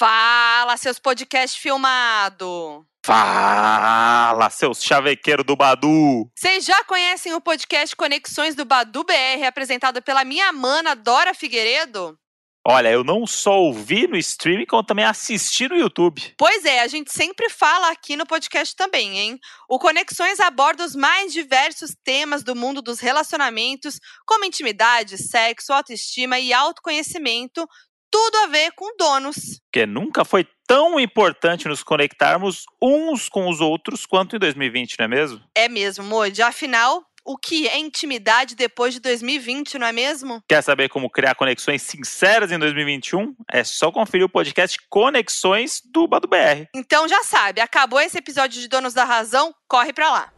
Fala, seus podcast filmado! Fala, seus chavequeiros do Badu! Vocês já conhecem o podcast Conexões do Badu BR, apresentado pela minha mana Dora Figueiredo? Olha, eu não só ouvi no streaming, como também assisti no YouTube. Pois é, a gente sempre fala aqui no podcast também, hein? O Conexões aborda os mais diversos temas do mundo dos relacionamentos, como intimidade, sexo, autoestima e autoconhecimento, tudo a ver com donos. Porque nunca foi tão importante nos conectarmos uns com os outros quanto em 2020, não é mesmo? É mesmo, Moji. Afinal, o que é intimidade depois de 2020, não é mesmo? Quer saber como criar conexões sinceras em 2021? É só conferir o podcast Conexões do Badu BR. Então já sabe, acabou esse episódio de Donos da Razão, corre pra lá.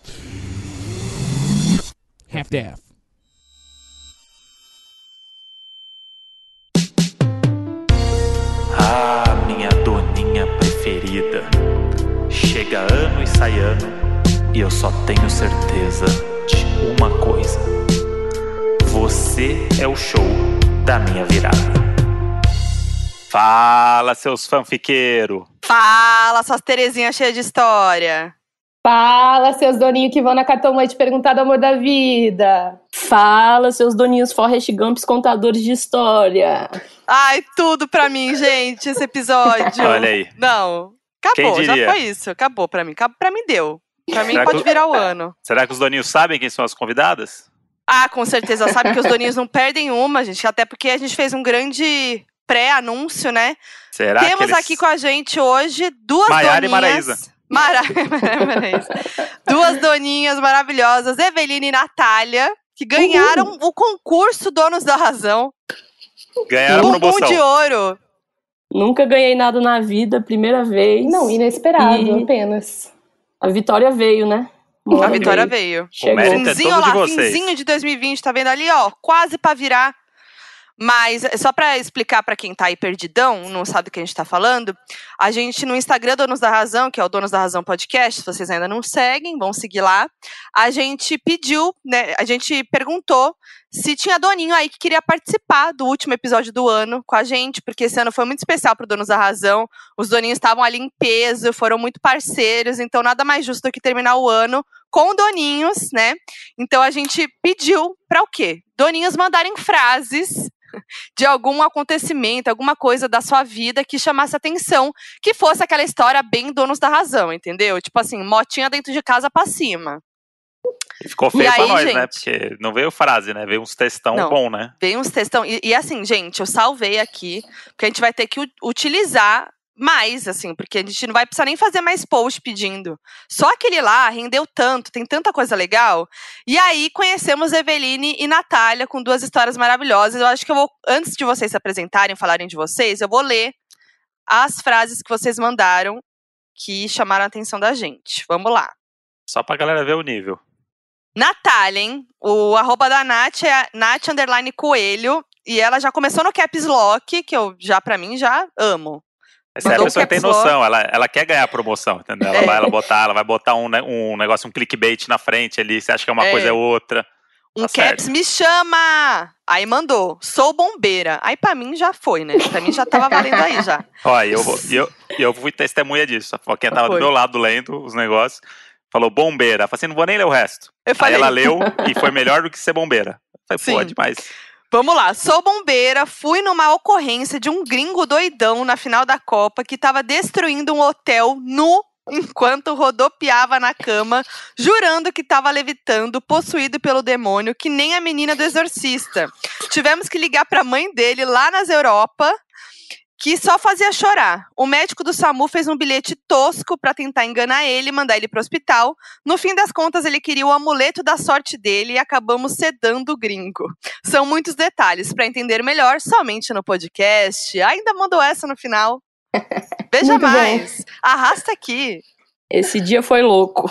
Half-Death. Ah, minha doninha preferida. Chega ano e sai ano, e eu só tenho certeza de uma coisa: você é o show da minha virada. Fala, seus fanfiqueiros! Fala, suas Terezinhas cheias de história. Fala, seus doninhos que vão na cartomante perguntar do amor da vida. Fala, seus doninhos Forrest Gumps contadores de história. Ai, tudo pra mim, gente, esse episódio. Olha aí. Não, acabou, Quem já diria? foi isso, acabou pra mim. Pra mim deu. Pra mim Será pode que- virar o ano. Será que os doninhos sabem quem são as convidadas? Ah, com certeza, sabe que os doninhos não perdem uma, gente, até porque a gente fez um grande pré-anúncio, né? Será Temos que eles... aqui com a gente hoje duas Maiara e doninhas. Maraísa. Maraísa. Duas doninhas maravilhosas, Eveline e Natália, que ganharam o concurso Donos da Razão. ganharam a Bumbum promoção? de ouro. Nunca ganhei nada na vida, primeira vez. Não, inesperado E- apenas. A vitória veio, né? A vitória veio. Chegou. O mérito é Finzinho, todo ó de lá, vocês. finzinho de 2020, tá vendo ali, ó, quase pra virar. Mas, só pra explicar pra quem tá aí perdidão, não sabe do que a gente tá falando, a gente no Instagram Donos da Razão, que é o Donos da Razão Podcast, se vocês ainda não seguem, vão seguir lá, a gente pediu, né, a gente perguntou se tinha doninho aí que queria participar do último episódio do ano com a gente, porque esse ano foi muito especial pro Donos da Razão, os doninhos estavam ali em peso, foram muito parceiros, então nada mais justo do que terminar o ano com doninhos, né? Então a gente pediu pra o quê? Doninhos mandarem frases de algum acontecimento, alguma coisa da sua vida que chamasse atenção, que fosse aquela história bem Donos da Razão, entendeu? Tipo assim, motinha dentro de casa pra cima. E ficou feio E pra aí, nós, gente? né? Porque não veio frase, né? Veio uns textão Não. bom, né? Veio uns textão. E assim, gente, eu salvei aqui, porque a gente vai ter que utilizar mais, assim, porque a gente não vai precisar nem fazer mais post pedindo. Só aquele lá rendeu tanto, tem tanta coisa legal. E aí conhecemos Eveline e Natália com duas histórias maravilhosas. Eu acho que eu vou, antes de vocês se apresentarem, falarem de vocês, eu vou ler as frases que vocês mandaram que chamaram a atenção da gente. Vamos lá. Só pra galera ver o nível. Natália, hein? O arroba da Nath é Nath_Coelho. E ela já começou no Caps Lock, que eu já, pra mim, já amo. Essa é a Mandou pessoa que tem caps lock. noção, ela quer ganhar a promoção, entendeu? Ela vai botar um negócio, um clickbait na frente ali, você acha que é uma coisa é outra. Um Tá Caps certo. me chama! Aí mandou, sou bombeira. Aí pra mim já foi, né? Pra mim já tava valendo aí já. Ó, eu fui testemunha disso. A Foquinha tava do Foi. meu lado lendo os negócios, falou bombeira. Eu falei assim, não vou nem ler o resto. Eu falei, Aí ela leu e foi melhor do que ser bombeira. Eu falei, pô, é Sim. demais. vamos lá. Sou bombeira, fui numa ocorrência de um gringo doidão na final da Copa que tava destruindo um hotel nu enquanto rodopiava na cama, jurando que tava levitando, possuído pelo demônio, que nem a menina do Exorcista. Tivemos que ligar pra mãe dele lá nas Europa, que só fazia chorar. O médico do SAMU fez um bilhete tosco pra tentar enganar ele e mandar ele pro hospital. No fim das contas, ele queria o amuleto da sorte dele e acabamos sedando o gringo. São muitos detalhes. Pra entender melhor, somente no podcast. Ainda mandou essa no final. Veja Muito mais. Arrasta aqui. Esse dia foi louco.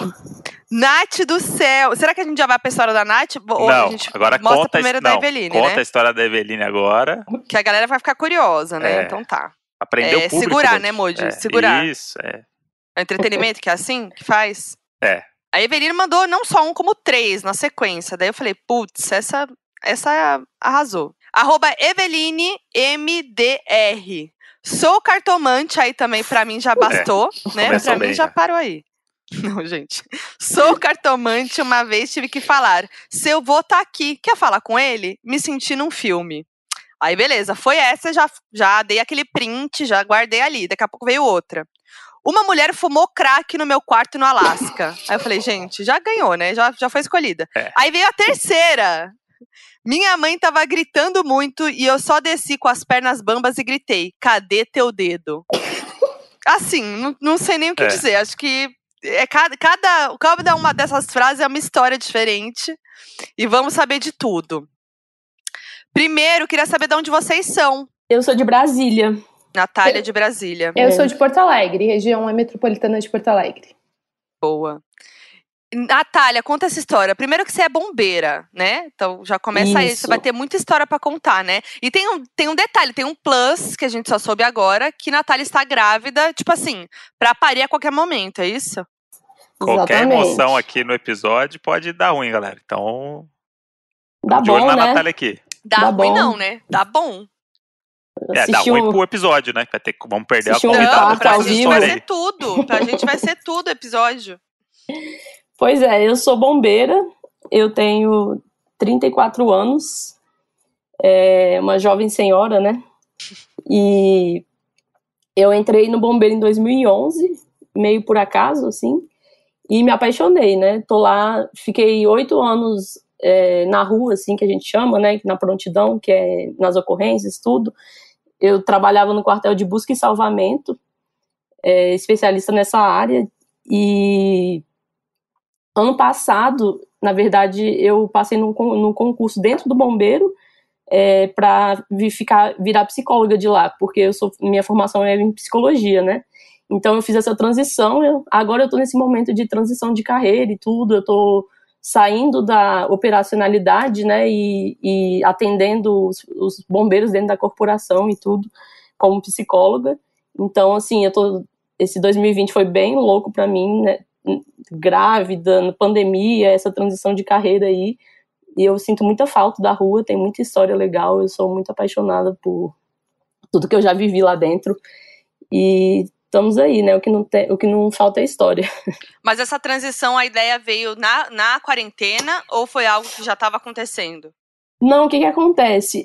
Nath do céu. Será que a gente já vai pra história da Nath? Ou a Não, gente agora mostra conta, primeiro da Eveline, conta né? a história da Eveline agora. Que a galera vai ficar curiosa, né? É. Então tá. Aprendeu o público. Segurar, né, Moji? Segurar. Isso, é. É entretenimento que é assim que faz? É. A Eveline mandou não só um, como 3 na sequência. Daí eu falei, putz, essa arrasou. @EvelineMDR. Sou cartomante, aí também pra mim já bastou, né? começou Pra mim bem, já já. parou aí. Não, gente. Sou cartomante, uma vez tive que falar. Seu vô tá aqui, quer falar com ele? Me senti num filme. Aí, beleza, foi essa, já dei aquele print, já guardei ali. Daqui a pouco veio outra. Uma mulher fumou crack no meu quarto no Alasca. Aí eu falei, gente, já ganhou, né? Já foi escolhida. É. Aí veio a terceira. Minha mãe tava gritando muito e eu só desci com as pernas bambas e gritei, cadê teu dedo? Assim, não sei nem o que dizer. Acho que cada uma dessas frases é uma história diferente. E vamos saber de tudo. Primeiro, queria saber de onde vocês são. Eu sou de Brasília. Natália de Brasília. Eu sou de Porto Alegre, região metropolitana de Porto Alegre. Boa. Natália, conta essa história. Primeiro que você é bombeira, né? Então já começa aí, você vai ter muita história pra contar, né? E tem um detalhe, tem um plus que a gente só soube agora, que Natália está grávida, tipo assim, pra parir a qualquer momento, é isso? Qualquer emoção aqui no episódio pode dar ruim, galera. Então, dá de olho bom, na né? Natália aqui. Dá ruim bom. não, né? Dá bom. Dá ruim pro episódio, né? Vamos perder a Assistiu convidada Não, pra pra essa gente vai história ser aí. tudo. Pra gente vai ser tudo o episódio. Pois é, eu sou bombeira, eu tenho 34 anos, uma jovem senhora, né? E eu entrei no bombeiro em 2011, meio por acaso, assim, e me apaixonei, né? Tô lá, fiquei 8 anos na rua, assim, que a gente chama, né? Na prontidão, que é nas ocorrências, tudo. Eu trabalhava no quartel de busca e salvamento, especialista nessa área, e ano passado, na verdade, eu passei num concurso dentro do bombeiro para virar psicóloga de lá, porque minha formação é em psicologia, né? Então eu fiz essa transição, agora eu tô nesse momento de transição de carreira e tudo, eu tô saindo da operacionalidade, né, e atendendo os bombeiros dentro da corporação e tudo, como psicóloga. Então, assim, esse 2020 foi bem louco para mim, né? Grávida, na pandemia, essa transição de carreira aí, e eu sinto muita falta da rua, tem muita história legal, eu sou muito apaixonada por tudo que eu já vivi lá dentro, e estamos aí, né, o que não falta é história. Mas essa transição, a ideia veio na quarentena ou foi algo que já estava acontecendo? Não, o que acontece?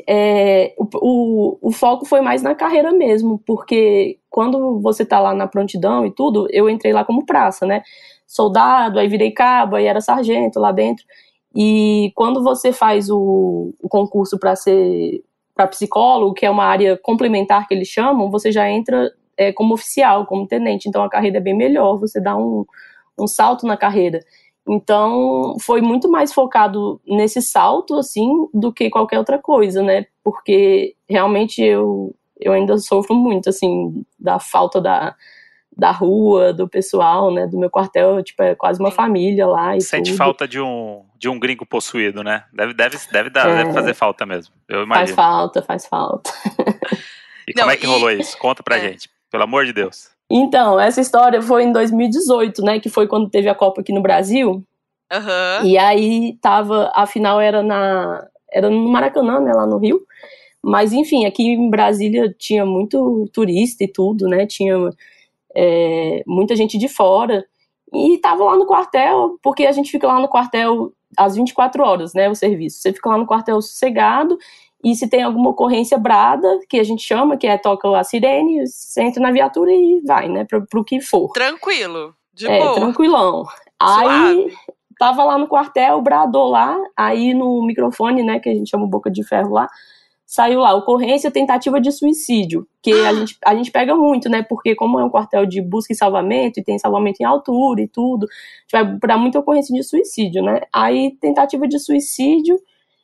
O foco foi mais na carreira mesmo, porque quando você tá lá na prontidão e tudo, eu entrei lá como praça, né? Soldado, aí virei cabo, aí era sargento lá dentro. E quando você faz o concurso para psicólogo, que é uma área complementar que eles chamam, você já entra como oficial, como tenente. Então a carreira é bem melhor, você dá um salto na carreira. Então, foi muito mais focado nesse salto, assim, do que qualquer outra coisa, né? Porque, realmente, eu ainda sofro muito, assim, da falta da rua, do pessoal, né? Do meu quartel, tipo, é quase uma família lá e Sente tudo. falta de um gringo possuído, né? Deve fazer falta mesmo, eu imagino. Faz falta. E como é que rolou isso? Conta pra gente, pelo amor de Deus. Então, essa história foi em 2018, né, que foi quando teve a Copa aqui no Brasil. Uhum. E aí a final era no Maracanã, né, lá no Rio. Mas, enfim, aqui em Brasília tinha muito turista e tudo, né, tinha muita gente de fora. E tava lá no quartel, porque a gente fica lá no quartel às 24 horas, né, o serviço. Você fica lá no quartel sossegado, e se tem alguma ocorrência brada, que a gente chama, que toca a sirene, você entra na viatura e vai, né, pro que for. Tranquilo, de boa. Tranquilão. Suave. Aí, tava lá no quartel, bradou lá, aí no microfone, né, que a gente chama boca de ferro lá, saiu lá, ocorrência, tentativa de suicídio, que a gente pega muito, né, porque como é um quartel de busca e salvamento, e tem salvamento em altura e tudo, a gente vai pra muita ocorrência de suicídio, né. Aí, tentativa de suicídio,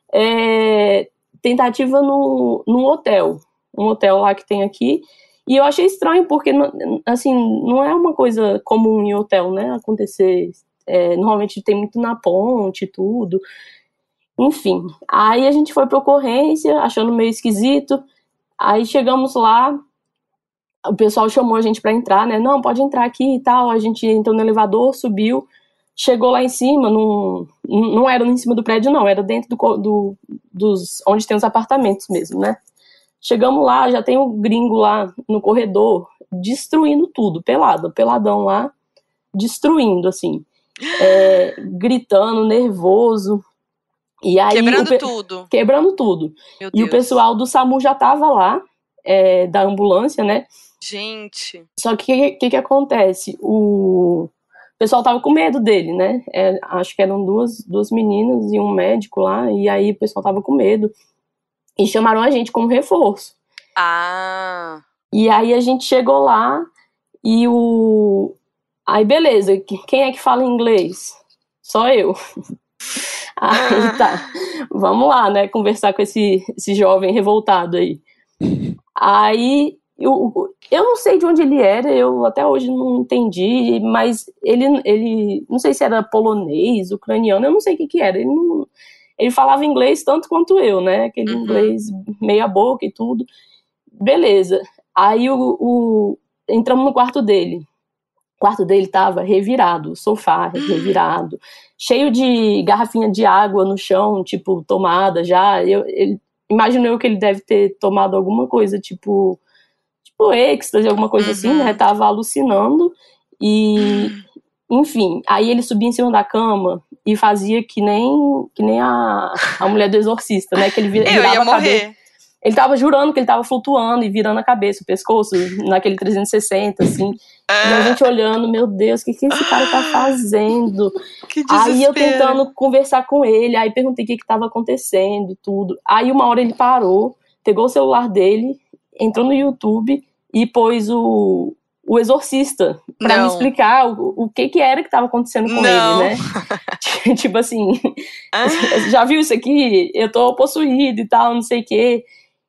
tentativa num hotel, um hotel lá que tem aqui, e eu achei estranho, porque, assim, não é uma coisa comum em hotel, né, acontecer, normalmente tem muito na ponte e tudo, enfim, aí a gente foi pra ocorrência, achando meio esquisito, aí chegamos lá, o pessoal chamou a gente pra entrar, né, não, pode entrar aqui e tal, a gente entrou no elevador, subiu, chegou lá em cima, não era em cima do prédio não, era dentro dos onde tem os apartamentos mesmo, né. Chegamos lá, já tem o gringo lá no corredor, destruindo tudo, peladão lá, destruindo, assim, gritando, nervoso. E aí, tudo. Quebrando tudo. Meu e Deus. O pessoal do SAMU já tava lá, da ambulância, né? Gente. Só que o que acontece? O pessoal tava com medo dele, né? Acho que eram duas meninas e um médico lá, e aí o pessoal tava com medo. E chamaram a gente como reforço. E aí a gente chegou lá e Aí beleza, quem é que fala inglês? Só eu. Aí tá, vamos lá, né, conversar com esse jovem revoltado aí. Aí, eu não sei de onde ele era, eu até hoje não entendi, mas ele não sei se era polonês, ucraniano, eu não sei o que era, ele falava inglês tanto quanto eu, né, aquele inglês meia boca e tudo. Beleza, aí entramos no quarto dele. O quarto dele tava revirado, o sofá revirado, cheio de garrafinha de água no chão, tipo, tomada já. Imagino eu que ele deve ter tomado alguma coisa, tipo êxtase, alguma coisa assim, né? Tava alucinando. E, enfim, aí ele subia em cima da cama e fazia que nem a mulher do exorcista, né? Que ele virava eu ia a morrer. cabeça. Ele tava jurando que ele tava flutuando e virando a cabeça, o pescoço, naquele 360, assim. E a gente olhando, meu Deus, o que esse cara tá fazendo? Que desespero. Aí eu tentando conversar com ele, aí perguntei o que tava acontecendo e tudo. Aí uma hora ele parou, pegou o celular dele, entrou no YouTube e pôs o Exorcista pra me explicar o que era que tava acontecendo com ele, né? Tipo assim, já viu isso aqui? Eu tô possuído e tal, não sei o quê.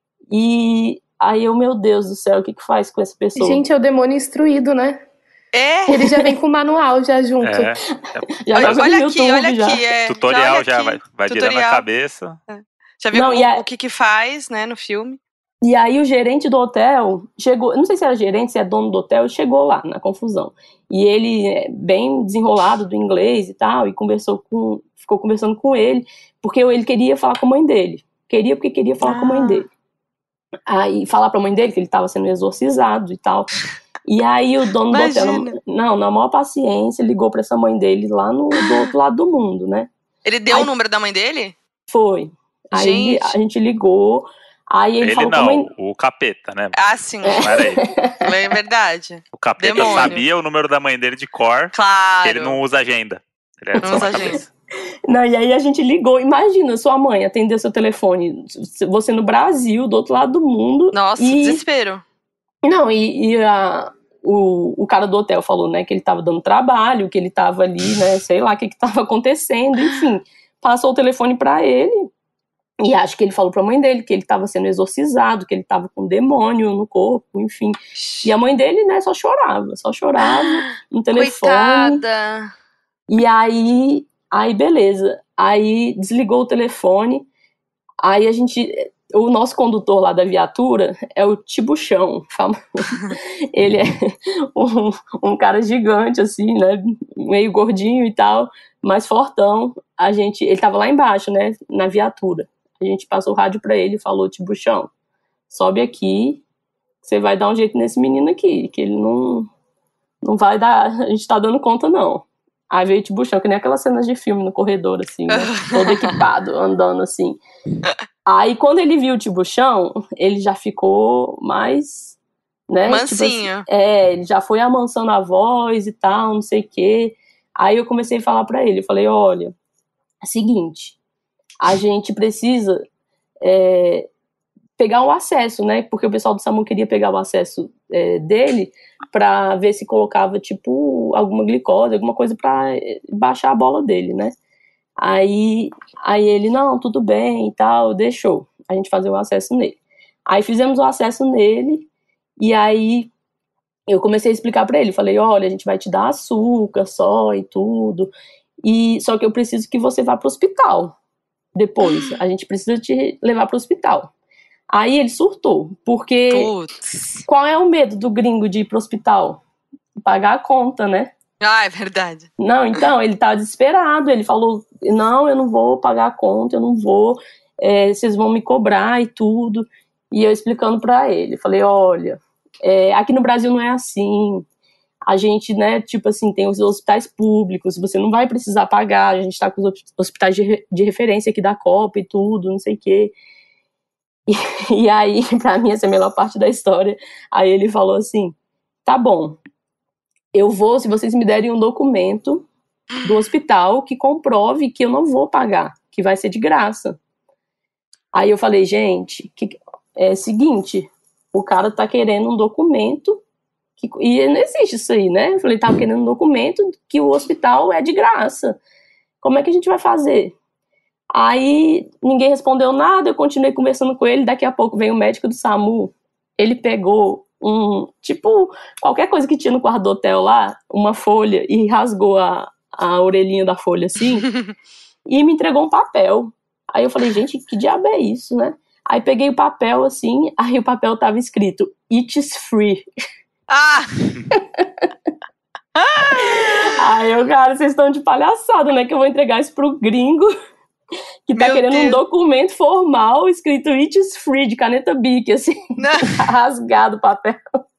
E aí meu Deus do céu, o que faz com essa pessoa? Gente, é o demônio instruído, né? Ele já vem com o manual já junto. Já olha aqui. Tutorial já vai virando a cabeça. Já viu o que faz, né, no filme. E aí o gerente do hotel chegou, não sei se era gerente, se é dono do hotel, chegou lá na confusão. E ele, bem desenrolado do inglês e tal, e ficou conversando com ele, porque ele queria falar com a mãe dele. Porque queria falar com a mãe dele. Aí falar pra mãe dele que ele tava sendo exorcizado e tal. E aí o dono do hotel, na maior paciência, ligou pra essa mãe dele lá do outro lado do mundo, né? Ele deu o número da mãe dele? Foi. Aí a gente ligou. Aí ele falou não, o capeta, né? Sim. Não era ele. É verdade. O capeta sabia o número da mãe dele de cor. Claro. Ele não usa agenda. Ele era não usa agenda. Não, e aí a gente ligou. Imagina, sua mãe atender seu telefone. Você no Brasil, do outro lado do mundo. Nossa, desespero. Não, o cara do hotel falou, né, que ele tava dando trabalho, que ele tava ali, né, sei lá o que tava acontecendo, enfim. Passou o telefone pra ele. E acho que ele falou pra mãe dele que ele tava sendo exorcizado, que ele tava com um demônio no corpo, enfim. E a mãe dele, né, só chorava no telefone. Coitada. E aí beleza. Aí desligou o telefone. Aí o nosso condutor lá da viatura é o Tibuchão. Ele é um cara gigante, assim, né, meio gordinho e tal, mas fortão. Ele tava lá embaixo, né, na viatura. A gente passou o rádio pra ele e falou, Tibuchão, sobe aqui, você vai dar um jeito nesse menino aqui, que ele não vai dar, a gente tá dando conta não. Aí veio o Tibuchão, que nem aquelas cenas de filme no corredor, assim, né, todo equipado, andando assim. Aí quando ele viu o Tibuchão, ele já ficou mais, né, mansinho. Tipo assim, ele já foi amansando a voz e tal, não sei o quê. Aí eu comecei a falar pra ele, eu falei, olha, é o seguinte, a gente precisa pegar o acesso, né? Porque o pessoal do SAMU queria pegar o acesso dele pra ver se colocava, tipo, alguma glicose, alguma coisa pra baixar a bola dele, né? Aí ele, não, tudo bem e tal, deixou a gente fazer o acesso nele. Aí fizemos o acesso nele e aí eu comecei a explicar pra ele, falei, olha, a gente vai te dar açúcar só e tudo, só que eu preciso que você vá pro hospital. Depois, a gente precisa te levar pro hospital. Aí ele surtou, porque qual é o medo do gringo de ir pro hospital? Pagar a conta, né? É verdade. Não, então, ele tá desesperado, ele falou, não, eu não vou pagar a conta, eu não vou, vocês vão me cobrar e tudo. E eu explicando pra ele, falei, olha, aqui no Brasil não é assim, a gente, né, tipo assim, tem os hospitais públicos, você não vai precisar pagar, a gente tá com os hospitais de referência aqui da Copa e tudo, não sei o quê. E aí, pra mim, essa é a melhor parte da história, aí ele falou assim, tá bom, eu vou, se vocês me derem um documento do hospital que comprove que eu não vou pagar, que vai ser de graça. Aí eu falei, gente, é o seguinte, o cara tá querendo um documento, e não existe isso aí, né? Eu falei, tá querendo um documento que o hospital é de graça. Como é que a gente vai fazer? Aí ninguém respondeu nada, eu continuei conversando com ele, daqui a pouco veio o médico do SAMU, ele pegou qualquer coisa que tinha no quarto do hotel lá, uma folha, e rasgou a orelhinha da folha assim, e me entregou um papel. Aí eu falei, gente, que diabo é isso, né? Aí peguei o papel assim, aí o papel tava escrito, it is free. Ah! Aí eu, cara, vocês estão de palhaçada, né? Que eu vou entregar isso pro gringo que tá querendo um documento formal escrito it is free, de caneta Bic, assim, rasgado o papel.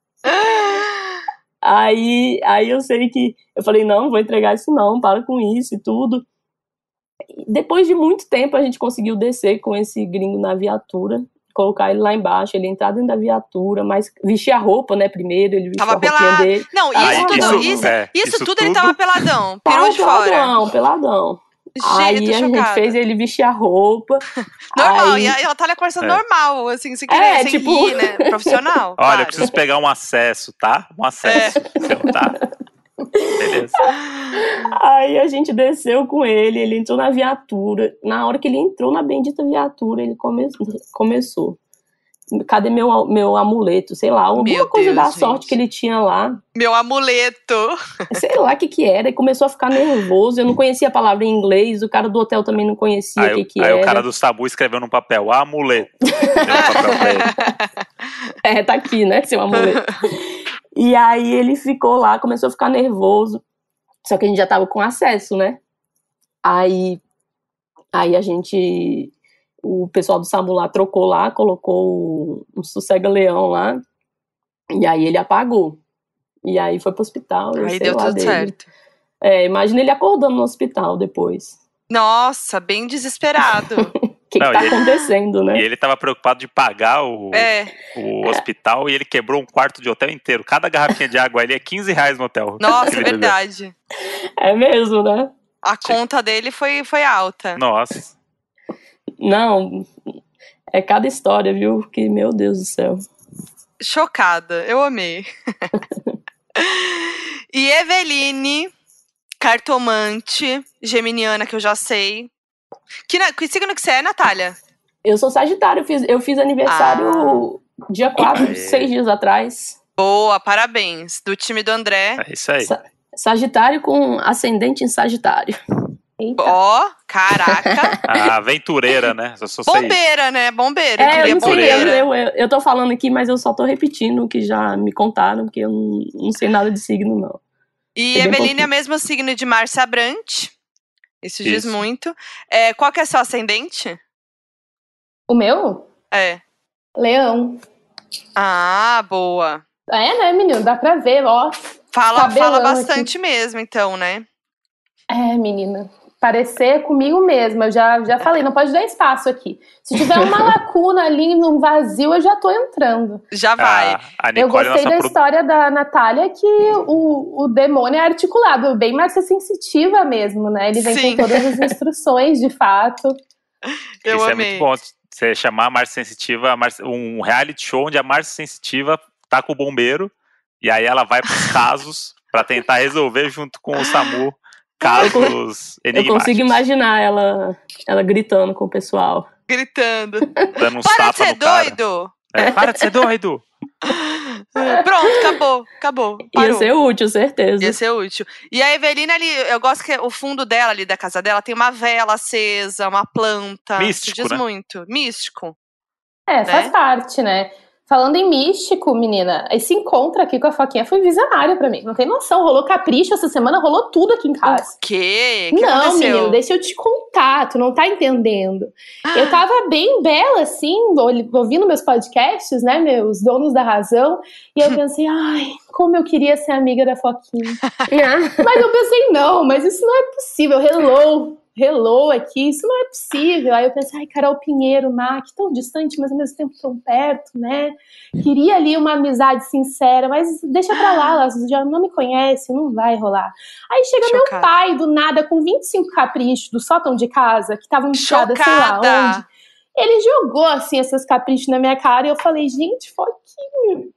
Aí eu sei que eu falei, não vou entregar isso não, para com isso e tudo. Depois de muito tempo a gente conseguiu descer com esse gringo na viatura, colocar ele lá embaixo, ele entrar dentro da viatura, mas vestir a roupa, né, primeiro, ele vestiu a roupinha dele. Não, isso tudo ele tava peladão, perua de fora. Peladão. Gente, aí a gente fez ele vestir a roupa. Normal, aí... e a Natália conversando normal, assim, sem querer, sem rir, né? Profissional. Olha, eu preciso pegar um acesso, tá? Um acesso. Tá? Beleza. Aí a gente desceu com ele entrou na viatura. Na hora que ele entrou na bendita viatura, ele começou. Cadê meu amuleto? Sei lá, alguma coisa da sorte que ele tinha lá. Meu amuleto. Sei lá o que era. E começou a ficar nervoso. Eu não conhecia a palavra em inglês. O cara do hotel também não conhecia o que era. Aí o cara do SAMU escreveu num papel, amuleto. Deu um papel pra ele. Tá aqui, né? Seu amuleto. E aí ele ficou lá, começou a ficar nervoso. Só que a gente já tava com acesso, né? Aí a gente... O pessoal do SAMU lá trocou lá, colocou um sossega-leão lá, e aí ele apagou. E aí foi pro hospital. Aí deu tudo certo. Imagina ele acordando no hospital depois. Nossa, bem desesperado. O que tá acontecendo, né? E ele tava preocupado de pagar o hospital, e ele quebrou um quarto de hotel inteiro. Cada garrafinha de água ali é R$15 no hotel. Nossa, é verdade. É mesmo, né? A conta dele foi alta. Nossa. Não, é cada história, viu? Que, meu Deus do céu. Chocada, eu amei. E Eveline, cartomante, geminiana, que eu já sei. Que signo que você é, Natália? Eu sou Sagitário, eu fiz aniversário dia 4, 6 dias atrás. Boa, parabéns. Do time do André. É isso aí. Sagitário com ascendente em Sagitário. Ó, caraca. A aventureira, né? Eu sou bombeira, né? Bombeira. Eu não sei, eu tô falando aqui, mas eu só tô repetindo o que já me contaram, porque eu não sei nada de signo, não. E Eveline é o mesmo signo de Márcia Brant. Isso diz muito. Qual que é seu ascendente? O meu? Leão. Ah, boa. Né, menino? Dá pra ver, ó. Fala bastante aqui. Mesmo, então, né? Menina. Parecer comigo mesma. Eu já falei, não pode dar espaço aqui. Se tiver uma lacuna ali, num vazio, eu já tô entrando. Já vai. Eu gostei da história da Natália, que o demônio é articulado, bem mais sensitiva mesmo, né? Ele vem com todas as instruções, de fato. Eu Isso amei. É muito bom, você chamar a Márcia Sensitiva, um reality show onde a Márcia Sensitiva tá com o bombeiro, e aí ela vai pros casos pra tentar resolver junto com o SAMU. Casos enigmáticos. Eu consigo imaginar ela gritando com o pessoal. Gritando. Dando uns Para tapas de ser no cara. doido! Para de ser doido! Pronto, acabou. Parou. Ia ser útil, certeza. Ia ser útil. E a Eveline ali, eu gosto que o fundo dela ali, da casa dela, tem uma vela acesa, uma planta. Místico, Isso diz né? muito. Místico. Faz parte, né? Falando em místico, menina, esse encontro aqui com a Foquinha foi visionário pra mim. Não tem noção, rolou capricho essa semana, rolou tudo aqui em casa. O quê? O que não, aconteceu? menino, deixa eu te contar, tu não tá entendendo. Eu tava bem bela, assim, ouvindo meus podcasts, né, meus donos da razão, e eu pensei, ai, como eu queria ser amiga da Foquinha. Mas eu pensei, não, mas isso não é possível, hello aqui, isso não é possível. Aí eu pensei, ai, Carol Pinheiro, Mac, tão distante, mas ao mesmo tempo tão perto, né? Queria ali uma amizade sincera, mas deixa pra lá, elas já não me conhecem, não vai rolar. Aí chega meu pai, do nada, com 25 caprichos do sótão de casa, que estavam enfiadas sei lá onde. Ele jogou, assim, esses caprichos na minha cara e eu falei, gente, Foquinha.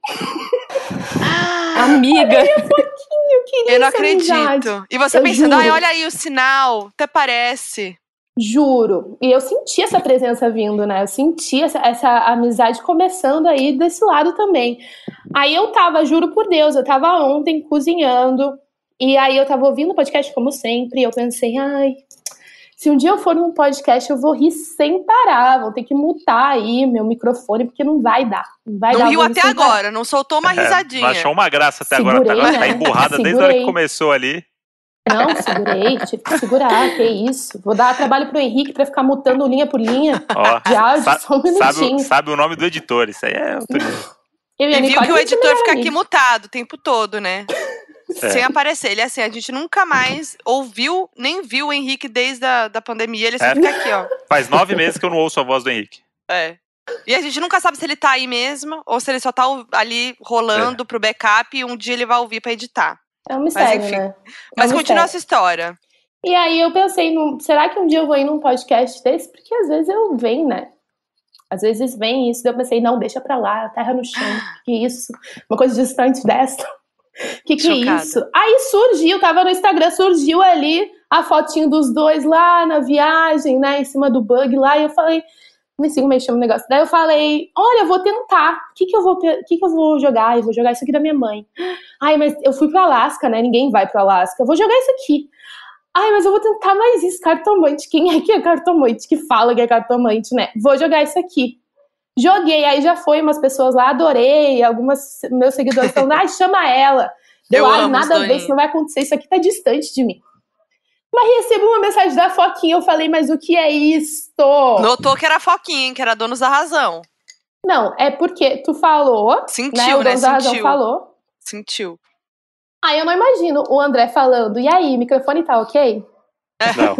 Amiga. Foquinha, eu queria Eu não essa acredito. amizade. E você pensando, ai, olha aí o sinal, até parece. Juro. E eu senti essa presença vindo, né? Eu senti essa amizade começando aí desse lado também. Aí eu tava, juro por Deus, eu tava ontem cozinhando. E aí eu tava ouvindo o podcast como sempre. E eu pensei, ai, se um dia eu for num podcast, eu vou rir sem parar. Vou ter que mutar aí meu microfone, porque não vai dar. Não riu até agora, não soltou uma risadinha. Não achou uma graça até Segurei, agora. né? Tá emburrada desde a hora que começou ali. Não, segurei, tive que segurar, que isso. Vou dar trabalho pro Henrique pra ficar mutando linha por linha de áudio, só um minutinho. Sabe o nome do editor, isso aí é outro dia. E viu que o editor fica aqui mutado o tempo todo, né? Sem aparecer. Ele assim, a gente nunca mais ouviu, nem viu o Henrique desde a pandemia, ele só fica aqui, ó. Faz 9 meses que eu não ouço a voz do Henrique. E a gente nunca sabe se ele tá aí mesmo, ou se ele só tá ali rolando pro backup e um dia ele vai ouvir pra editar. É um mistério, né? Mas continua essa história. E aí eu pensei, será que um dia eu vou ir num podcast desse? Porque às vezes eu venho, né? Às vezes vem isso. Daí eu pensei, não, deixa pra lá, terra no chão. Que isso? Uma coisa distante dessa. Que é isso? Aí surgiu, tava no Instagram, surgiu ali a fotinho dos dois lá na viagem, né? Em cima do bug lá. E eu falei, nem sei como é que chama o negócio. Daí eu falei, olha, eu vou tentar. O que eu vou jogar? Eu vou jogar isso aqui da minha mãe. Ai, mas eu fui pro Alasca, né? Ninguém vai pro Alasca. Eu vou jogar isso aqui. Ai, mas eu vou tentar mais isso, cartomante. Quem é que é cartomante? Que fala que é cartomante, né? Vou jogar isso aqui. Joguei, aí já foi umas pessoas lá, adorei. Meus seguidores falando, ai, chama ela. Nada a ver, isso não vai acontecer, isso aqui tá distante de mim. Mas recebi uma mensagem da Foquinha, eu falei, mas o que é isto? Notou que era a Foquinha, hein? Que era Donos da Razão. Não, é porque tu falou, sentiu, né? O Donos da Razão falou. Sentiu. Aí eu não imagino o André falando, e aí, microfone tá ok? Não.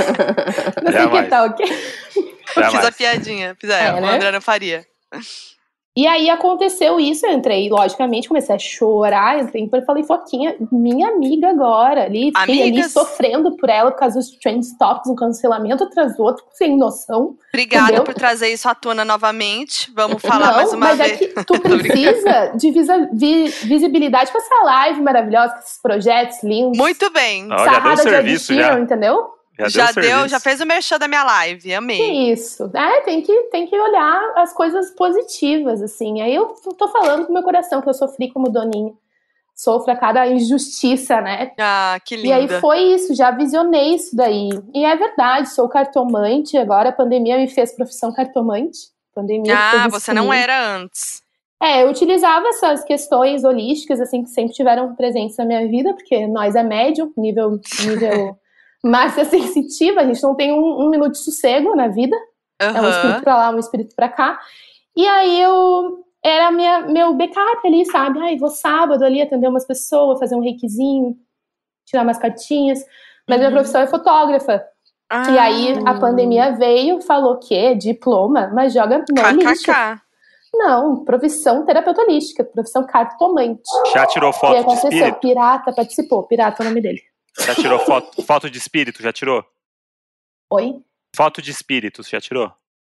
Não sei o que tá ok. Fiz a piadinha, o André não faria. E aí aconteceu isso, eu entrei, logicamente, comecei a chorar, entrei e falei, Foquinha, minha amiga agora, fiquei ali sofrendo por ela por causa dos trend topics, um cancelamento atrás do outro, sem noção. Obrigada por trazer isso à tona novamente, vamos falar mais uma vez. Mas é que tu precisa de visibilidade com essa live maravilhosa, com esses projetos lindos. Muito bem. Já deu serviço, já. Entendeu? Já fez o merchan da minha live, amei. Que isso, tem que olhar as coisas positivas, assim. Aí eu tô falando com o meu coração, que eu sofri como doninha. Sofro a cada injustiça, né? Ah, que linda. E aí foi isso, já visionei isso daí. E é verdade, sou cartomante, agora a pandemia me fez profissão cartomante. Você não era antes. Eu utilizava essas questões holísticas, assim, que sempre tiveram presentes na minha vida, porque nós é médium, nível massa sensitiva, a gente não tem um minuto de sossego na vida. É um espírito pra lá, um espírito pra cá. E aí era meu backup ali, sabe? Ai, vou sábado ali atender umas pessoas, fazer um reikizinho, tirar umas cartinhas. Mas minha profissão é fotógrafa. E aí a pandemia veio, falou que diploma, mas joga no lixo. Não, profissão terapeuta holística, profissão cartomante. Já tirou foto de espírito? Pirata participou, Pirata é o nome dele. Já tirou foto de espírito? Já tirou? Oi? Foto de espíritos, já tirou?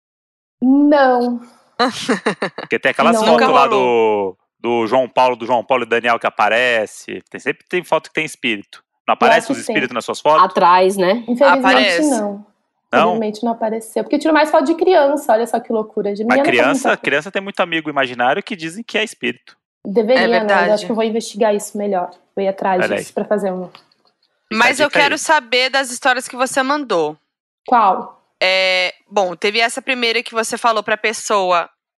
Não. Porque tem aquelas fotos lá do João Paulo e Daniel que aparece. Sempre tem foto que tem espírito. Não aparece os espíritos nas suas fotos? Atrás, né? Infelizmente não. Infelizmente não apareceu. Porque eu tiro mais foto de criança, olha só que loucura. Mas criança tem muito amigo imaginário que dizem que é espírito. Deveria, né? Eu acho que eu vou investigar isso melhor. Vou ir atrás disso pra fazer um... Mas eu quero saber das histórias que você mandou. Qual? Bom, teve essa primeira que você falou pra pessoa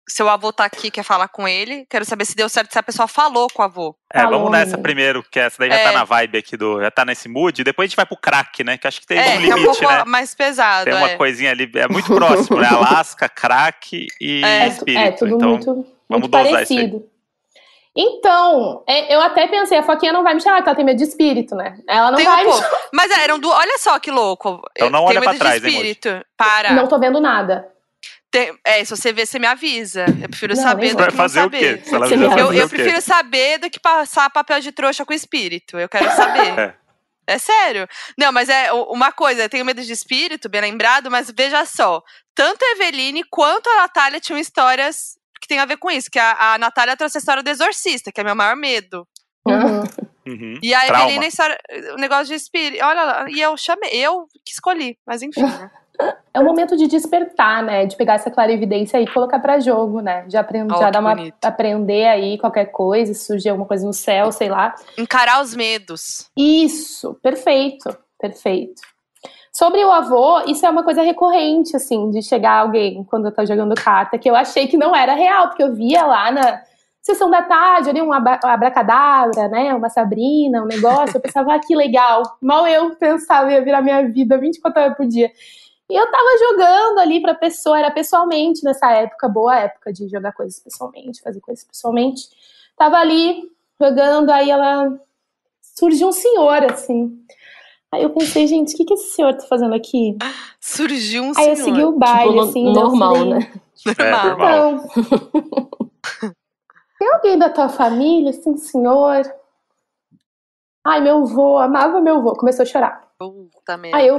seu avô tá aqui, quer falar com ele. Quero saber se deu certo, se a pessoa falou com o avô. Vamos nessa primeiro, que essa daí já tá na vibe aqui já tá nesse mood. Depois a gente vai pro crack, né? Que acho que tem um limite, é um pouco né? mais pesado. Tem uma coisinha ali, é muito próximo, né? Alasca, crack e espírito. Tudo então, muito vamos dosar parecido. isso aí. Então, eu até pensei, a Foquinha não vai me chamar, porque ela tem medo de espírito, né? Ela não vai me chamar. Mas eram duas. Olha só que louco. Então não olha pra trás, de espírito. Para. Não tô vendo nada. Se você ver, você me avisa. Eu prefiro saber do que não fazer saber. O quê? Se ela avisar, eu prefiro saber do que passar papel de trouxa com espírito. Eu quero saber. É sério. Não, mas é uma coisa, eu tenho medo de espírito, bem lembrado, mas veja só. Tanto a Eveline quanto a Natália tinham histórias que tem a ver com isso. Que a Natália trouxe a história do exorcista, que é meu maior medo. E a Eveline, a história, o negócio de espírito. Olha lá, e eu que escolhi, mas enfim, né? É um momento de despertar, né? De pegar essa clarividência aí e colocar pra jogo, né? Já aprender aí qualquer coisa, se surgir alguma coisa no céu, sei lá. Encarar os medos. Isso, perfeito. Sobre o avô, isso é uma coisa recorrente, assim, de chegar alguém quando eu tô jogando carta, que eu achei que não era real, porque eu via lá na sessão da tarde, ali um abracadabra, né? Uma Sabrina, um negócio, eu pensava, que legal. Mal eu pensava ia virar minha vida 24 horas por dia. E eu tava jogando ali pra pessoa, era pessoalmente nessa época, boa época de jogar coisas pessoalmente, fazer coisas pessoalmente. Tava ali jogando, aí surgiu um senhor, assim. Aí eu pensei, gente, o que esse senhor tá fazendo aqui? Surgiu um aí senhor. Aí eu segui o baile, tipo, assim. Normal, falei, né? Normal. Então, tem alguém da tua família, assim, senhor? Ai, meu avô, amava meu avô. Começou a chorar. Puta merda. Aí eu...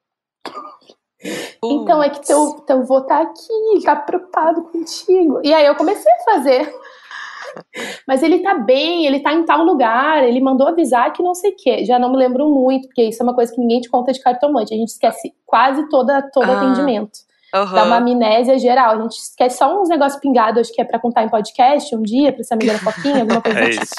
Então, é que teu avô tá aqui, ele tá preocupado contigo. E aí eu comecei a fazer. Mas ele tá bem, ele tá em tal lugar, ele mandou avisar que não sei o quê. Já não me lembro muito, porque isso é uma coisa que ninguém te conta de cartomante. A gente esquece quase todo atendimento. Dá uma amnésia geral. A gente esquece só uns negócios pingados, acho que é pra contar em podcast um dia, pra essa amiga da Foquinha, alguma coisa assim. Isso.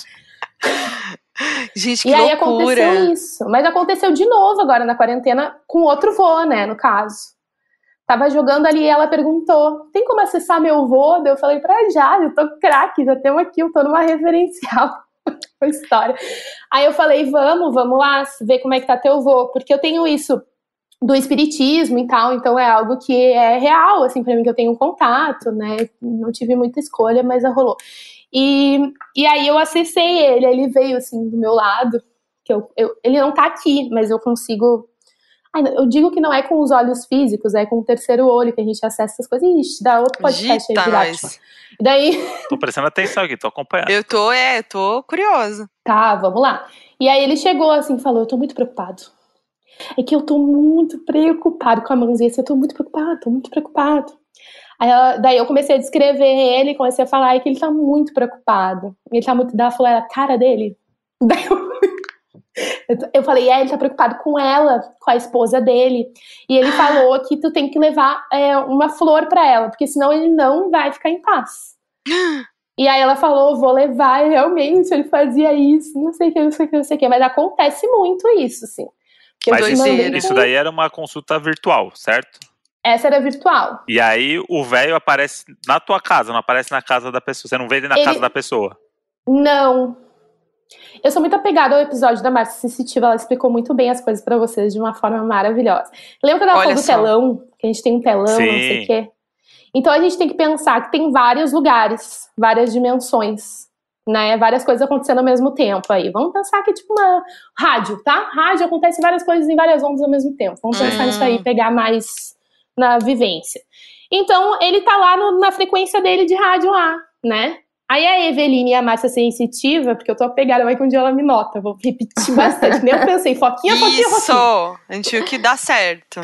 Gente, que e aí loucura. aconteceu isso. Mas aconteceu de novo agora na quarentena com outro vô, né, no caso. Tava jogando ali e ela perguntou, tem como acessar meu vô? Eu falei, eu tô craque, já temos aqui, eu tô numa referencial. Uma história. Aí eu falei, vamos lá ver como é que tá teu vô, porque eu tenho isso do espiritismo e tal, então é algo que é real, assim, pra mim, que eu tenho um contato, né, não tive muita escolha, mas rolou. E aí eu acessei ele veio, assim, do meu lado, que ele não tá aqui, mas eu consigo... eu digo que não é com os olhos físicos, é com o terceiro olho que a gente acessa essas coisas. Ixi, dá outro podcast aí didático. E daí... Tô prestando atenção aqui, tô acompanhando. Eu tô curiosa. Tá, vamos lá. E aí ele chegou assim, falou, eu tô muito preocupado. É que eu tô muito preocupado com a mãozinha, assim, eu tô muito preocupado. Daí eu comecei a descrever ele, comecei a falar que ele tá muito preocupado. Ele tá muito... Daí ela falou, era a cara dele. Daí eu falei, ele tá preocupado com ela, com a esposa dele. E ele falou que tu tem que levar uma flor pra ela, porque senão ele não vai ficar em paz. E aí ela falou, vou levar, e realmente ele fazia isso, não sei o que. Mas acontece muito isso, assim. Mas isso daí era uma consulta virtual, certo? Essa era virtual. E aí o velho aparece na tua casa, não aparece na casa da pessoa. Você não vê ele na casa da pessoa. Não. Eu sou muito apegada ao episódio da Márcia Sensitiva, ela explicou muito bem as coisas pra vocês de uma forma maravilhosa. Lembra quando ela falou do telão? Que a gente tem um telão, sim, não sei o quê? Então a gente tem que pensar que tem vários lugares, várias dimensões, né? Várias coisas acontecendo ao mesmo tempo aí. Vamos pensar que é tipo uma rádio, tá? Rádio acontece várias coisas em várias ondas ao mesmo tempo. Vamos pensar nisso aí, pegar mais na vivência. Então ele tá lá na frequência dele de rádio lá, né? Aí a Eveline e a Márcia Sensitiva, porque eu tô apegada, vai que um dia ela me nota, vou repetir bastante. Nem eu pensei, Foquinha. A gente viu que dá certo.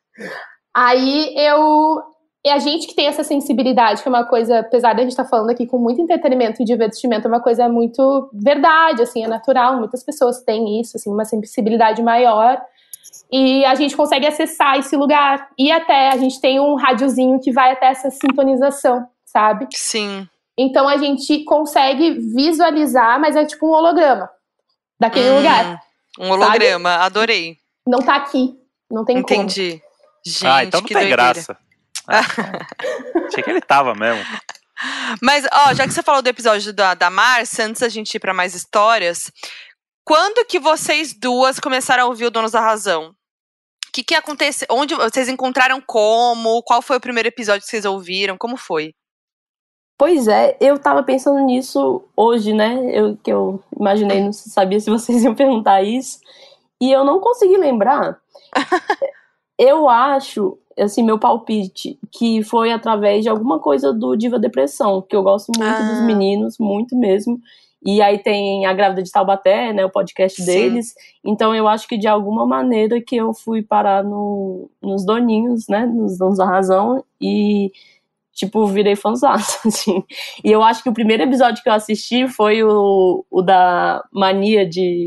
Aí a gente que tem essa sensibilidade, que é uma coisa, apesar de a gente estar falando aqui com muito entretenimento e divertimento, é uma coisa muito verdade, assim, é natural, muitas pessoas têm isso, assim, uma sensibilidade maior, e a gente consegue acessar esse lugar, e até a gente tem um rádiozinho que vai até essa sintonização, sabe? Sim. Então a gente consegue visualizar, mas é tipo um holograma daquele lugar. Um holograma, sabe? Adorei. Não tá aqui, não tem como. Entendi. Gente, então não que tem doideira. graça. Achei que ele tava mesmo. Mas, ó, já que você falou do episódio da Márcia, antes da gente ir pra mais histórias, quando que vocês duas começaram a ouvir o Donos da Razão? O que aconteceu? Onde vocês encontraram como? Qual foi o primeiro episódio que vocês ouviram? Como foi? Pois é, eu tava pensando nisso hoje, né? Que eu imaginei, não sabia se vocês iam perguntar isso. E eu não consegui lembrar. Eu acho, assim, meu palpite, que foi através de alguma coisa do Diva Depressão, que eu gosto muito dos meninos, muito mesmo. E aí tem a Grávida de Taubaté, né, o podcast deles. Então eu acho que de alguma maneira que eu fui parar nos doninhos, né, nos Donos da Razão, e, tipo, virei fãzaço, assim. E eu acho que o primeiro episódio que eu assisti foi o da mania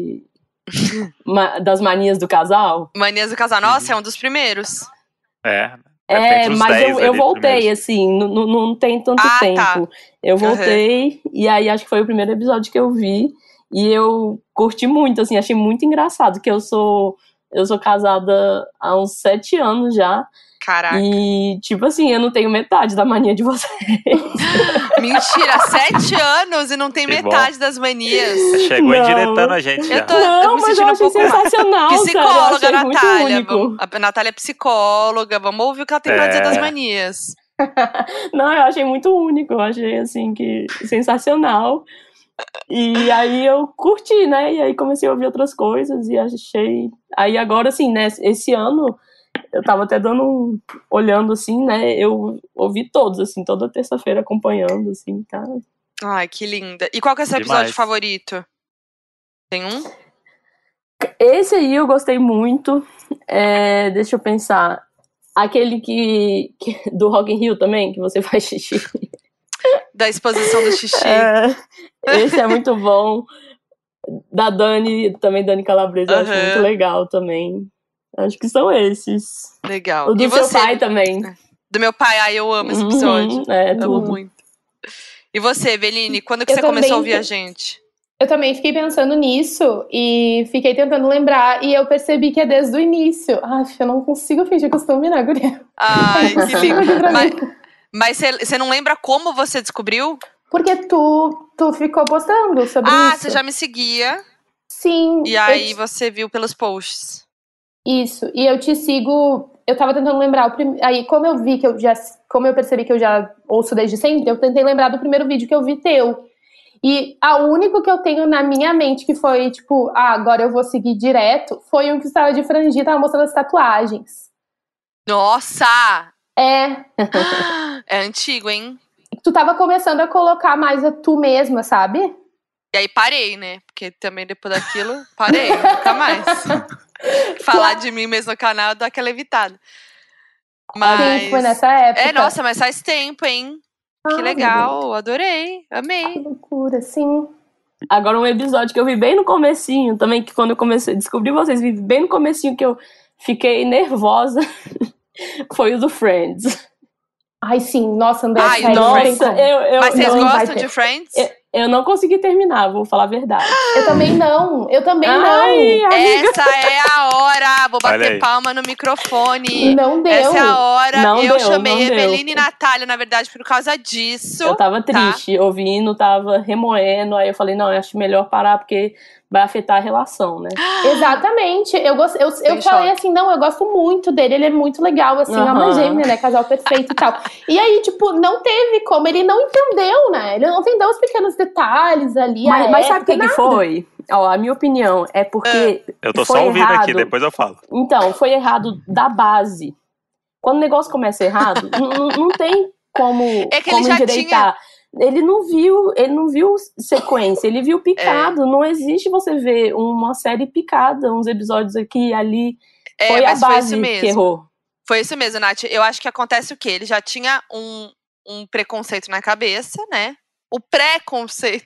das manias do casal. Manias do Casal, nossa, é um dos primeiros. Mas eu voltei, assim, não tem tanto tempo. Tá. Eu voltei, e aí acho que foi o primeiro episódio que eu vi, e eu curti muito, assim, achei muito engraçado, que eu sou casada há uns 7 anos já. Caraca. E, tipo assim, eu não tenho metade da mania de vocês. Mentira, 7 anos e não tem metade das manias. Você chegou indiretando a gente. Eu me mas eu achei sensacional, psicóloga, sério, eu Natália. A Natália é psicóloga, vamos ouvir o que ela tem pra dizer das manias. Não, eu achei muito único, eu achei, assim, que sensacional. E aí eu curti, né, e aí comecei a ouvir outras coisas e achei... Aí agora, assim, né, esse ano... Eu tava até olhando assim, né, eu ouvi todos, assim, toda terça-feira acompanhando, assim, tá? Ai, que linda. E qual que é o seu episódio favorito? Tem um? Esse aí eu gostei muito, deixa eu pensar, aquele do Rock in Rio também, que você faz xixi. Da exposição do xixi. Esse é muito bom. Da Dani Calabresa, eu acho muito legal também. Acho que são esses. Legal. O do seu pai também. Do meu pai, eu amo esse episódio. Amo muito. E você, Beline, quando que você começou a ouvir a gente? Eu também fiquei pensando nisso e fiquei tentando lembrar e eu percebi que é desde o início. Ai, eu não consigo fingir costume, né, guria? Ai, que lindo. Mas você não lembra como você descobriu? Porque tu ficou postando sobre isso. Ah, você já me seguia. Sim. E aí você viu pelos posts. Isso, e eu te sigo, eu tava tentando lembrar, aí como eu percebi que eu já ouço desde sempre, eu tentei lembrar do primeiro vídeo que eu vi teu, e a única que eu tenho na minha mente que foi tipo, agora eu vou seguir direto, foi um que estava de franjinha, tava mostrando as tatuagens. Nossa! É antigo, hein? Tu tava começando a colocar mais a tu mesma, sabe? E aí parei, né? Porque também depois daquilo, parei, nunca mais. Falar de mim mesmo no canal, eu dou aquela evitada. Mas... Sim, foi nessa época. Nossa, mas faz tempo, hein? Que legal, adorei, amei. Que loucura, sim. Agora um episódio que eu vi bem no comecinho, também, que quando eu comecei a descobrir vocês, vi bem no comecinho que eu fiquei nervosa, foi o do Friends. Ai, sim, nossa, André, nossa, mas vocês gostam de Friends? Eu não consegui terminar, vou falar a verdade. Eu também não. Essa é a hora. Vou bater palma no microfone. Não deu. Essa é a hora. Eu chamei não Eveline e Natália, na verdade, por causa disso. Eu tava triste, ouvindo, tava remoendo. Aí eu falei, não, eu acho melhor parar, porque vai afetar a relação, né? Exatamente. Eu falei assim, não, eu gosto muito dele, ele é muito legal, assim, alma gêmea, né? Casal perfeito e tal. E aí, tipo, não teve como, ele não entendeu, né? Ele não entendeu os pequenos detalhes ali. Mas sabe o que foi? Ó, a minha opinião é porque. Eu tô só ouvindo aqui, depois eu falo. Então, foi errado da base. Quando o negócio começa errado, não tem como, como endireitar. Ele não viu sequência, ele viu picado. Não existe você ver uma série picada, uns episódios aqui e ali. Foi a base que errou. Foi isso mesmo, Nath. Eu acho que acontece o quê? Ele já tinha um preconceito na cabeça, né? O preconceito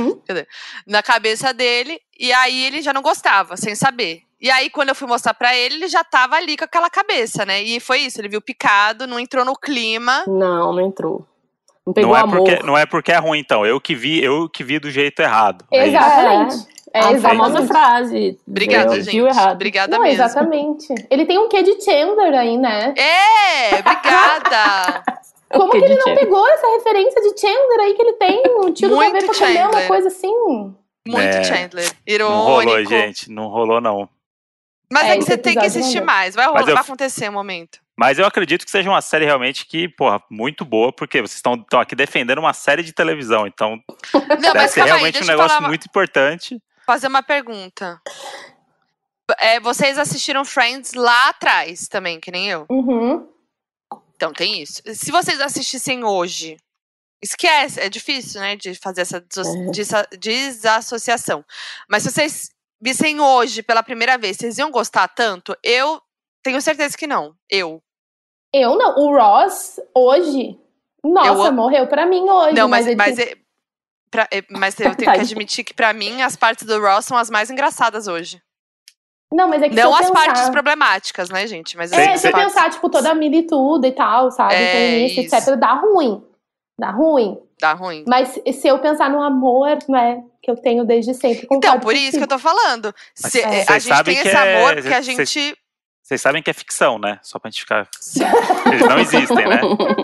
na cabeça dele. E aí ele já não gostava, sem saber. E aí quando eu fui mostrar pra ele, ele já tava ali com aquela cabeça, né? E foi isso, ele viu picado, não entrou no clima. Não entrou. Não pegou amor. Não é porque é ruim, então. Eu que vi do jeito errado. Exatamente. A famosa frase. Obrigada, gente. Obrigada mesmo. Exatamente. Ele tem um quê de Chandler aí, né? Obrigada. Como que ele não pegou essa referência de Chandler aí que ele tem? Um tiro pra ver pra comer, uma coisa assim. Muito Chandler. Irônico. Não rolou, gente. Não rolou, não. Mas é que você tem que assistir mais. Vai acontecer um momento. Mas eu acredito que seja uma série realmente que, porra, muito boa, porque vocês estão aqui defendendo uma série de televisão. Então, deve ser realmente um negócio muito importante. Fazer uma pergunta. Vocês assistiram Friends lá atrás também, que nem eu. Uhum. Então tem isso. Se vocês assistissem hoje, esquece, é difícil, né, de fazer essa desassociação. Mas se vocês vissem hoje pela primeira vez, vocês iam gostar tanto? Eu tenho certeza que não. Eu não. O Ross, hoje, nossa, morreu pra mim hoje. Não, mas eu tenho que admitir que pra mim as partes do Ross são as mais engraçadas hoje. Não, mas é que não as partes problemáticas, né, gente? Mas se eu pensar, tipo, toda a militude e tal, sabe? Feminista, etc., dá ruim. Dá ruim. Mas se eu pensar no amor, né, que eu tenho desde sempre. Então, por isso que eu tô falando. A gente tem esse amor porque a gente... Vocês sabem que é ficção, né? Só pra gente ficar... Eles não existem, né?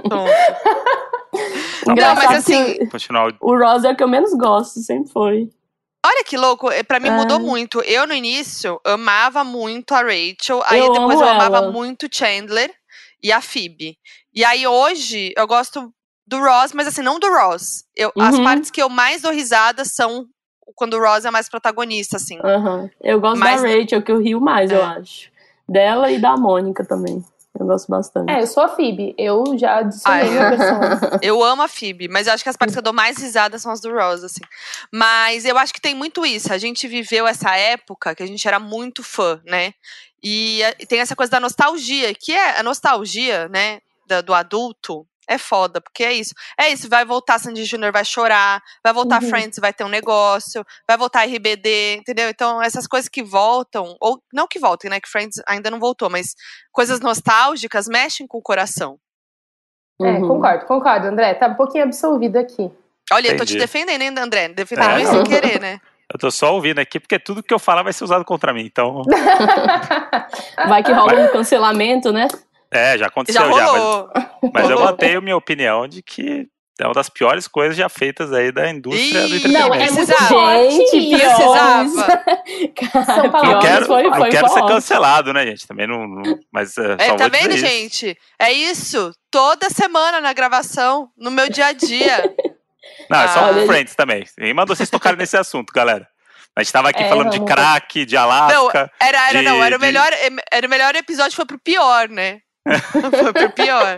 Não, mas assim... Continuar. O Ross é o que eu menos gosto, sempre foi. Olha que louco, pra mim mudou muito. Eu, no início, amava muito a Rachel. Aí depois eu amava muito Chandler e a Phoebe. E aí hoje, eu gosto do Ross, mas assim, não do Ross. As partes que eu mais dou risada são quando o Ross é mais protagonista, assim. Eu gosto da Rachel, que eu rio mais, eu acho. Dela e da Mônica também. Eu gosto bastante. Eu sou a Phoebe. Eu já adicionei minha pessoa. Eu amo a Phoebe, mas eu acho que as partes que eu dou mais risada são as do Ross, assim. Mas eu acho que tem muito isso. A gente viveu essa época que a gente era muito fã, né? E tem essa coisa da nostalgia, que é a nostalgia, né? Do adulto. É foda, porque é isso. Vai voltar Sandy Júnior, vai chorar. Vai voltar Friends, vai ter um negócio. Vai voltar RBD, entendeu? Então, essas coisas que voltam, ou não que voltem, né? Que Friends ainda não voltou, mas coisas nostálgicas mexem com o coração. Concordo, André. Tá um pouquinho absolvido aqui. Olha, eu tô te defendendo, hein, André? Defendendo isso sem querer, né? Eu tô só ouvindo aqui, porque tudo que eu falar vai ser usado contra mim, então... Vai que rola um cancelamento, né? Já aconteceu mas eu mantenho minha opinião de que é uma das piores coisas já feitas aí da indústria do entretenimento. Não, é muito forte. Precisava. São palavras não quero ser cancelado, né, gente? Também não mas só tá vendo, gente? É isso. Toda semana na gravação, no meu dia a dia. Não, é só o Friends também. Ninguém mandou vocês tocarem nesse assunto, galera. A gente tava aqui falando de crack, de Alasca. Era o melhor episódio, foi pro pior, né? Foi pro pior.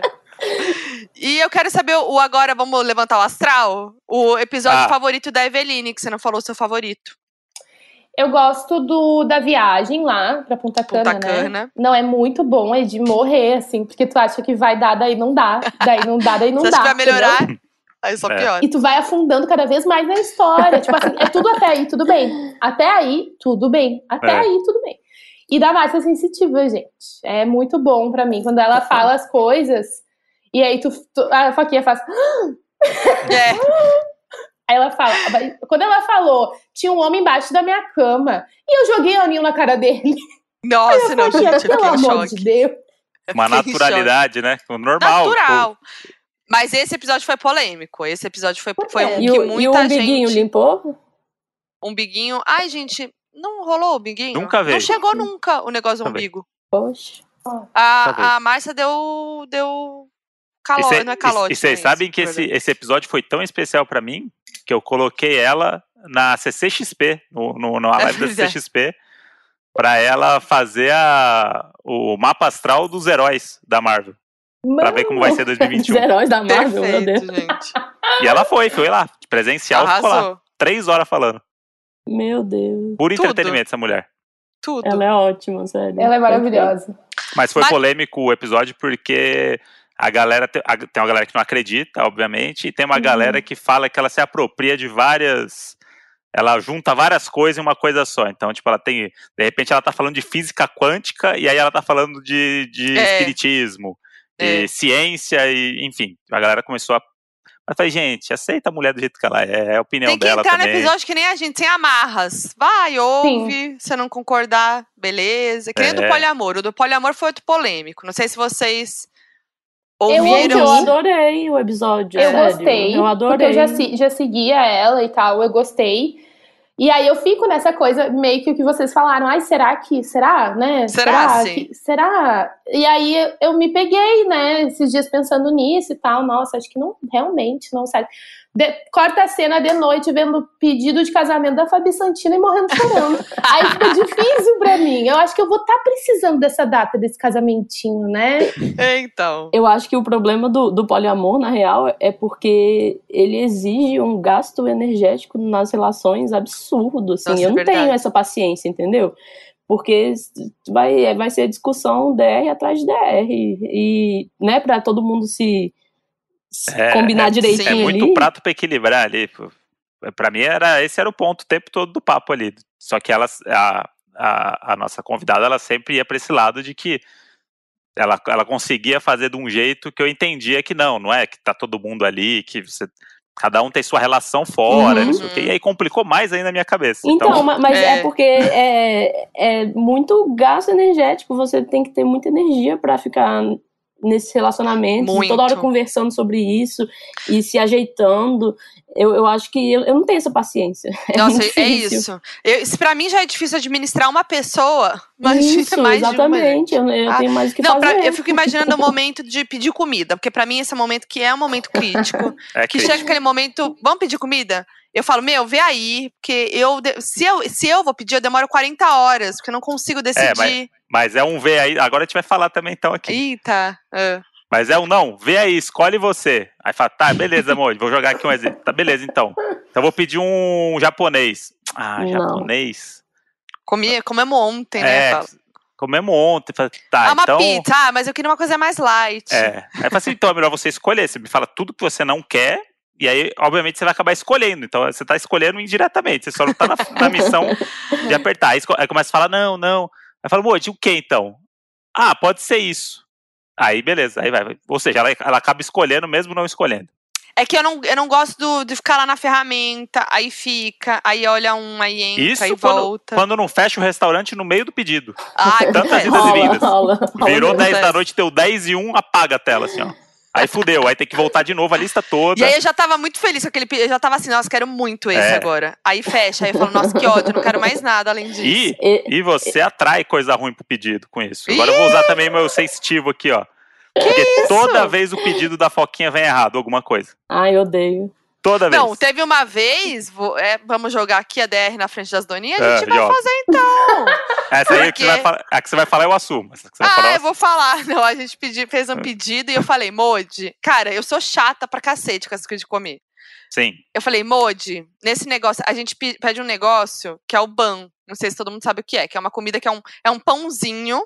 E eu quero saber agora, vamos levantar o astral? O episódio favorito da Eveline, que você não falou o seu favorito. Eu gosto da viagem lá pra Punta Cana, né? Não, é muito bom, é de morrer, assim, porque tu acha que vai dar, daí não dá. Daí não dá. Você acha que vai melhorar? Entendeu? Aí só pior. E tu vai afundando cada vez mais na história. Tipo assim, é tudo até aí, tudo bem. Até aí, tudo bem. E da Márcia Sensitiva, gente. É muito bom pra mim. Quando ela fala as coisas, e aí a Foquinha faz... Aí ela fala... Quando ela falou, tinha um homem embaixo da minha cama, e eu joguei aninho na cara dele. Nossa, não, gente, pelo amor de Deus. Uma naturalidade, né? Normal. Natural. Mas esse episódio foi polêmico. Esse episódio foi um que muita gente... E o umbiguinho limpou? Umbiguinho... Ai, gente... Não rolou o umbiguinho? Nunca veio. Não chegou nunca o negócio do umbigo. Poxa. A Márcia deu calor, não é calor. E vocês sabem que esse episódio foi tão especial pra mim que eu coloquei ela na CCXP, na live da CCXP, pra ela fazer o mapa astral dos heróis da Marvel. Pra ver como vai ser 2021. Os heróis da Marvel, perfeito, meu Deus. Gente. E ela foi lá, presencial, ficou lá 3 horas falando. Meu Deus. Por entretenimento, essa mulher. Tudo. Ela é ótima, sério. Ela é maravilhosa. Mas foi polêmico o episódio porque a galera tem uma galera que não acredita, obviamente, e tem uma galera que fala que ela se apropria de ela junta várias coisas em uma coisa só. Então, tipo, de repente ela tá falando de física quântica e aí ela tá falando de espiritismo, de ciência e, enfim, a galera começou a... Mas falei, gente, aceita a mulher do jeito que ela é a opinião dela também. Tem que entrar no episódio que nem a gente, sem amarras. Vai, ouve, se não concordar, beleza. Que nem o do poliamor. O do poliamor foi outro polêmico. Não sei se vocês ouviram? Eu adorei o episódio. Eu sério. gostei. Eu adorei. Porque eu já seguia ela e tal, eu gostei. E aí eu fico nessa coisa, meio que o que vocês falaram. Ai, será, né? Será? E aí eu me peguei, né, esses dias pensando nisso e tal. Nossa, acho que realmente não sai. Corta a cena de noite vendo o pedido de casamento da Fabi Santino e morrendo chorando. Aí fica difícil pra mim. Eu acho que eu vou estar precisando dessa data, desse casamentinho, né? Então. Eu acho que o problema do poliamor, na real, é porque ele exige um gasto energético nas relações absurdo, assim. Nossa, eu não verdade. tenho essa paciência, entendeu? Porque vai ser discussão DR atrás de DR. E né, pra todo mundo se combinar direitinho ali. É muito prato pra equilibrar ali. Pra mim, esse era o ponto o tempo todo do papo ali. Só que a nossa convidada, ela sempre ia pra esse lado de que ela conseguia fazer de um jeito que eu entendia que não é que tá todo mundo ali, que cada um tem sua relação fora, não sei o quê. E aí complicou mais ainda na minha cabeça. Então, mas é porque é muito gasto energético, você tem que ter muita energia pra ficar nesses relacionamentos, e toda hora conversando sobre isso e se ajeitando. Eu acho que eu não tenho essa paciência. Nossa, é isso. Pra mim já é difícil administrar uma pessoa. Isso, mais exatamente. Eu tenho mais o que fazer. Eu fico imaginando o momento de pedir comida, porque pra mim esse é um momento que é um momento crítico. Chega aquele momento, vamos pedir comida? Eu falo, vê aí, porque se eu vou pedir, eu demoro 40 horas, porque eu não consigo decidir. Mas é um vê aí, agora a gente vai falar também então aqui. Eita. Mas é um não, vê aí, escolhe você. Aí fala, tá, beleza, amor, vou jogar aqui um exemplo. Tá, beleza, então. Então vou pedir um japonês. Japonês? Comemos ontem, né? Comemos ontem. Tá, uma então... pizza, mas eu queria uma coisa mais light. Aí eu falo assim, então é melhor você escolher. Você me fala tudo que você não quer, e aí, obviamente, você vai acabar escolhendo. Então, você tá escolhendo indiretamente. Você só não tá na missão de apertar. Aí começa a falar, não. Aí eu falo, Moji, o que então? Pode ser isso. Aí, beleza. Aí vai. Ou seja, ela acaba escolhendo mesmo não escolhendo. É que eu não gosto de ficar lá na ferramenta, aí fica, aí olha aí entra, isso aí volta. Quando não fecha o restaurante no meio do pedido. Tantas idas e vindas. Rola, Virou 10 da noite, deu 10 e 1, apaga a tela, assim, ó. Aí fudeu, aí tem que voltar de novo a lista toda. E aí eu já tava muito feliz com aquele pedido, eu já tava assim, nossa, quero muito esse agora. Aí fecha, aí eu falo, nossa, que ódio, não quero mais nada além disso. E você atrai coisa ruim pro pedido com isso. Agora eu vou usar também meu sensitivo aqui, ó. Porque toda vez o pedido da Foquinha vem errado, alguma coisa. Ai, eu odeio. Toda vez. Não, teve uma vez, vamos jogar aqui a DR na frente das doninhas, a gente vai fazer então. Essa aí a que você vai falar eu assumo. Eu vou falar. Não, a gente fez um pedido e eu falei, Moji, cara, eu sou chata pra cacete com essa coisa de comer. Sim. Eu falei, Moji, nesse negócio, a gente pede um negócio que é o ban. Não sei se todo mundo sabe o que é uma comida que é um pãozinho,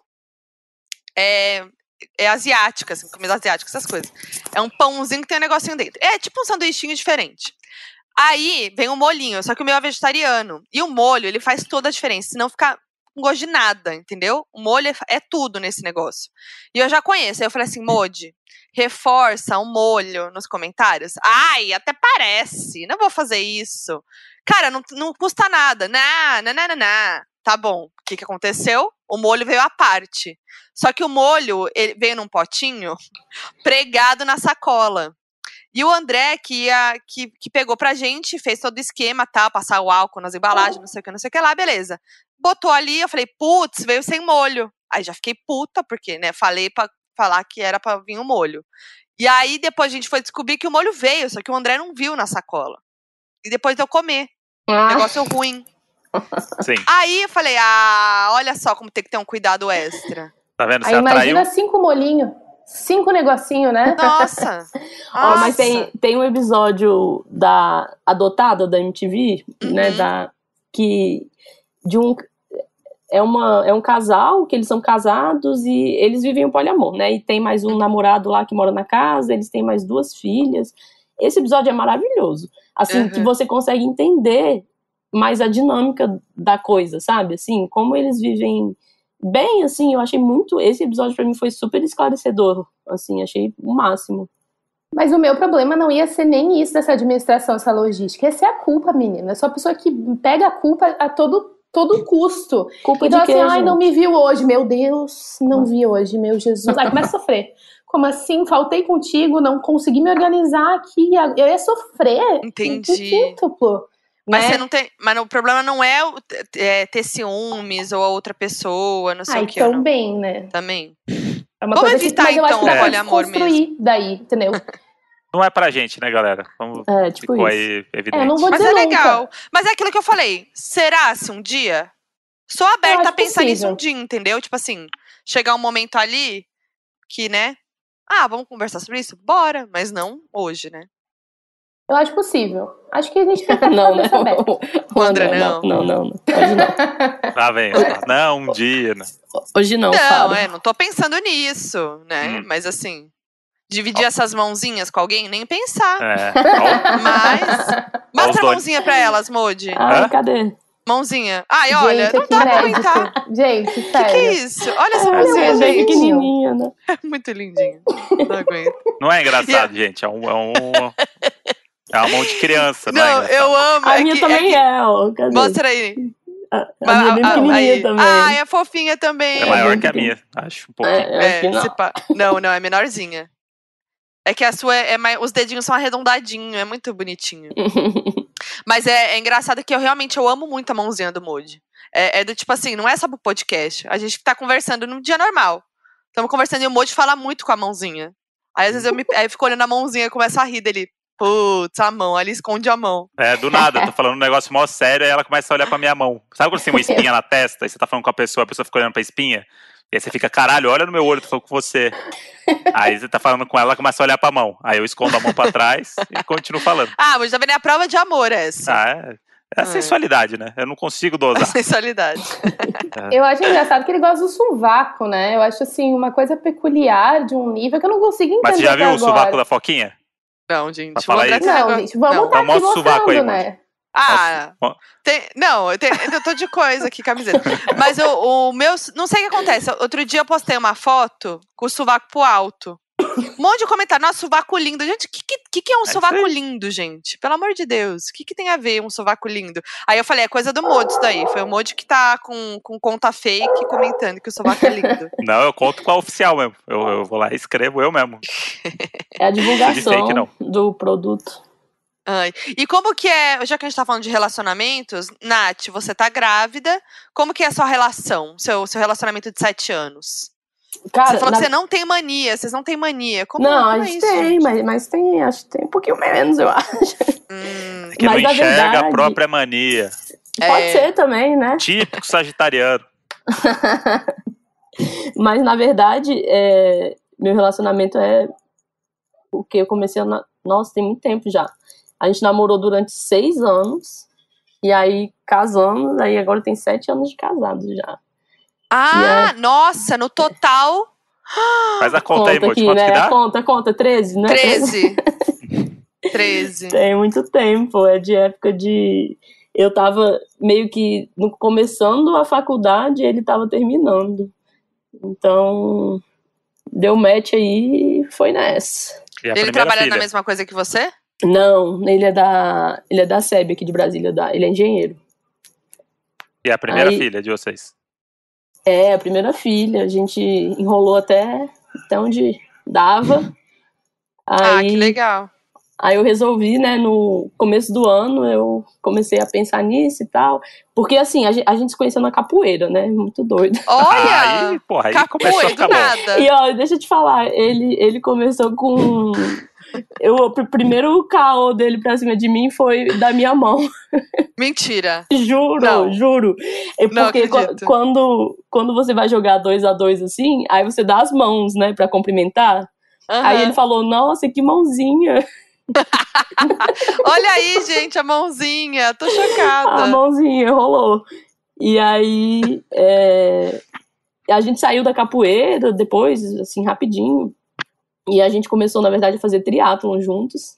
é asiática, assim, comida asiática, essas coisas. É um pãozinho que tem um negocinho dentro. É tipo um sanduichinho diferente. Aí vem um molhinho, só que o meu é vegetariano. E o molho, ele faz toda a diferença, senão fica com gosto de nada, entendeu? O molho é tudo nesse negócio. E eu já conheço, aí eu falei assim, Moji, reforça o molho nos comentários. Ai, até parece, não vou fazer isso. Cara, não custa nada. Não. Tá bom, o que aconteceu? O molho veio à parte. Só que o molho ele veio num potinho pregado na sacola. E o André, que pegou pra gente, fez todo o esquema, tá? Passar o álcool nas embalagens, não sei o que lá, beleza. Botou ali, eu falei, putz, veio sem molho. Aí já fiquei puta, porque, né, falei pra falar que era pra vir o molho. E aí depois a gente foi descobrir que o molho veio, só que o André não viu na sacola. E depois eu comer. Negócio ruim. Sim. Aí eu falei, olha só como tem que ter um cuidado extra. Tá vendo? Você aí atraiu... imagina 5 molhinhos. 5 negocinhos, né? Nossa. Mas tem um episódio da Adotada da MTV, né? É um casal que eles são casados e eles vivem um poliamor, né? E tem mais um namorado lá que mora na casa, eles têm mais 2 filhas. Esse episódio é maravilhoso. Assim, que você consegue entender mais a dinâmica da coisa, sabe? Assim, como eles vivem bem, assim, eu achei muito... Esse episódio pra mim foi super esclarecedor, assim, achei o máximo. Mas o meu problema não ia ser nem isso dessa administração, essa logística. Essa é a culpa, menina. Eu sou a pessoa que pega a culpa a todo custo. Culpa então, de quê, assim, gente? não me viu hoje. Meu Deus, não vi hoje, meu Jesus. Aí começa a sofrer. Como assim? Faltei contigo, não consegui me organizar aqui. Eu ia sofrer. Entendi. Quíntuplo, Mas né? você não tem. Mas o problema não é, ter ciúmes ou a outra pessoa, não sei o que. Também, né? Também. É uma Vamos coisa evitar, mas eu acho então, que o dá pra poliamor desconstruir daí, entendeu? Não é pra gente, né, galera? Tipo ficou isso. aí evidente. não vou Mas dizer é nunca. legal. Mas é aquilo que eu falei. Será se um dia? Sou Eu aberta acho a pensar nisso possível. um dia, entendeu? Tipo assim, chegar um momento ali que, né? Vamos conversar sobre isso? Bora, mas não hoje, né? Eu acho possível. Acho que a gente tem que estar Não, né? cabeça aberta. O André, não. Hoje não. Lá vem. Não, um dia, né? Hoje não, Não, Fábio. não tô pensando nisso, né? Mas assim, dividir essas mãozinhas com alguém, nem pensar. Mas mostra a mãozinha pra elas, Modi. Ai, cadê? Mãozinha. Ai, olha, Gente, não que dá pra inédito. aguentar. Gente, Que sério. é isso? Olha essa Ela mãozinha, é bem gente. pequenininha, né? É muito lindinha. Não aguento. Não é engraçado, gente. É uma mão de criança, não é Não, engraçado. eu amo. A minha também ó. Cadê? Mostra aí. A minha é bem pequenininha também. Ah, é fofinha também. É maior bem que a pequena. minha, acho um pouquinho. Acho que não. Não, é menorzinha. É que a sua os dedinhos são arredondadinhos, é muito bonitinho. Mas é engraçado que eu amo muito a mãozinha do Moody. É do tipo assim, não é só pro podcast. A gente tá conversando num dia normal. Estamos conversando e o Moody fala muito com a mãozinha. Aí às vezes eu fico olhando a mãozinha e começo a rir dele. Putz, a mão, ali esconde a mão. Do nada, eu tô falando um negócio mó sério, aí ela começa a olhar pra minha mão. Sabe quando você tem uma espinha na testa, e você tá falando com a pessoa fica olhando pra espinha? E aí você fica, caralho, olha no meu olho, eu tô falando com você. Aí você tá falando com ela começa a olhar pra mão. Aí eu escondo a mão pra trás e continuo falando. Mas tá vendo? É a prova de amor essa. É a sensualidade, né? Eu não consigo dosar. A sensualidade. Eu acho engraçado que ele gosta do sovaco, né? Eu acho, assim, uma coisa peculiar de um nível que eu não consigo entender. Mas você já viu agora. o sovaco da Foquinha? Não, gente. Pra falar isso? Não, gente, vamos estar aqui sovaco aí, mostrando, né? Eu tô de coisa aqui, camiseta. Mas o meu, não sei o que acontece. Outro dia eu postei uma foto com o sovaco pro alto. Um monte de comentário. Nossa, sovaco lindo. Gente, o que é um sovaco lindo, gente? Pelo amor de Deus. O que tem a ver um sovaco lindo? Aí eu falei, é coisa do Modi isso daí. Foi o Modi que tá com conta fake comentando que o sovaco é lindo. Não, eu conto com a oficial mesmo. Eu vou lá e escrevo eu mesmo. É a divulgação do produto. E como que é, já que a gente tá falando de relacionamentos, Nath, você tá grávida, como que é a sua relação, seu relacionamento de 7 anos? Cara, você falou que você não tem mania, vocês não têm mania. Como a é gente isso, tem, gente? mas tem, acho que tem um pouquinho menos, eu acho. Que mas não enxerga verdade, a própria mania. Pode ser também, né? Típico sagitariano. Mas, na verdade, meu relacionamento é o que eu comecei Nossa, tem muito tempo já. A gente namorou durante 6 anos. E aí, casamos. Aí, agora tem 7 anos de casados já. Nossa, no total... Faz a conta aí, Modi. Quanto que dá? Conta. 13, né? 13. 13. Tem muito tempo. É de época de... Eu tava meio que começando a faculdade e ele tava terminando. Então, deu match aí e foi nessa. Ele trabalha na mesma coisa que você? Não, ele é da SEB aqui de Brasília, ele é engenheiro. E é a primeira filha de vocês? É, a primeira filha. A gente enrolou até onde dava. Que legal. Aí eu resolvi, né, no começo do ano, eu comecei a pensar nisso e tal. Porque, assim, a gente se conheceu na capoeira, né? Muito doido. Olha! Aí começou a ficar bom. Nada. E, ó, deixa eu te falar, ele começou com... O primeiro caô dele pra cima de mim foi da minha mão. Mentira. Juro. Porque quando você vai jogar 2-2 assim, aí você dá as mãos, né, pra cumprimentar. Aí ele falou, nossa, que mãozinha. Olha aí, gente, a mãozinha. Tô chocada. A mãozinha rolou. E aí a gente saiu da capoeira depois, assim, rapidinho. E a gente começou, na verdade, a fazer triatlon juntos.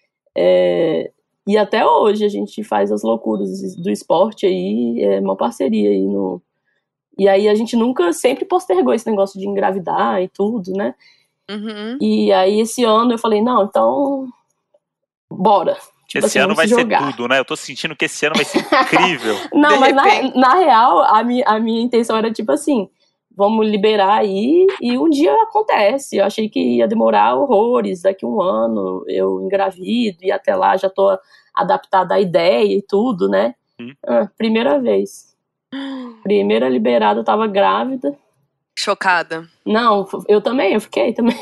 E até hoje a gente faz as loucuras do esporte aí, é uma parceria aí no... E aí a gente sempre postergou esse negócio de engravidar e tudo, né? Uhum. E aí esse ano eu falei, não, então bora. Tipo esse assim, ano vai jogar. ser tudo, né? Eu tô sentindo que esse ano vai ser incrível. Não, mas na real, a minha intenção era tipo assim, vamos liberar aí, e um dia acontece. Eu achei que ia demorar horrores, daqui 1 ano eu engravido, e até lá já tô adaptada à ideia e tudo, né? Primeira vez. Primeira liberada, eu tava grávida. Chocada. Não, eu fiquei também.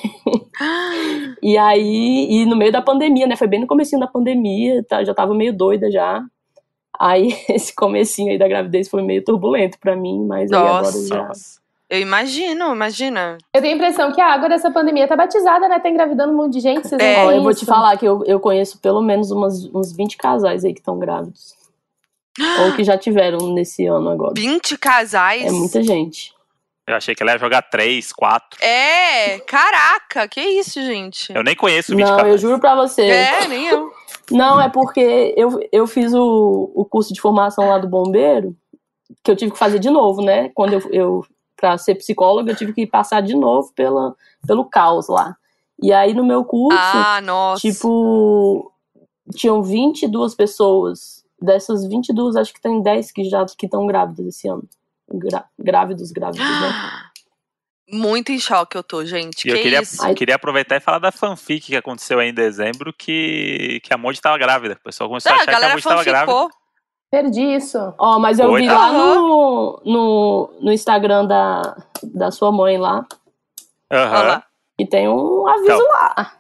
E aí, e no meio da pandemia, né? Foi bem no comecinho da pandemia, já tava meio doida já. Aí, esse comecinho aí da gravidez foi meio turbulento pra mim, mas aí agora já... Eu imagina. Eu tenho a impressão que a água dessa pandemia tá batizada, né? Tá engravidando um monte de gente, vocês não Ó, têm eu vou te isso? falar que eu conheço pelo menos uns 20 casais aí que estão grávidos. Ou que já tiveram nesse ano agora. 20 casais? É muita gente. Eu achei que ela ia jogar 3, 4. Caraca, que isso, gente? Eu nem conheço 20 Não, casais. eu juro pra você. Nem eu. Não, é porque eu fiz o curso de formação lá do bombeiro, que eu tive que fazer de novo, né? Quando eu pra ser psicóloga, eu tive que passar de novo pelo caos lá. E aí, no meu curso, nossa. tipo, tinham 22 pessoas. Dessas 22, acho que tem 10 que estão grávidas esse ano. Grávidos, né? Muito em choque eu tô, gente. E isso? Eu queria aproveitar e falar da fanfic que aconteceu aí em dezembro, que a Monty tava grávida. O pessoal começou a achar que a Monty tava grávida. Perdi isso. Ó, mas eu vi lá no Instagram da sua mãe lá. Aham. E tem um aviso lá.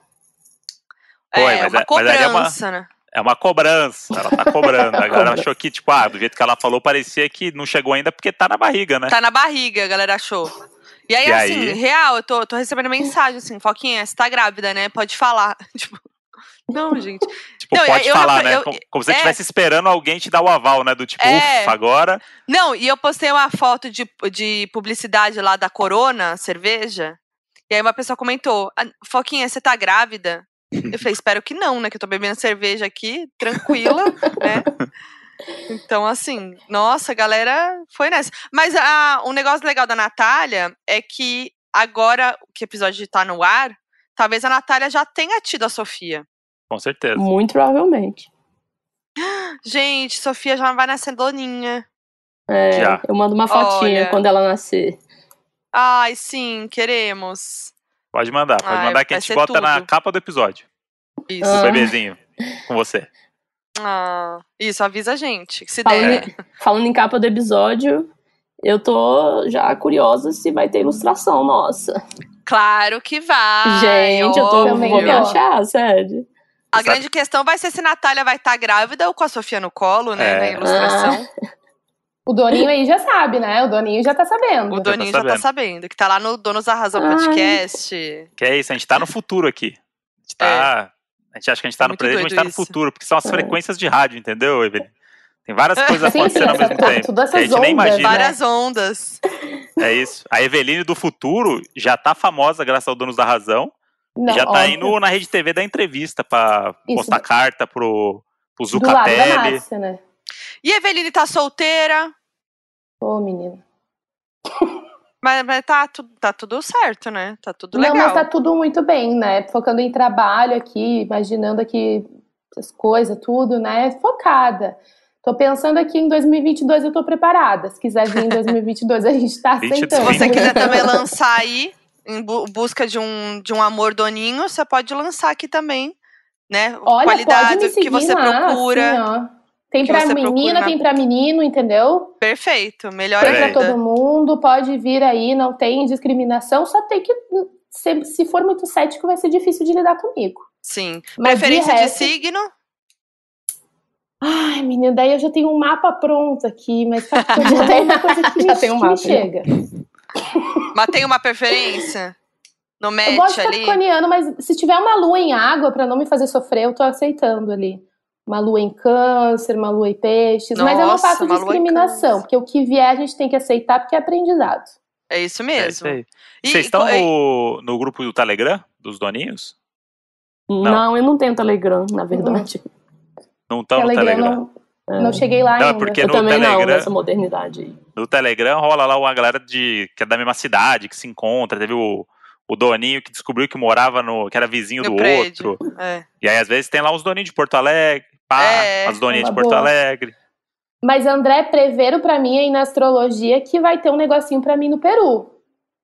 Uma cobrança, né? É uma cobrança, ela tá cobrando. A galera achou que, tipo, do jeito que ela falou, parecia que não chegou ainda porque tá na barriga, né? Tá na barriga, a galera achou. E aí, assim, real, eu tô recebendo mensagem, assim, Foquinha, você tá grávida, né? Pode falar. Tipo, não, gente. Tipo, não, pode falar, né? Como se você estivesse esperando alguém te dar o aval, né? Do tipo, ufa, agora... Não, e eu postei uma foto de publicidade lá da Corona, cerveja, e aí uma pessoa comentou, Foquinha, você tá grávida? Eu falei, espero que não, né? Que eu tô bebendo cerveja aqui, tranquila, né? Então, assim, nossa, a galera foi nessa. Mas um negócio legal da Natália é que agora que o episódio tá no ar, talvez a Natália já tenha tido a Sofia. Com certeza. Muito provavelmente. Gente, Sofia já vai nascer doninha. Já. Eu mando uma fotinha quando ela nascer. Ai, sim, queremos. Pode mandar que a gente bota na capa do episódio. Isso. O bebezinho com você. Isso, avisa a gente, que se der. Falando em capa do episódio, eu tô já curiosa se vai ter ilustração nossa. Claro que vai. Gente, vou me achar, sério. A grande questão vai ser se Natália vai estar grávida ou com a Sofia no colo, né, na ilustração. O Doninho aí já sabe, né? O Doninho já tá sabendo. O Doninho já tá sabendo, que tá lá no Donos da Razão Podcast. Que é isso, a gente tá no futuro aqui. A gente acha que a gente tá no presente, mas a gente tá no futuro, porque são as frequências de rádio, entendeu, Evelyn? Tem várias coisas acontecendo ao mesmo tempo. Tudo essas que a gente nem imagina. Várias ondas. É isso. A Eveline do futuro já tá famosa graças ao Donos da Razão. Não, já tá indo na Rede TV da entrevista pra postar carta pro Zucatelli. Do lado da Márcia, né? E a Eveline tá solteira? Menina. Mas tá tudo certo, né? Tá tudo legal. Não, mas tá tudo muito bem, né? Focando em trabalho aqui, imaginando aqui as coisas, tudo, né? Focada. Tô pensando aqui em 2022, eu tô preparada. Se quiser vir em 2022, a gente tá aceitando. Se você quiser também lançar aí, em busca de um amor doninho, você pode lançar aqui também, né? Olha, qualidade pode me seguir que você lá, procura. Assim, ó. Tem pra menina, tem pra menino, entendeu? Perfeito, melhor ainda. Tem pra todo mundo, pode vir aí, não tem discriminação, só tem que, se for muito cético, vai ser difícil de lidar comigo. Sim. Mas preferência de signo? Ai, menina, daí eu já tenho um mapa pronto aqui, mas já tem uma coisa que me chega. Mas tem uma preferência? No match ali? Eu gosto de capricorniano, mas se tiver uma lua em água, pra não me fazer sofrer, eu tô aceitando ali. Uma lua em câncer, uma lua em peixes. Nossa, mas eu não faço discriminação, porque o que vier a gente tem que aceitar, porque é aprendizado. É isso mesmo. É isso aí. Vocês estão no grupo do Telegram, dos doninhos? Não, eu não tenho Telegram, na verdade. Não estão no Telegram? Não cheguei lá ainda. Porque eu no também Telegram, não, nessa modernidade aí. No Telegram rola lá uma galera que é da mesma cidade, que se encontra. Teve o Doninho que descobriu que morava que era vizinho do prédio. outro. E aí, às vezes, tem lá os doninhos de Porto Alegre, as doninhas de Porto Alegre. Mas André, preveram pra mim aí na astrologia que vai ter um negocinho pra mim no Peru.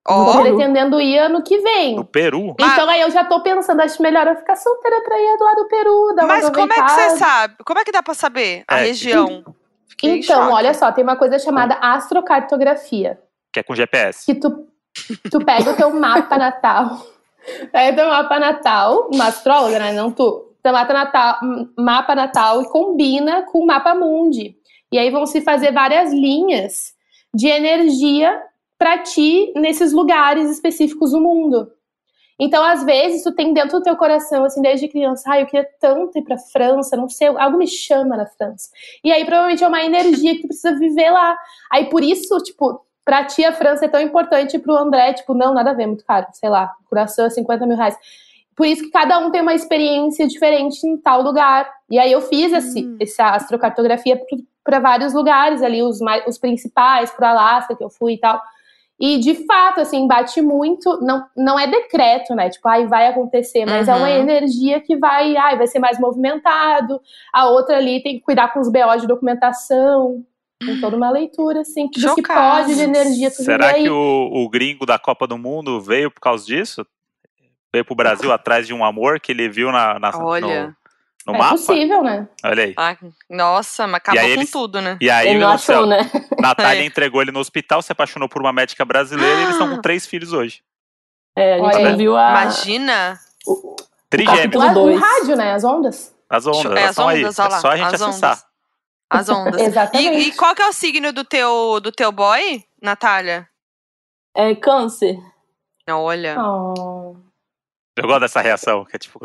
Ó, Peru. pretendendo ir ano que vem. No Peru? Então aí eu já tô pensando, acho melhor eu ficar solteira pra ir lá do Peru, dar uma mas como é que aproveitada. você sabe? Como é que dá pra saber a região? Fiquei em Então, choque. olha só, tem uma coisa chamada astrocartografia. Que é com GPS. Que tu pega o teu mapa natal. Pega o teu mapa natal, uma astróloga, né? Não tu. Teu mapa natal e combina com o mapa mundi. E aí vão se fazer várias linhas de energia pra ti nesses lugares específicos do mundo. Então, às vezes, tu tem dentro do teu coração, assim, desde criança, eu queria tanto ir pra França, não sei, algo me chama na França. E aí, provavelmente, é uma energia que tu precisa viver lá. Aí, por isso, tipo, pra ti a França é tão importante, pro André, tipo, não, nada a ver, muito caro, sei lá, coração é 50 mil reais. Por isso que cada um tem uma experiência diferente em tal lugar. E aí eu fiz essa astrocartografia para vários lugares ali, os principais, pro Alasca que eu fui e tal. E, de fato, assim, bate muito, não é decreto, né, tipo, vai acontecer, mas é uma energia que vai ser mais movimentado, a outra ali tem que cuidar com os BO de documentação, tem toda uma leitura, assim, do que pode de energia tu Será viver que aí. o gringo da Copa do Mundo veio por causa disso? Veio pro Brasil atrás de um amor que ele viu Olha. no É mapa? possível, né? Olha aí. Ah, nossa, mas acabou com tudo, né? E aí, Ele não achou, né? Natália entregou ele no hospital, se apaixonou por uma médica brasileira e eles estão com 3 filhos hoje. É, a gente Olha, não viu a... Imagina. Trigêmeos. capítulo O 2. rádio, né? As ondas. As ondas, elas as estão aí. ondas, olha lá. É só a gente as acessar. ondas. As ondas. Exatamente. E qual que é o signo do teu boy, Natália? É câncer. Olha. Oh. Eu gosto dessa reação, que é tipo...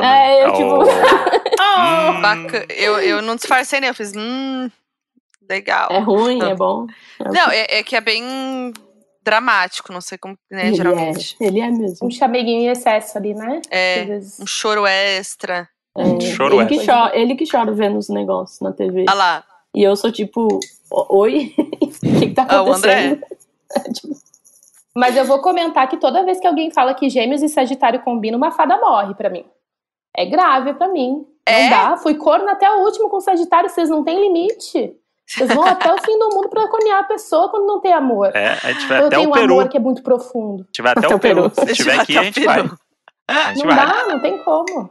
Bacana. Eu não disfarcei, né? Eu fiz, legal. É ruim, é bom. Não, é que é bem dramático, não sei como, né, geralmente. Ele é mesmo. Um chameguinho em excesso ali, né? É, Às vezes. um choro extra. Choro ele que chora vendo os negócios na TV. Olha lá. E eu sou tipo, oi? O que tá O André. acontecendo? Tipo, Mas eu vou comentar que toda vez que alguém fala que Gêmeos e Sagitário combinam, uma fada morre pra mim. É grave pra mim. É? Não dá. Fui corno até o último com Sagitário, vocês não têm limite. Vocês vão até o fim do mundo pra cornear a pessoa quando não tem amor. É, a gente vai Quando até tem o um Peru. amor que é muito profundo. A gente vai até o Peru. Se tiver aqui, a gente vai. A gente Não vai. dá, não tem como.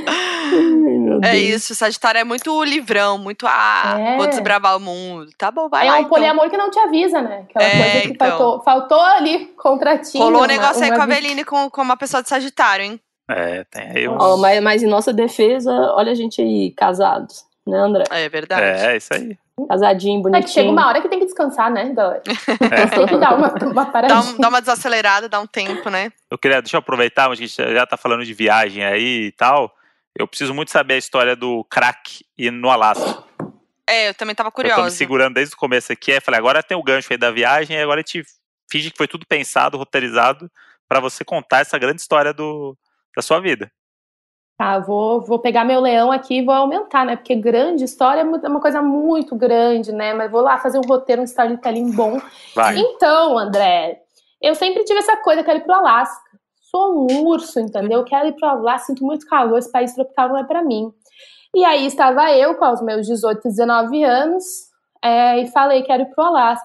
É isso, Sagitário é muito livrão, muito, vou desbravar o mundo. Tá bom, vai lá, É um então. poliamor que não te avisa, né? Aquela coisa que então. faltou ali, contratinho. Rolou um negócio aí com a Aveline, com uma pessoa de Sagitário, hein? É, tem aí uns... mas em nossa defesa, olha a gente aí, casados, né, André? É verdade. É, isso aí. Casadinho, É bonitinho. que chega uma hora que tem que descansar, né, galera? Tem que dar uma paradinha. Dá uma desacelerada, dá um tempo, né? Deixa eu aproveitar, a gente já tá falando de viagem aí e tal. Eu preciso muito saber a história do crack no Alasca. Eu também tava Eu curiosa. tô me segurando desde o começo aqui, aí falei, agora tem o gancho aí da viagem, e agora a gente finge que foi tudo pensado, roteirizado, pra você contar essa grande história da sua vida. Tá, vou pegar meu leão aqui e vou aumentar, né? Porque grande história é uma coisa muito grande, né? Mas vou lá fazer um roteiro, um storytelling bom. Vai. Então, André, eu sempre tive essa coisa, quero ir pro Alasca. Sou um urso, entendeu? Quero ir pro Alasca, sinto muito calor, esse país tropical não é pra mim. E aí estava eu com os meus 18, 19 anos e falei, quero ir pro Alasca.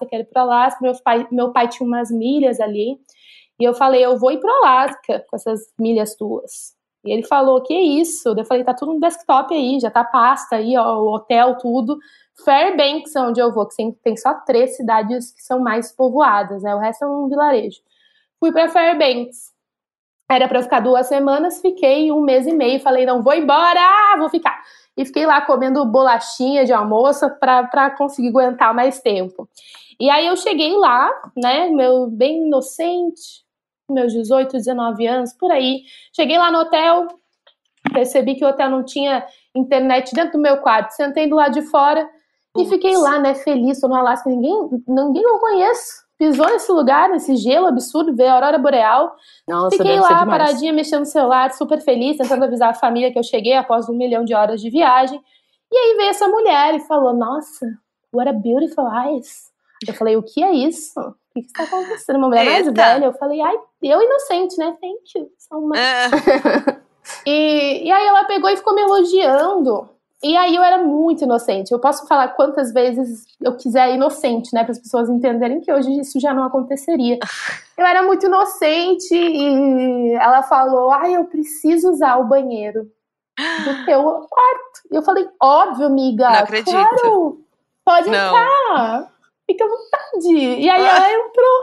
Meu pai tinha umas milhas ali e eu falei, eu vou ir pro Alasca com essas milhas tuas. E ele falou, que isso? Eu falei, tá tudo no desktop aí, já tá pasta aí, ó, o hotel, tudo. Fairbanks, onde eu vou, que tem só 3 cidades que são mais povoadas, né? O resto é um vilarejo. Fui pra Fairbanks. Era pra eu ficar 2 semanas, fiquei 1 mês e meio. Falei, não, vou embora, vou ficar. E fiquei lá comendo bolachinha de almoço pra conseguir aguentar mais tempo. E aí eu cheguei lá, né, bem inocente, meus 18, 19 anos, por aí. Cheguei lá no hotel, percebi que o hotel não tinha internet dentro do meu quarto. Sentei do lado de fora e fiquei lá, né, feliz. Tô no Alasca, ninguém eu conheço. Pisou nesse lugar, nesse gelo absurdo, ver a aurora boreal. Nossa, fiquei lá, paradinha, mexendo no celular, super feliz, tentando avisar a família que eu cheguei após 1 milhão de horas de viagem. E aí veio essa mulher e falou, nossa, what a beautiful eyes. Eu falei, o que é isso? O que está acontecendo? Uma mulher mais velha. Eu falei, eu inocente, né? Thank you so much. E aí ela pegou e ficou me elogiando. E aí eu era muito inocente. Eu posso falar quantas vezes eu quiser inocente, né? Para as pessoas entenderem que hoje isso já não aconteceria. Eu era muito inocente e ela falou, eu preciso usar o banheiro do teu quarto. E eu falei, óbvio, amiga. Não acredito. Claro, pode entrar. Fica à vontade. E aí ela entrou.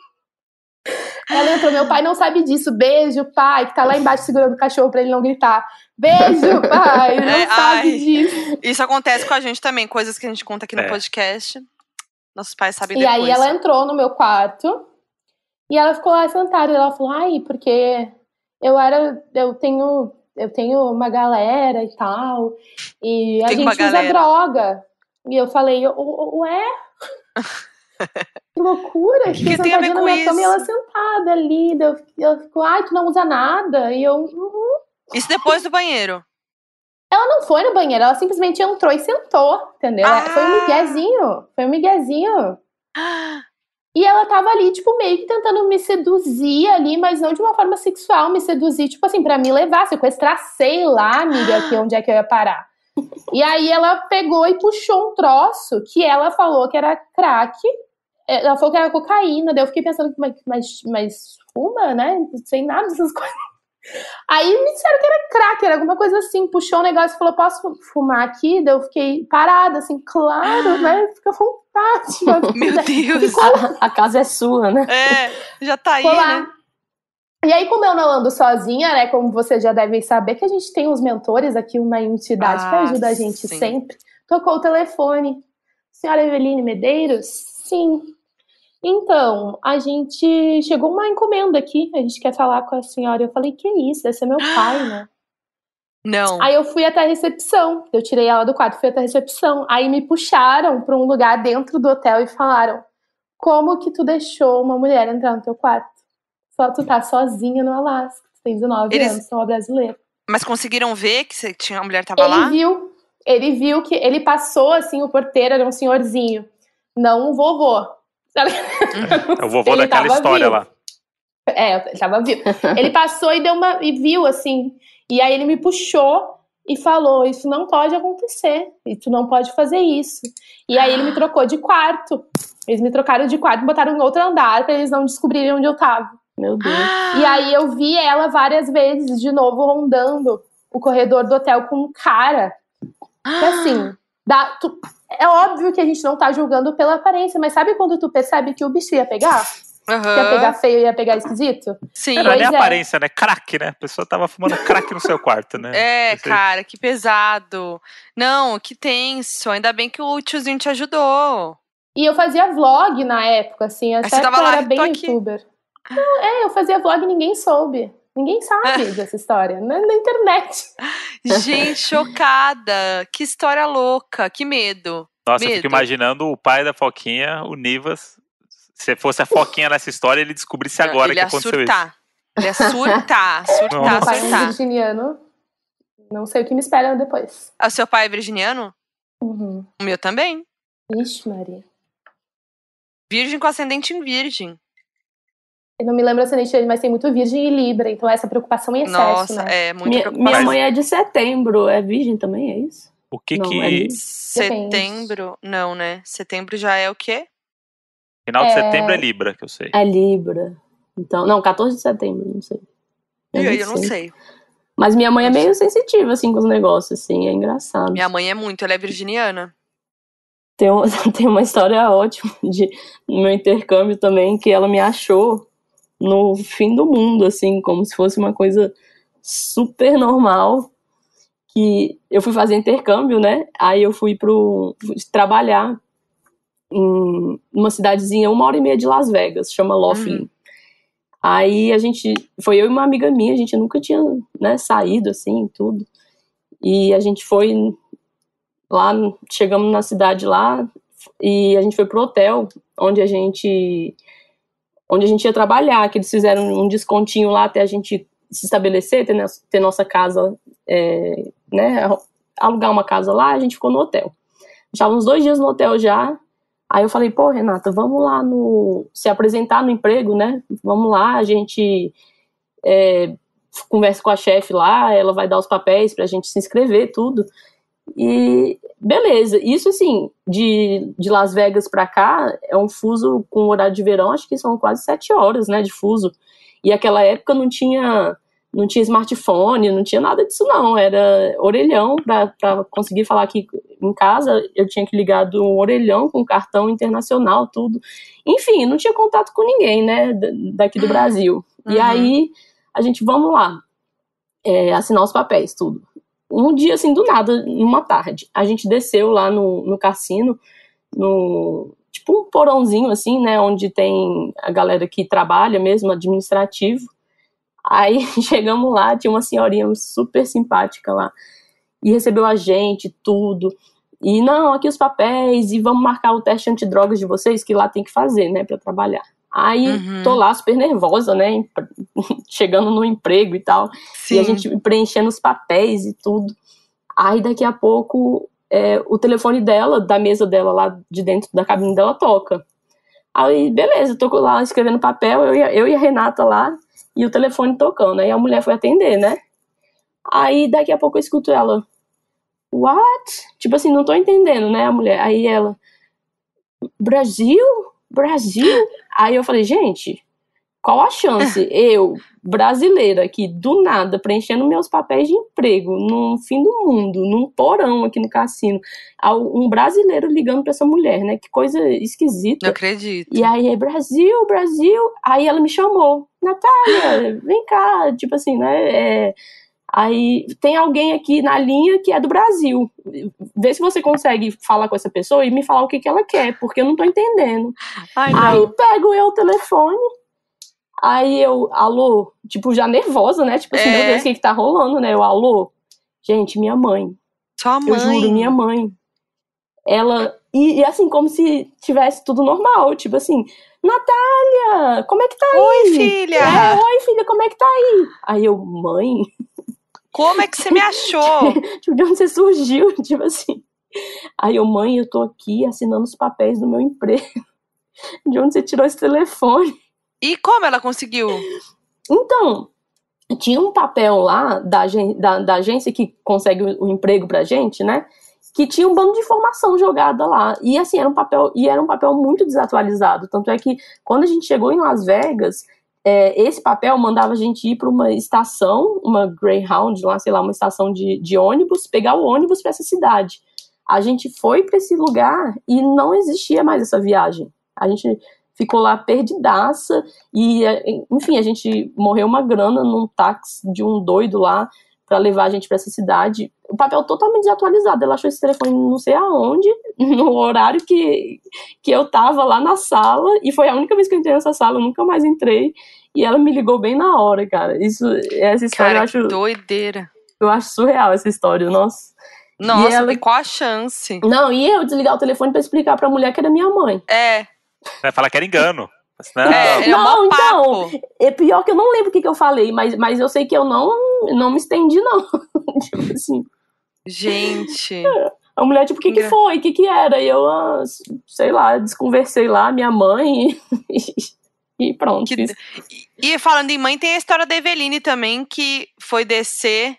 Meu pai não sabe disso. Beijo, pai, que tá lá embaixo segurando o cachorro pra ele não gritar. Beijo, pai, ele não sabe disso. Isso acontece com a gente também, coisas que a gente conta aqui no podcast. Nossos pais sabem depois. E aí ela entrou no meu quarto e ela ficou lá sentada. E ela falou, porque eu tenho uma galera e tal, e a gente usa droga. E eu falei, ué? Que loucura, que tem a ver na com minha isso? cama e ela sentada ali. Eu fico, tu não usa nada? E eu, Isso depois do banheiro? Ela não foi no banheiro, ela simplesmente entrou e sentou, entendeu? Foi um miguezinho. E ela tava ali, tipo, meio que tentando me seduzir ali, mas não de uma forma sexual, me seduzir, tipo assim, pra me levar, sequestrar, sei lá, amiga, que onde é que eu ia parar. E aí ela pegou e puxou um troço que ela falou que era crack. Ela falou que era cocaína, daí eu fiquei pensando, mas fuma, né? Sem nada dessas coisas. Aí me disseram que era crack, era alguma coisa assim. Puxou um negócio e falou, posso fumar aqui? Daí eu fiquei parada, assim, claro, né? Fica à vontade. Meu Deus. A casa é sua, né? Já tá aí, né? E aí, como eu não ando sozinha, né? Como vocês já devem saber, que a gente tem uns mentores aqui, uma entidade que ajuda a gente sempre. Tocou o telefone. Senhora Eveline Medeiros? Sim. Então, a gente chegou uma encomenda aqui, a gente quer falar com a senhora. Eu falei, que isso? Esse é meu pai, né? Não. Aí eu fui até a recepção, eu tirei ela do quarto, fui até a recepção. Aí me puxaram pra um lugar dentro do hotel e falaram, como que tu deixou uma mulher entrar no teu quarto? Só tu tá sozinha no Alasca, tu tem 19 anos, tu é uma brasileira. Mas conseguiram ver que tinha uma mulher tava lá? Ele viu que ele passou, assim, o porteiro era um senhorzinho, não um vovô. É o vovô daquela história lá. Ele tava vivo. Ele passou e viu, assim. E aí ele me puxou e falou, isso não pode acontecer. E tu não pode fazer isso. E aí ele me trocou de quarto. Eles me trocaram de quarto e botaram em outro andar pra eles não descobrirem onde eu tava. Meu Deus. E aí eu vi ela várias vezes, de novo, rondando o corredor do hotel com um cara. Que assim, é óbvio que a gente não tá julgando pela aparência, mas sabe quando tu percebe que o bicho ia pegar? Uhum. Ia pegar feio, ia pegar esquisito? Sim. Não é nem aparência, né? Crack, né? A pessoa tava fumando crack no seu quarto, né? Cara, que pesado. Não, que tenso. Ainda bem que o tiozinho te ajudou. E eu fazia vlog na época, assim, até que eu era bem youtuber. Não, eu fazia vlog e ninguém soube. Ninguém sabe dessa história, na internet. Gente, chocada. Que história louca, que medo. Nossa, eu fico imaginando o pai da Foquinha, o Nivas. Se fosse a Foquinha nessa história, ele descobrisse agora que aconteceu isso. Ele ia surtar. Meu pai é um virginiano. Não sei o que me espera depois. O seu pai é virginiano? Uhum. O meu também. Ixi, Maria. Virgem com ascendente em virgem. Eu não me lembro ascendente, mas tem muito virgem e libra, então essa preocupação em excesso, Nossa, né? muita preocupação. Minha mãe é de setembro, é virgem também, é isso? O que não, que... Setembro, não, né? Setembro já é o quê? Final de setembro é Libra, que eu sei. É Libra. Então, não, 14 de setembro, não sei. Eu não sei. Mas minha mãe é meio sensitiva, assim, com os negócios, assim, é engraçado. Minha mãe é muito, ela é virginiana. Tem uma história ótima no meu intercâmbio também, que ela me achou no fim do mundo, assim, como se fosse uma coisa super normal, que eu fui fazer intercâmbio, né, aí eu fui trabalhar em uma cidadezinha 1h30 de Las Vegas, chama Laughlin. Aí foi eu e uma amiga minha, a gente nunca tinha, né, saído, assim, tudo, e a gente foi lá, chegamos na cidade lá, e a gente foi pro hotel, onde a gente ia trabalhar, que eles fizeram um descontinho lá até a gente se estabelecer, ter nossa casa, né, alugar uma casa lá, a gente ficou no hotel. Já uns 2 dias no hotel já, aí eu falei, pô, Renata, vamos lá se apresentar no emprego, né, vamos lá, a gente conversa com a chefe lá, ela vai dar os papéis pra gente se inscrever, tudo. E beleza, isso assim, de Las Vegas pra cá, é um fuso com horário de verão, acho que são quase 7 horas, né, de fuso. E aquela época não tinha smartphone, não tinha nada disso não, era orelhão pra conseguir falar aqui em casa, eu tinha que ligar do orelhão com cartão internacional, tudo. Enfim, não tinha contato com ninguém, né, daqui do Brasil. E aí, a gente, vamos lá, assinar os papéis, tudo. Um dia, assim, do nada, numa tarde, a gente desceu lá no cassino, tipo um porãozinho, assim, né, onde tem a galera que trabalha mesmo, administrativo. Aí chegamos lá, tinha uma senhorinha super simpática lá, e recebeu a gente, tudo. E não, aqui os papéis, e vamos marcar o teste antidrogas de vocês, que lá tem que fazer, né, pra trabalhar. Aí, tô lá super nervosa, né, chegando no emprego e tal, Sim. e a gente preenchendo os papéis e tudo. Aí, daqui a pouco, o telefone dela, da mesa dela lá de dentro da cabine dela, toca. Aí, beleza, tô lá escrevendo papel, eu e a Renata lá, e o telefone tocando. Aí a mulher foi atender, né? Aí, daqui a pouco eu escuto ela, what? Tipo assim, não tô entendendo, né, a mulher. Aí ela, Brasil? Aí eu falei, gente, qual a chance? Eu, brasileira, aqui do nada, preenchendo meus papéis de emprego, no fim do mundo, num porão aqui no cassino, um brasileiro ligando pra essa mulher, né? Que coisa esquisita. Não acredito. E aí, Brasil. Aí ela me chamou, Natália, vem cá, tipo assim, né? Aí tem alguém aqui na linha que é do Brasil. Vê se você consegue falar com essa pessoa e me falar o que ela quer, porque eu não tô entendendo. Ai, aí pego eu o telefone, aí eu, alô, tipo, já nervosa, né? Tipo assim, meu Deus, o que tá rolando, né? Eu, alô, gente, minha mãe. Sua mãe. Eu juro, minha mãe. Ela, e assim, como se tivesse tudo normal, tipo assim, Natália, como é que tá aí? Oi, filha. Oi, filha, como é que tá aí? Aí eu, mãe... Como é que você me achou? Tipo, de onde você surgiu? Tipo assim. Aí eu, mãe, eu tô aqui assinando os papéis do meu emprego. De onde você tirou esse telefone? E como ela conseguiu? Então, tinha um papel lá da agência que consegue o emprego pra gente, né? Que tinha um bando de informação jogada lá. E assim, era um papel muito desatualizado. Tanto é que quando a gente chegou em Las Vegas, esse papel mandava a gente ir para uma estação, uma Greyhound, lá, sei lá, uma estação de ônibus, pegar o ônibus para essa cidade. A gente foi para esse lugar e não existia mais essa viagem. A gente ficou lá perdidaça e, enfim, a gente morreu uma grana num táxi de um doido lá para levar a gente para essa cidade. O papel totalmente desatualizado. Ela achou esse telefone não sei aonde, no horário que eu tava lá na sala, e foi a única vez que eu entrei nessa sala, eu nunca mais entrei, e ela me ligou bem na hora, cara. Essa história, Cara, eu acho... doideira. Eu acho surreal essa história, nossa. Nossa, e qual a chance? Não, e eu desligar o telefone pra explicar pra mulher que era minha mãe. Vai falar que era engano. Não, então, é pior que eu não lembro o que eu falei, mas eu sei que eu não me estendi, não. Tipo assim. Gente. A mulher, tipo, o que foi? O que era? E eu, sei lá, desconversei lá, minha mãe, e pronto. E falando em mãe, tem a história da Eveline também, que foi descer,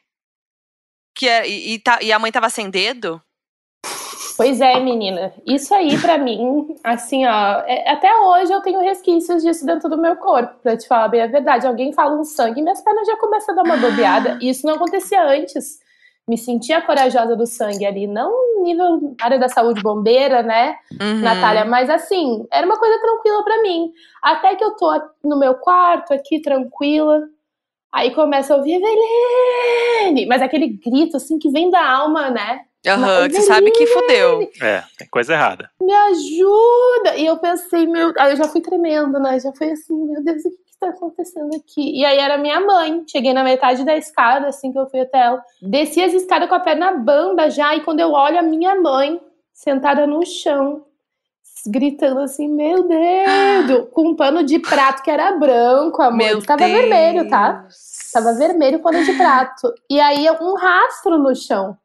e a mãe tava sem dedo. Pois é, menina. Isso aí, pra mim, assim, ó... até hoje eu tenho resquícios disso dentro do meu corpo, pra te falar bem a verdade. Alguém fala um sangue, minhas pernas já começam a dar uma bobeada. E isso não acontecia antes. Me sentia corajosa do sangue ali. Não nível área da saúde bombeira, né, Natália? Mas, assim, era uma coisa tranquila pra mim. Até que eu tô no meu quarto, aqui, tranquila. Aí começa a ouvir Eveline! Mas aquele grito, assim, que vem da alma, né? Que você sabe que fudeu. Tem coisa errada. Me ajuda! E eu pensei, aí eu já fui tremendo, né? Já fui assim, meu Deus, o que tá acontecendo aqui? E aí era minha mãe. Cheguei na metade da escada, assim que eu fui até ela. Desci as escadas com a perna bamba já, e quando eu olho a minha mãe sentada no chão, gritando assim, meu Deus! Com um pano de prato que era branco, amor. Tava vermelho, tá? Tava vermelho o pano de prato. E aí um rastro no chão.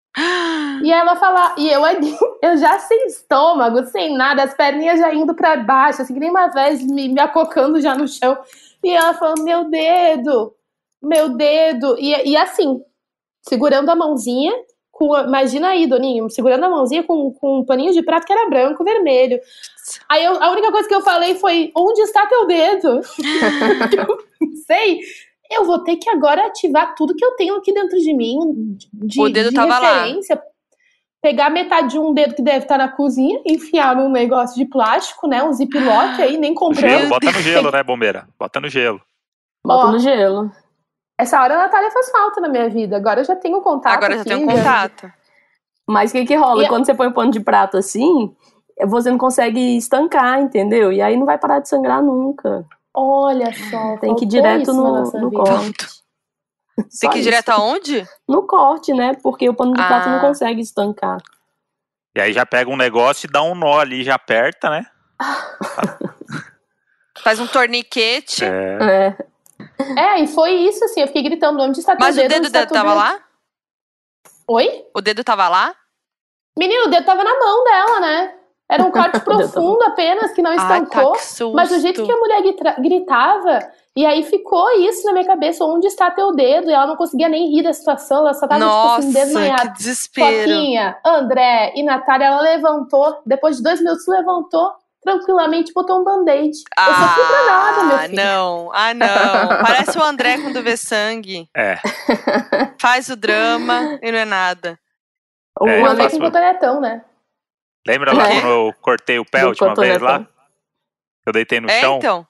E ela fala, e eu já sem estômago, sem nada, as perninhas já indo pra baixo, assim, que nem uma vez me acocando já no chão. E ela falando, meu dedo. E assim, segurando a mãozinha, Imagina aí, Doninho, segurando a mãozinha com um paninho de prato que era branco, vermelho. Aí a única coisa que eu falei foi, onde está teu dedo? Eu pensei, eu vou ter que agora ativar tudo que eu tenho aqui dentro de mim, O dedo de tava lá. referência. Pegar metade de um dedo que deve estar na cozinha, enfiar num negócio de plástico, né? Um ziplock aí, nem comprando. Gelo, bota no gelo, né, bombeira? Bota no gelo. Bota Ó, no gelo. Essa hora a Natália faz falta na minha vida. Agora eu já tenho contato. Agora já aqui, tem um contato. Mas o que rola? E- Quando você põe o pano de prato assim, você não consegue estancar, entendeu? E aí não vai parar de sangrar nunca. Olha só, Tem que ir faltou direto isso na nossa no vida. corte. Tem Só que ir isso. direto aonde? No corte, né? Porque o pano de prato não Ah. consegue estancar. E aí já pega um negócio e dá um nó ali, já aperta, né? Faz um torniquete. É. É. E foi isso, assim. Eu fiquei gritando, onde está teu Mas o dedo? dedo Onde está teu tava dedo? lá? Oi? O dedo tava lá? Menino, o dedo tava na mão dela, né? Era um corte profundo apenas, que não Ai, estancou. tá, que susto. Mas do jeito que a mulher gritava, e aí ficou isso na minha cabeça, onde está teu dedo? E ela não conseguia nem rir da situação, ela só tava, tipo assim, Nossa, desmanhada. que desespero. Foquinha, André e Natália, ela levantou, depois de 2 minutos levantou, tranquilamente, botou um band-aid. Eu sofri pra nada, meu filho. Não. Parece o André quando vê sangue. É. Faz o drama e não é nada. O É, Não eu foi faço- com cotonetão, né? Lembra lá É. quando eu cortei o pé a Do última vez lá? cotonetão. Eu deitei no chão? Então.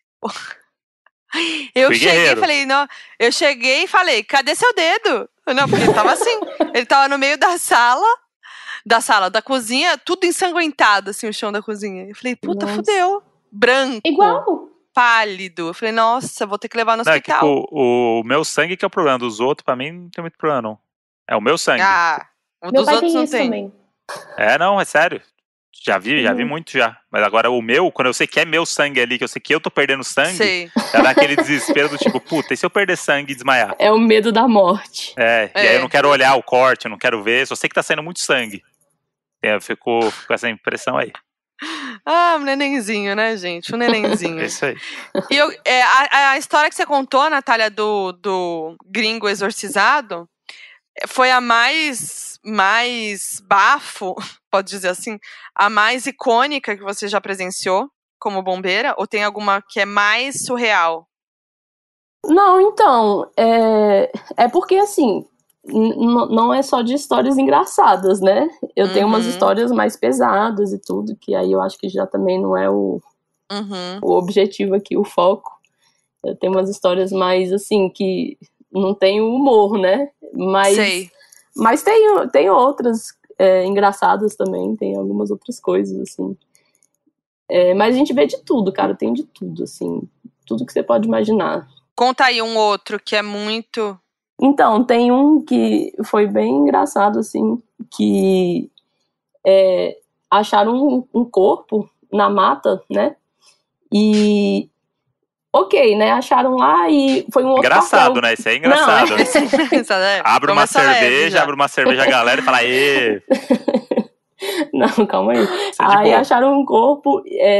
Eu Fui cheguei e guerreiro. falei, não. Eu cheguei e falei, cadê seu dedo? Não, porque ele tava assim. Ele tava no meio da cozinha, tudo ensanguentado, assim, o chão da cozinha. Eu falei, puta, Nossa. fudeu. Branco. Igual. Pálido. Eu falei, nossa, vou ter que levar no Não, é que hospital. o meu sangue que é o problema. Dos outros, pra mim, não tem muito problema, não. É o meu sangue. O Meu dos pai outros tem não isso tem. também. É, não, é sério. Já vi Uhum. muito já. Mas agora o meu, quando eu sei que é meu sangue ali, que eu sei que eu tô perdendo sangue, Sei. já dá aquele desespero do tipo, puta, e se eu perder sangue e desmaiar? É o medo da morte. E aí eu não quero olhar o corte, eu não quero ver, só sei que tá saindo muito sangue. Eu fico com essa impressão aí. Um nenenzinho, né, gente? Um nenenzinho. É isso aí. E a história que você contou, Natália, do gringo exorcizado, foi a mais bafo, pode dizer assim, a mais icônica que você já presenciou como bombeira? Ou tem alguma que é mais surreal? Não, então, é porque assim, não é só de histórias engraçadas, né? Eu tenho umas histórias mais pesadas e tudo, que aí eu acho que já também não é o objetivo aqui, o foco. Eu tenho umas histórias mais, assim, que não tem o humor, né? Sei. Mas tem outras engraçadas também, tem algumas outras coisas, assim. Mas a gente vê de tudo, cara, tem de tudo, assim, tudo que você pode imaginar. Conta aí um outro que é muito... Então, tem um que foi bem engraçado, assim, que acharam um corpo na mata, né? E... Ok, né? Acharam lá e foi um outro Engraçado, quartel. né? Isso é engraçado. Não, Né? Abre uma cerveja a galera e fala, aê! Não, calma aí. Isso é de Aí boa. acharam um corpo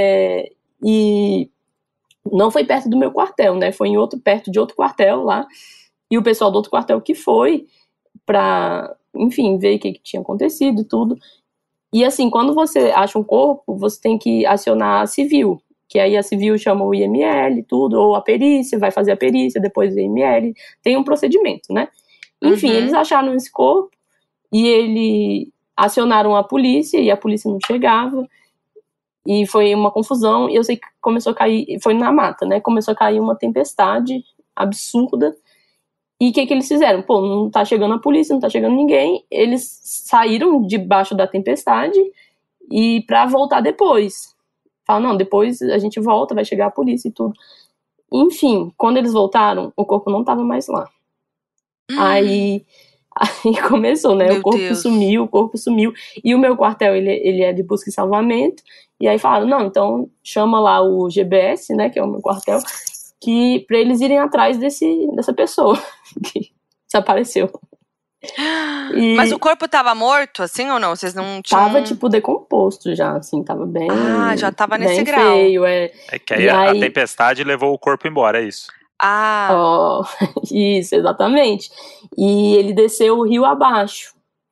e não foi perto do meu quartel, né? Foi perto de outro quartel lá. E o pessoal do outro quartel que foi pra, enfim, ver o que tinha acontecido e tudo. E assim, quando você acha um corpo, você tem que acionar a civil. Que aí a civil chama o IML, tudo, ou a perícia, vai fazer a perícia, depois o IML. Tem um procedimento, né? Enfim, eles acharam esse corpo e acionaram a polícia e a polícia não chegava. E foi uma confusão. E eu sei que começou a cair, foi na mata, né? Começou a cair uma tempestade absurda. E o que eles fizeram? Pô, não tá chegando a polícia, não tá chegando ninguém. Eles saíram debaixo da tempestade e pra voltar depois. Falaram, não, depois a gente volta, vai chegar a polícia e tudo. Enfim, quando eles voltaram, o corpo não tava mais lá. Aí começou, né? Meu o corpo sumiu. E o meu quartel, ele é de busca e salvamento. E aí falaram, não, então chama lá o GBS, né? Que é o meu quartel, pra eles irem atrás dessa pessoa que desapareceu. Mas o corpo tava morto, assim, ou não? Vocês não tinham... Tava, tipo, decomposto já, assim, tava bem... já tava nesse bem grau. feio, É que aí a tempestade levou o corpo embora, é isso. Isso, exatamente. E ele desceu o rio abaixo.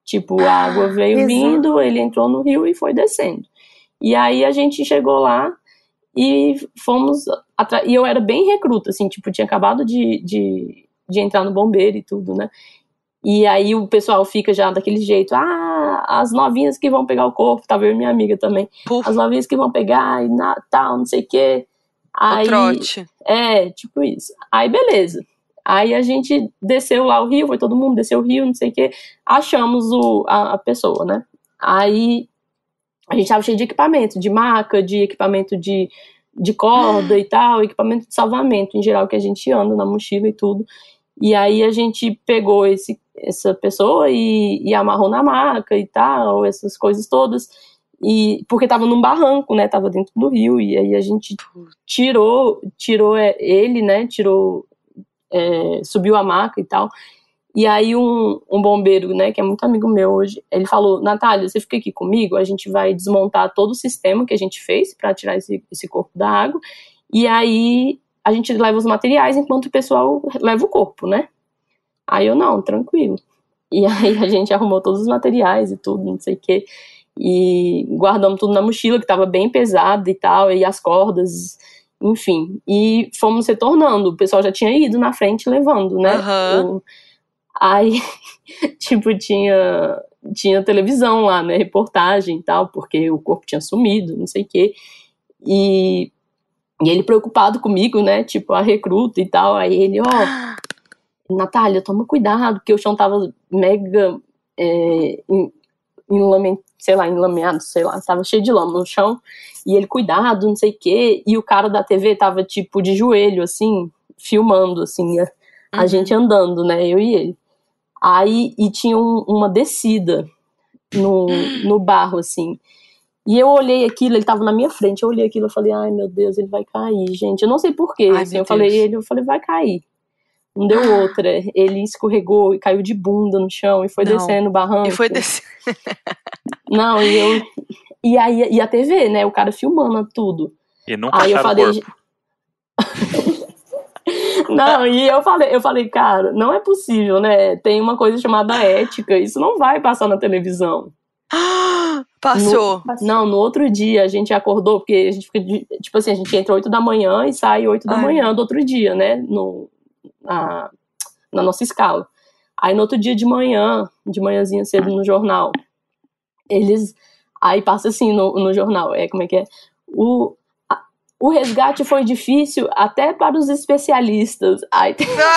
Tipo, a água veio vindo, ele entrou no rio e foi descendo. E aí a gente chegou lá e fomos atrás. E eu era bem recruta, assim, tipo, tinha acabado de entrar no bombeiro e tudo, né? E aí o pessoal fica já daquele jeito, as novinhas que vão pegar o corpo, tava eu e minha amiga também, as novinhas que vão pegar e tal, não sei o quê. Aí, o trote. Tipo isso. Aí beleza. Aí a gente desceu lá o rio, foi todo mundo, desceu o rio, não sei o quê, achamos a pessoa, né? Aí a gente tava cheio de equipamento, de maca, de equipamento de corda e tal, equipamento de salvamento, em geral, que a gente anda na mochila e tudo. E aí a gente pegou essa pessoa e amarrou na maca e tal, essas coisas todas, e porque tava num barranco, né, tava dentro do rio, e aí a gente tirou ele, né, subiu a maca e tal. E aí um bombeiro, né, que é muito amigo meu hoje, ele falou, Natália, você fica aqui comigo, a gente vai desmontar todo o sistema que a gente fez para tirar esse corpo da água, e aí a gente leva os materiais enquanto o pessoal leva o corpo, né? Aí eu, não, tranquilo. E aí a gente arrumou todos os materiais e tudo, não sei o quê, e guardamos tudo na mochila, que tava bem pesada e tal, e as cordas, enfim, e fomos retornando, o pessoal já tinha ido na frente levando, né? Aí, tipo, tinha televisão lá, né, reportagem e tal, porque o corpo tinha sumido, não sei o quê, e ele preocupado comigo, né, tipo, a recruta e tal, aí ele, Natália, toma cuidado, porque o chão tava mega enlameado, sei lá, tava cheio de lama no chão, e ele, cuidado, não sei o quê, e o cara da TV tava, tipo, de joelho, assim, filmando, assim, a gente andando, né, eu e ele. Aí, e tinha uma descida no barro, assim. E eu olhei aquilo, ele tava na minha frente, eu olhei aquilo, eu falei, ai, meu Deus, ele vai cair, gente. Eu não sei porquê, assim, eu falei, vai cair. Não deu outra. Ele escorregou e caiu de bunda no chão e foi descendo o barranco. E foi descendo. Não, e aí, e a TV, né, o cara filmando tudo. E nunca acharam o corpo. Não, e eu falei, cara, não é possível, né? Tem uma coisa chamada ética, isso não vai passar na televisão. Passou. No outro dia a gente acordou, porque a gente fica, tipo assim, a gente entra 8 da manhã e sai 8 da manhã do outro dia, né? Na nossa escala. Aí no outro dia de manhãzinha cedo no jornal, aí passa assim no jornal, como é que é? O resgate foi difícil até para os especialistas. Aí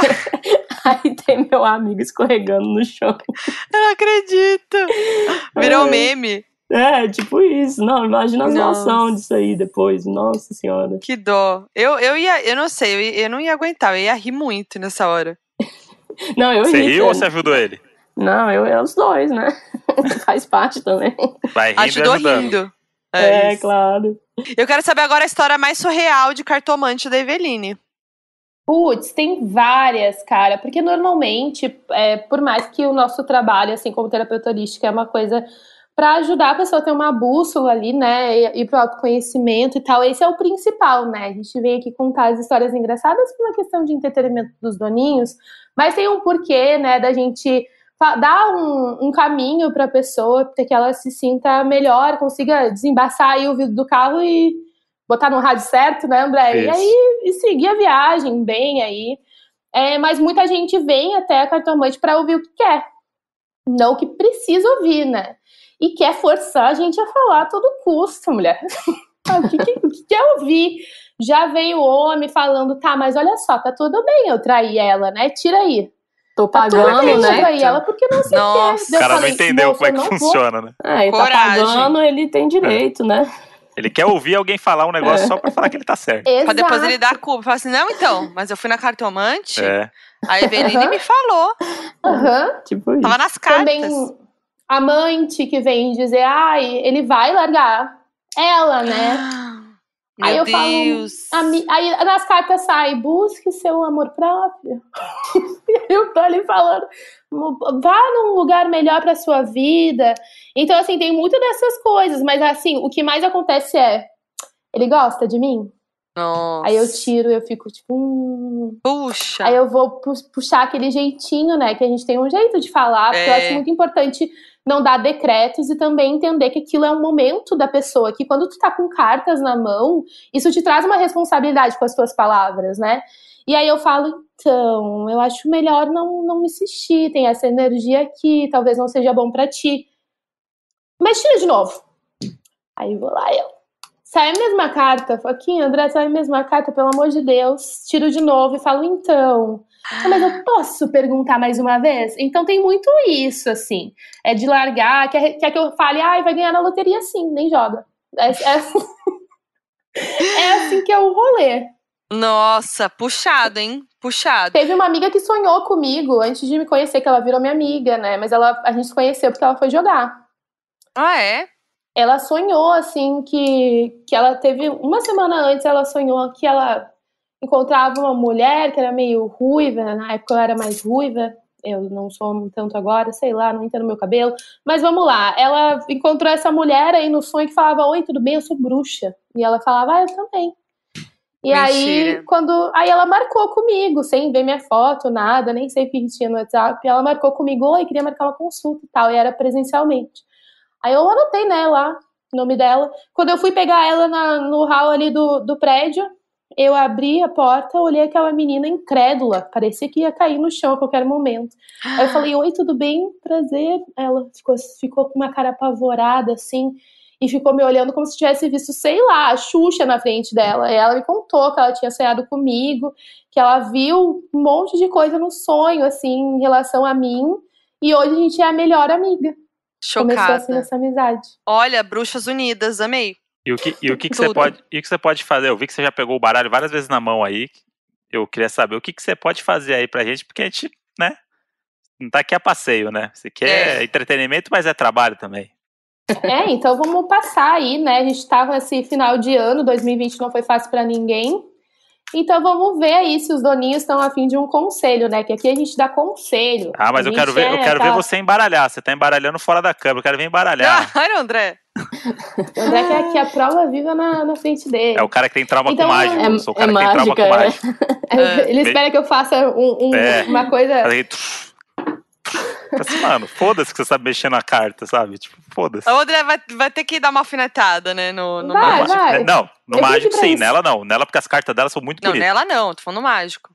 tem meu amigo escorregando no chão. Eu não acredito. Virou meme. Tipo isso. Não, imagina a situação disso aí depois. Nossa senhora. Que dó. Eu não sei, eu não ia aguentar. Eu ia rir muito nessa hora. Não, eu Você ri. riu ou você ajudou ele? Não, os dois, né? Faz parte também. Vai rindo ajudou e ajudando. Rindo. Claro. Eu quero saber agora a história mais surreal de cartomante da Eveline. Putz, tem várias, cara, porque normalmente, por mais que o nosso trabalho, assim como terapeuta holística, é uma coisa para ajudar a pessoa a ter uma bússola ali, né, e pro autoconhecimento e tal, esse é o principal, né, a gente vem aqui contar as histórias engraçadas por uma questão de entretenimento dos doninhos, mas tem um porquê, né, da gente dar um caminho para a pessoa, para que ela se sinta melhor, consiga desembaçar aí o vidro do carro e botar no rádio certo, né, André? Isso. E aí seguir a viagem bem aí. Mas muita gente vem até a cartomante para ouvir o que quer, não o que precisa ouvir, né? E quer forçar a gente a falar a todo custo, mulher. O que quer ouvir? Já veio o homem falando, tá, mas olha só, tá tudo bem eu trair ela, né? Tira aí. Tô pagando, né? Trair ela porque não sei o que. O cara não entendeu como é que funciona, né? Ele tá pagando, ele tem direito, né? Ele quer ouvir alguém falar um negócio só pra falar que ele tá certo. Exato. Pra depois ele dar culpa. Fala assim, não, então, mas eu fui na cartomante, a Eveline me falou. Tipo isso. Tava nas cartas. Também amante que vem dizer, ele vai largar ela, né? Meu aí eu Deus. falo, aí nas cartas sai, busque seu amor próprio. Eu tô ali falando, vá num lugar melhor pra sua vida. Então, assim, tem muito dessas coisas, mas assim, o que mais acontece ele gosta de mim? Nossa. Aí eu tiro, eu fico tipo, Puxa. Aí eu vou puxar aquele jeitinho, né? Que a gente tem um jeito de falar, porque eu acho muito importante não dar decretos e também entender que aquilo é um momento da pessoa, que quando tu tá com cartas na mão, isso te traz uma responsabilidade com as tuas palavras, né? E aí eu falo, então, eu acho melhor não insistir, tem essa energia aqui, talvez não seja bom pra ti. Mas tira de novo. Aí vou lá, sai a mesma carta. Aqui, André, sai a mesma carta, pelo amor de Deus. Tiro de novo e falo, então... Mas eu posso perguntar mais uma vez? Então tem muito isso, assim. É de largar, quer que eu fale, vai ganhar na loteria sim, nem joga. É assim que é o rolê. Nossa, puxado, hein? Puxado. Teve uma amiga que sonhou comigo antes de me conhecer, que ela virou minha amiga, né? Mas a gente se conheceu porque ela foi jogar. Ah, é? Ela sonhou, assim, que ela teve... Uma semana antes, ela sonhou que ela encontrava uma mulher que era meio ruiva. Na época eu era mais ruiva. Eu não sou tanto agora, sei lá, não entendo meu cabelo. Mas vamos lá. Ela encontrou essa mulher aí no sonho que falava, oi, tudo bem? Eu sou bruxa. E ela falava, eu também. E Mentira. aí ela marcou comigo, sem ver minha foto, nada, nem sei o que tinha no WhatsApp. E ela marcou comigo, oi, queria marcar uma consulta e tal. E era presencialmente. Aí eu anotei, né, lá, o nome dela. Quando eu fui pegar ela no hall ali do prédio, eu abri a porta, olhei aquela menina incrédula. Parecia que ia cair no chão a qualquer momento. Aí eu falei, oi, tudo bem? Prazer. Ela ficou com uma cara apavorada, assim, e ficou me olhando como se tivesse visto, sei lá, a Xuxa na frente dela. E ela me contou que ela tinha sonhado comigo, que ela viu um monte de coisa no sonho, assim, em relação a mim. E hoje a gente é a melhor amiga. Chocada. Começou assim nessa amizade. Olha, Bruxas Unidas, amei. E o que você pode fazer? Eu vi que você já pegou o baralho várias vezes na mão aí. Eu queria saber o que você pode fazer aí pra gente, porque a gente, né, não tá aqui a passeio, né? Você quer entretenimento, mas é trabalho também. Então vamos passar aí, né? A gente tá com esse final de ano, 2020 não foi fácil pra ninguém. Então vamos ver aí se os doninhos estão a fim de um conselho, né? Que aqui a gente dá conselho. Ah, mas eu quero ver você embaralhar. Você tá embaralhando fora da câmera, eu quero ver embaralhar. Olha, André. O André quer aqui a prova viva na frente dele. É o cara que tem trauma com mágico. Eu sou o cara que mágica, tem trauma com mágico. Ele espera que eu faça uma coisa... Mano, foda-se que você sabe mexer na carta, sabe? Tipo, foda-se. O André vai ter que dar uma alfinetada, né? No mágico. mágico. Não, no mágico sim, nela não. Nela porque as cartas dela são muito bonitas. Não, nela não, tô falando mágico.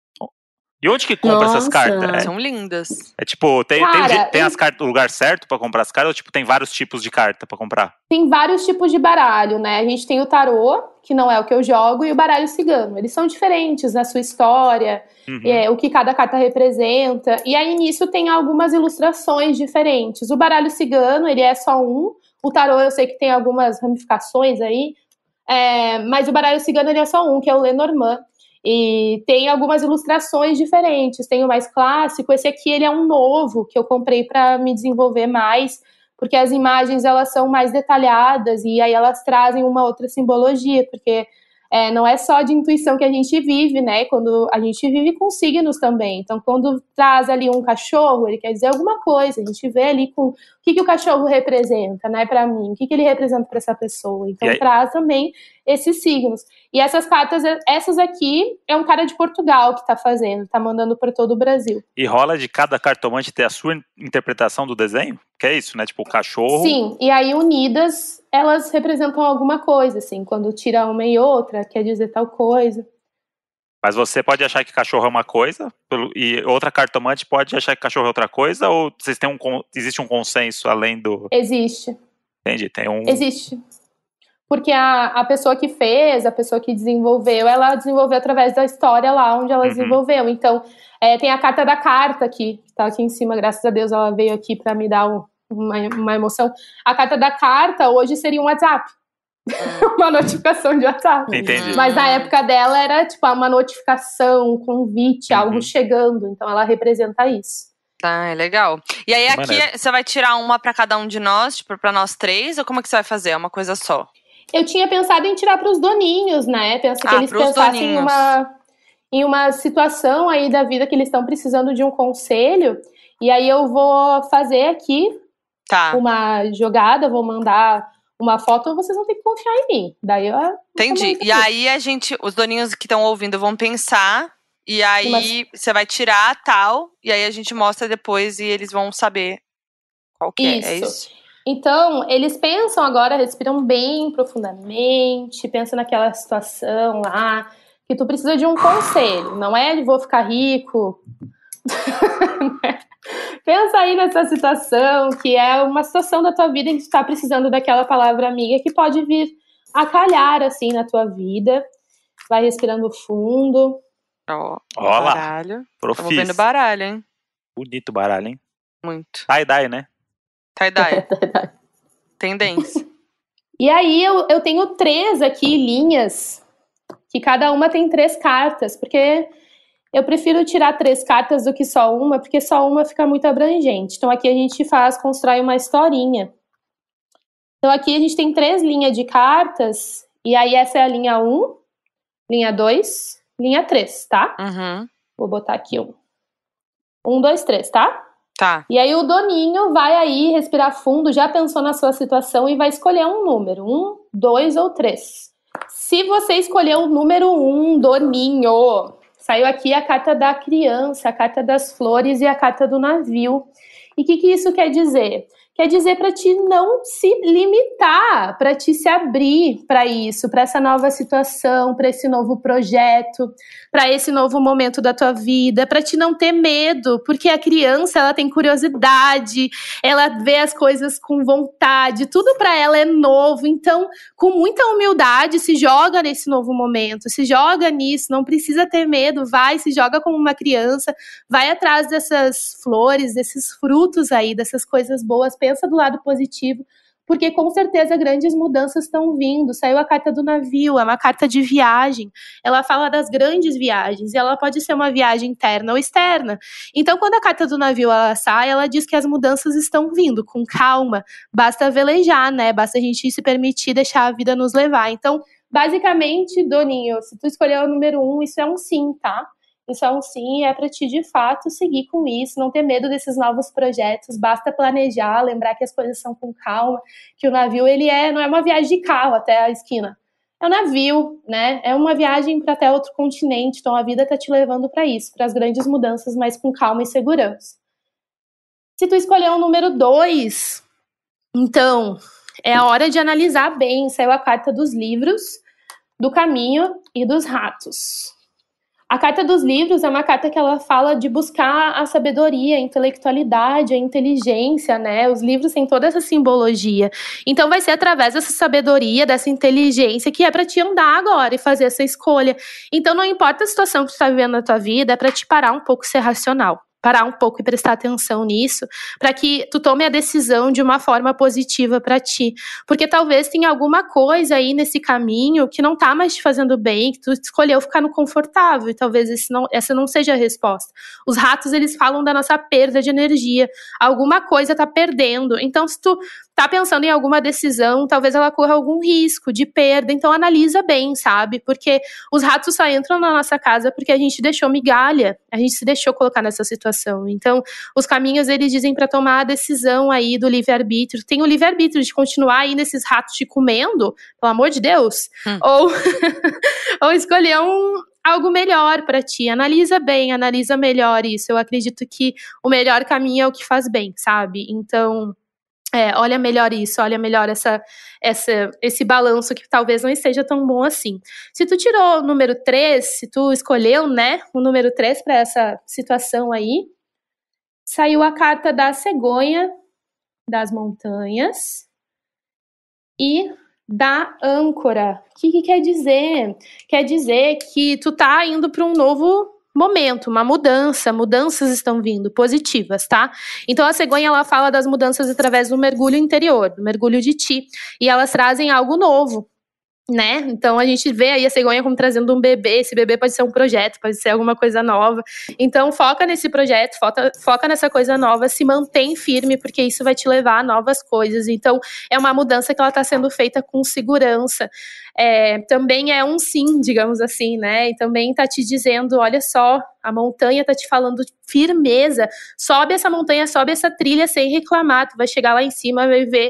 E onde que compra essas cartas? São lindas. É tipo, tem as cartas, o lugar certo pra comprar as cartas, ou tipo, tem vários tipos de carta pra comprar? Tem vários tipos de baralho, né? A gente tem o tarô, que não é o que eu jogo, e o baralho cigano. Eles são diferentes na sua história, o que cada carta representa. E aí, nisso, tem algumas ilustrações diferentes. O baralho cigano, ele é só um. O tarô, eu sei que tem algumas ramificações aí. Mas o baralho cigano, ele é só um, que é o Lenormand. E tem algumas ilustrações diferentes. Tem o mais clássico. Esse aqui, ele é um novo, que eu comprei para me desenvolver mais, porque as imagens, elas são mais detalhadas e aí elas trazem uma outra simbologia, porque não é só de intuição que a gente vive, né? Quando a gente vive com signos também. Então, quando traz ali um cachorro, ele quer dizer alguma coisa. A gente vê ali com o que o cachorro representa, né, para mim, o que ele representa para essa pessoa. Então, traz também esses signos. E essas cartas, essas aqui, é um cara de Portugal que tá fazendo, tá mandando para todo o Brasil. E rola de cada cartomante ter a sua interpretação do desenho? Que é isso, né? Tipo, o cachorro... Sim, e aí unidas, elas representam alguma coisa, assim. Quando tira uma e outra, quer dizer tal coisa. Mas você pode achar que cachorro é uma coisa, e outra cartomante pode achar que cachorro é outra coisa, ou vocês têm existe um consenso além do... Existe. Entendi, tem um... Existe. Porque a pessoa que fez, a pessoa que desenvolveu, ela desenvolveu através da história lá onde ela desenvolveu. Então, tem a carta da carta aqui, que tá aqui em cima, graças a Deus ela veio aqui para me dar uma emoção. A carta da carta hoje seria um WhatsApp. Uma notificação de WhatsApp. Entendi. Mas na época dela era tipo uma notificação, um convite, algo chegando. Então ela representa isso. Tá, é legal. E aí aqui você vai tirar uma pra cada um de nós, tipo, pra nós três, ou como é que você vai fazer? É uma coisa só? Eu tinha pensado em tirar pros doninhos, né? Penso que eles pensassem em uma situação aí da vida que eles estão precisando de um conselho. E aí eu vou fazer aqui uma jogada, vou mandar uma foto, vocês vão ter que confiar em mim. Daí eu... Entendi. E aí os doninhos que estão ouvindo vão pensar, e aí você vai tirar tal, e aí a gente mostra depois e eles vão saber Qual que é? É isso? Então, eles pensam agora, respiram bem profundamente, pensam naquela situação lá, que tu precisa de um conselho, não é de vou ficar rico. Pensa aí nessa situação, que é uma situação da tua vida em que tu tá precisando daquela palavra amiga que pode vir a calhar, assim, na tua vida. Vai respirando fundo. Ó, Ó lá, baralho. profissa. Estamos vendo baralho, hein? Bonito baralho, hein? Muito. Tie-dye, né? Tie-dye. Tendência. E aí eu tenho 3 aqui, linhas, que cada uma tem 3 cartas, porque eu prefiro tirar 3 cartas do que só uma, porque só uma fica muito abrangente. Então aqui a gente constrói uma historinha. Então aqui a gente tem 3 linhas de cartas, e aí essa é a linha 1, linha 2, linha 3, tá? Uhum. Vou botar aqui 1. 1, 2, 3, tá? Tá. E aí o doninho vai aí respirar fundo, já pensou na sua situação e vai escolher um número, 1, 2 ou 3. Se você escolher o número 1, doninho, saiu aqui a carta da criança, a carta das flores e a carta do navio. E o que isso quer dizer? Quer dizer para ti não se limitar, para ti se abrir para isso, para essa nova situação, para esse novo projeto, para esse novo momento da tua vida, para ti não ter medo, porque a criança, ela tem curiosidade, ela vê as coisas com vontade, tudo para ela é novo. Então, com muita humildade, se joga nesse novo momento, se joga nisso, não precisa ter medo, vai, se joga como uma criança, vai atrás dessas flores, desses frutos aí, dessas coisas boas, pensa do lado positivo, porque com certeza grandes mudanças estão vindo. Saiu a carta do navio, é uma carta de viagem, ela fala das grandes viagens, e ela pode ser uma viagem interna ou externa. Então, quando a carta do navio ela sai, ela diz que as mudanças estão vindo, com calma, basta velejar, né, basta a gente se permitir deixar a vida nos levar. Então, basicamente, doninho, se tu escolher o número 1, isso é um sim, tá? Isso é um sim, é para ti de fato seguir com isso, não ter medo desses novos projetos, basta planejar, lembrar que as coisas são com calma, que o navio ele não é uma viagem de carro até a esquina, é um navio, né? É uma viagem para até outro continente, então a vida tá te levando para isso, para as grandes mudanças, mas com calma e segurança. Se tu escolher o número 2, então é a hora de analisar bem, saiu a carta dos livros, do caminho e dos ratos. A carta dos livros é uma carta que ela fala de buscar a sabedoria, a intelectualidade, a inteligência, né? Os livros têm toda essa simbologia. Então vai ser através dessa sabedoria, dessa inteligência que é para te andar agora e fazer essa escolha. Então não importa a situação que tu tá vivendo na tua vida, é para te parar um pouco e ser racional. Parar um pouco e prestar atenção nisso, para que tu tome a decisão de uma forma positiva para ti. Porque talvez tenha alguma coisa aí nesse caminho que não tá mais te fazendo bem, que tu escolheu ficar no confortável, e talvez essa não seja a resposta. Os ratos, eles falam da nossa perda de energia. Alguma coisa tá perdendo. Então, se tu tá pensando em alguma decisão, talvez ela corra algum risco de perda. Então, analisa bem, sabe? Porque os ratos só entram na nossa casa porque a gente deixou migalha, a gente se deixou colocar nessa situação. Então, os caminhos, eles dizem para tomar a decisão aí do livre-arbítrio. Tem o livre-arbítrio de continuar aí nesses ratos te comendo, pelo amor de Deus, ou escolher algo melhor para ti. Analisa bem, analisa melhor isso. Eu acredito que o melhor caminho é o que faz bem, sabe? Então, olha melhor isso, olha melhor esse balanço que talvez não esteja tão bom assim. Se tu tirou o número 3, se tu escolheu, né, o número 3 para essa situação aí, saiu a carta da cegonha, das montanhas e da âncora. O que quer dizer? Quer dizer que tu tá indo para um novo momento, uma mudanças estão vindo, positivas, tá? Então a cegonha, ela fala das mudanças através do mergulho interior, do mergulho de ti, e elas trazem algo novo, né? Então a gente vê aí a cegonha como trazendo um bebê, esse bebê pode ser um projeto, pode ser alguma coisa nova, então foca nesse projeto, foca nessa coisa nova, se mantém firme, porque isso vai te levar a novas coisas. Então é uma mudança que ela está sendo feita com segurança. Também é um sim, digamos assim, né? E também tá te dizendo, olha só, a montanha tá te falando firmeza, sobe essa montanha, sobe essa trilha sem reclamar, tu vai chegar lá em cima, vai ver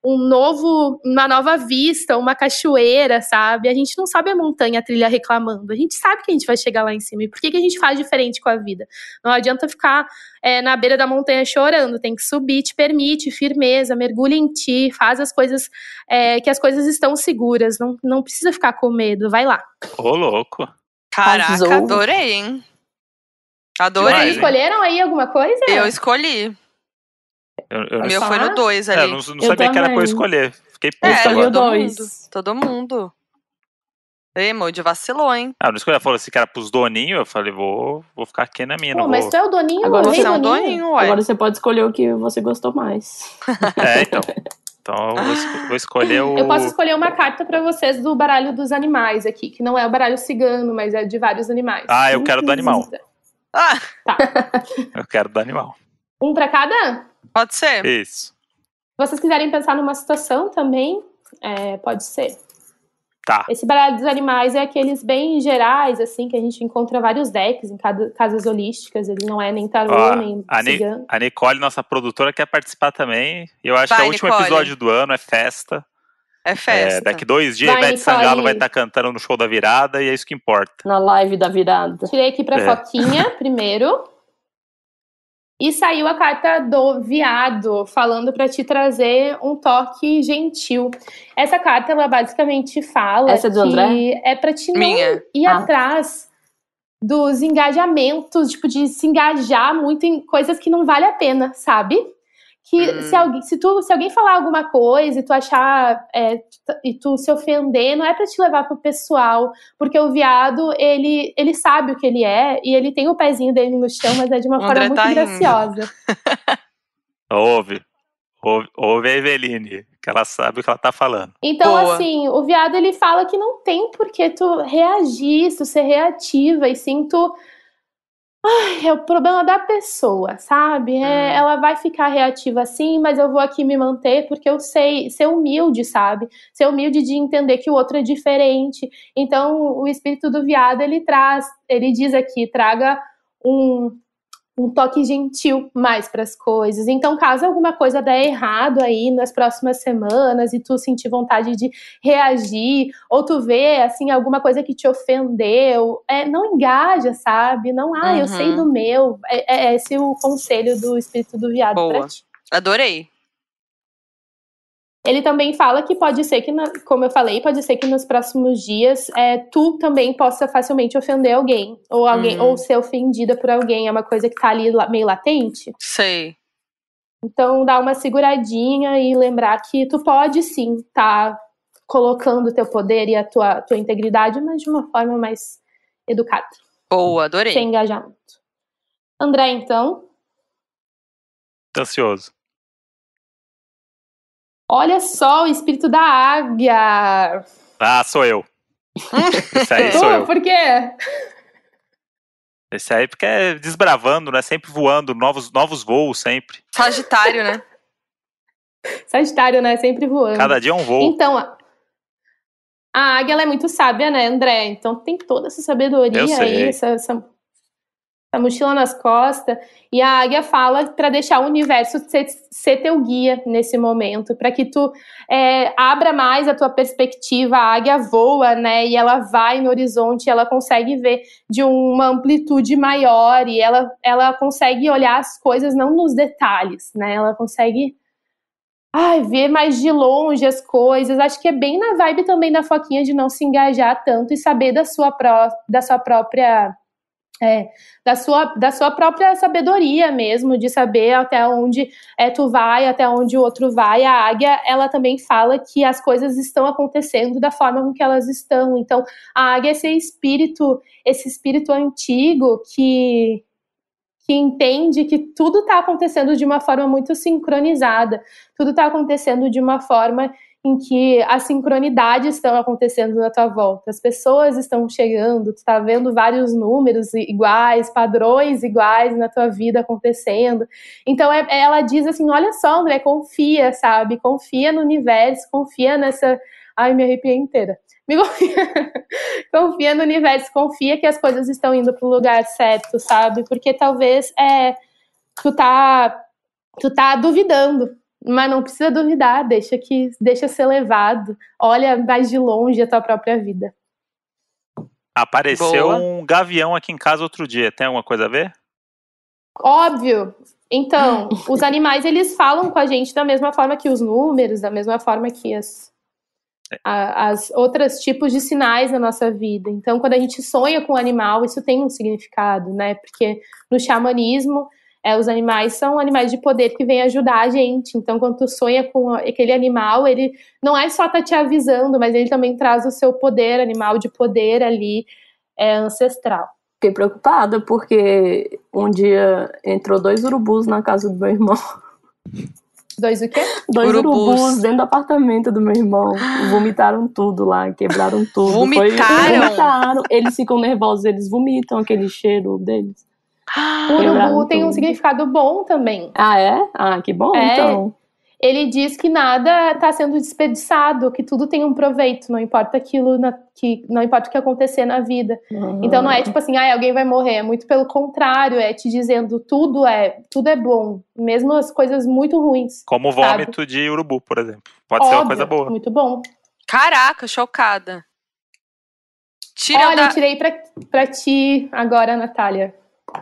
uma nova vista, uma cachoeira, sabe? A gente não sobe a montanha, a trilha reclamando. A gente sabe que a gente vai chegar lá em cima. E por que a gente faz diferente com a vida? Não adianta ficar na beira da montanha chorando. Tem que subir, te permite, firmeza, mergulha em ti, faz as coisas, que as coisas estão seguras. Não precisa ficar com medo, vai lá. Ô, louco. Caraca, Arrasou. adorei, hein? Adorei. Demais, Vocês escolheram aí alguma coisa? Eu escolhi. Eu O meu foi no 2 eu ali. não sabia que era pra eu também. escolher. Fiquei puto escolhi agora. o dois. Todo mundo. Ei, Moody, vacilou, hein? Ah, não escolhi. Ela falou assim que era pros doninhos. Eu falei, vou ficar aqui na minha. Pô, Não mas vou... tu é o doninho, Agora o rei Você é um doninho. doninho, ué. Agora você pode escolher o que você gostou mais. Então. Então eu vou escolher o... Eu posso escolher uma carta pra vocês do baralho dos animais aqui, que não é o baralho cigano, mas é de vários animais. Ah, eu quero do animal. Ah, Eu quero do animal. Um pra cada? pode ser. Isso. Se vocês quiserem pensar numa situação também, pode ser. Tá. Esse baralho dos animais é aqueles bem gerais, assim, que a gente encontra vários decks em casas holísticas. Ele não é nem tarô, Ó, nem a cigano. Nicole, nossa produtora, quer participar também. Eu acho Vai, que é o último Nicole. episódio do ano, é festa. É festa. Daqui 2 dias, Vai, Ivete Nicole. Sangalo vai estar cantando no show da virada e é isso que importa. Na live da virada. Tirei aqui pra Foquinha primeiro. E saiu a carta do viado, falando pra te trazer um toque gentil. Essa carta, ela basicamente fala Essa é do que André? é pra te não Minha. ir atrás dos engajamentos, tipo, de se engajar muito em coisas que não vale a pena, sabe? Que se alguém falar alguma coisa e tu achar e tu se ofender, não é pra te levar pro pessoal, porque o viado, ele sabe o que ele é e ele tem o pezinho dele no chão, mas é de uma O forma André muito tá rindo. graciosa. Ouve a Eveline, que ela sabe o que ela tá falando. Então, Boa. assim, o viado, ele fala que não tem por que tu reagir, tu ser reativa, e sim tu... Ai, é o problema da pessoa, sabe? Ela vai ficar reativa assim, mas eu vou aqui me manter porque eu sei ser humilde, sabe? Ser humilde de entender que o outro é diferente. Então, o espírito do viado, ele diz aqui, traga um toque gentil mais para as coisas. Então, caso alguma coisa der errado aí nas próximas semanas e tu sentir vontade de reagir, ou tu vê, assim, alguma coisa que te ofendeu, não engaja, sabe? Não, eu sei do meu. É esse o conselho do espírito do viado Boa. pra ti. Adorei. Ele também fala que pode ser que, como eu falei, pode ser que nos próximos dias tu também possa facilmente ofender alguém, ou ser ofendida por alguém. É uma coisa que tá ali meio latente. Sei. Então, dá uma seguradinha e lembrar que tu pode sim tá colocando o teu poder e a tua integridade, mas de uma forma mais educada, Boa, adorei. sem engajamento. André, então, Tô ansioso. olha só o espírito da águia. Ah, sou eu. Esse aí sou eu. Por quê? Esse aí porque é desbravando, né? Sempre voando, novos voos sempre. Sagitário, né? Sagitário, né? Sempre voando. Cada dia é um voo. Então, a águia, ela é muito sábia, né, André? Então tem toda essa sabedoria Eu sei. aí, essa mochila nas costas. E a águia fala para deixar o universo ser teu guia nesse momento, para que tu abra mais a tua perspectiva. A águia voa, né? E ela vai no horizonte, ela consegue ver de uma amplitude maior e ela consegue olhar as coisas não nos detalhes, né? Ela consegue ver mais de longe as coisas. Acho que é bem na vibe também da Foquinha de não se engajar tanto e saber da sua própria sabedoria mesmo, de saber até onde tu vai, até onde o outro vai. A águia, ela também fala que as coisas estão acontecendo da forma com que elas estão. Então, a águia é esse espírito antigo que entende que tudo está acontecendo de uma forma muito sincronizada, tudo está acontecendo de uma forma em que as sincronidades estão acontecendo na tua volta, as pessoas estão chegando, tu está vendo vários números iguais, padrões iguais na tua vida acontecendo. Então ela diz assim, olha só, André, confia, sabe? Confia no universo, confia nessa... Ai, me arrepiei inteira. Confia no universo, confia que as coisas estão indo para o lugar certo, sabe? Porque talvez tu tá duvidando, Mas não precisa duvidar, deixa ser levado. Olha mais de longe a tua própria vida. Apareceu Boa. um gavião aqui em casa outro dia. Tem alguma coisa a ver? Óbvio. Então, os animais, eles falam com a gente da mesma forma que os números, da mesma forma que as outros tipos de sinais na nossa vida. Então, quando a gente sonha com um animal, isso tem um significado, né? Porque no xamanismo, os animais são animais de poder que vêm ajudar a gente. Então, quando tu sonha com aquele animal, ele não é só tá te avisando, mas ele também traz o seu poder animal de poder ali, ancestral. Fiquei preocupada porque um dia entrou 2 urubus na casa do meu irmão. 2 o quê? 2 Urubus. urubus dentro do apartamento do meu irmão. Vomitaram tudo lá, quebraram tudo. Vomitaram? Vomitaram. Eles ficam nervosos, eles vomitam aquele cheiro deles. O Quebraram urubu tem um tudo. significado bom também. Ah, é? Ah, que bom, então. Ele diz que nada está sendo desperdiçado, que tudo tem um proveito, não importa não importa o que acontecer na vida. Então não é tipo assim, alguém vai morrer, é muito pelo contrário, é te dizendo tudo é bom, mesmo as coisas muito ruins. Como o vômito de urubu, por exemplo. Pode ser uma coisa boa. Muito bom. Caraca, chocada. Olha, eu tirei pra ti agora, Natália.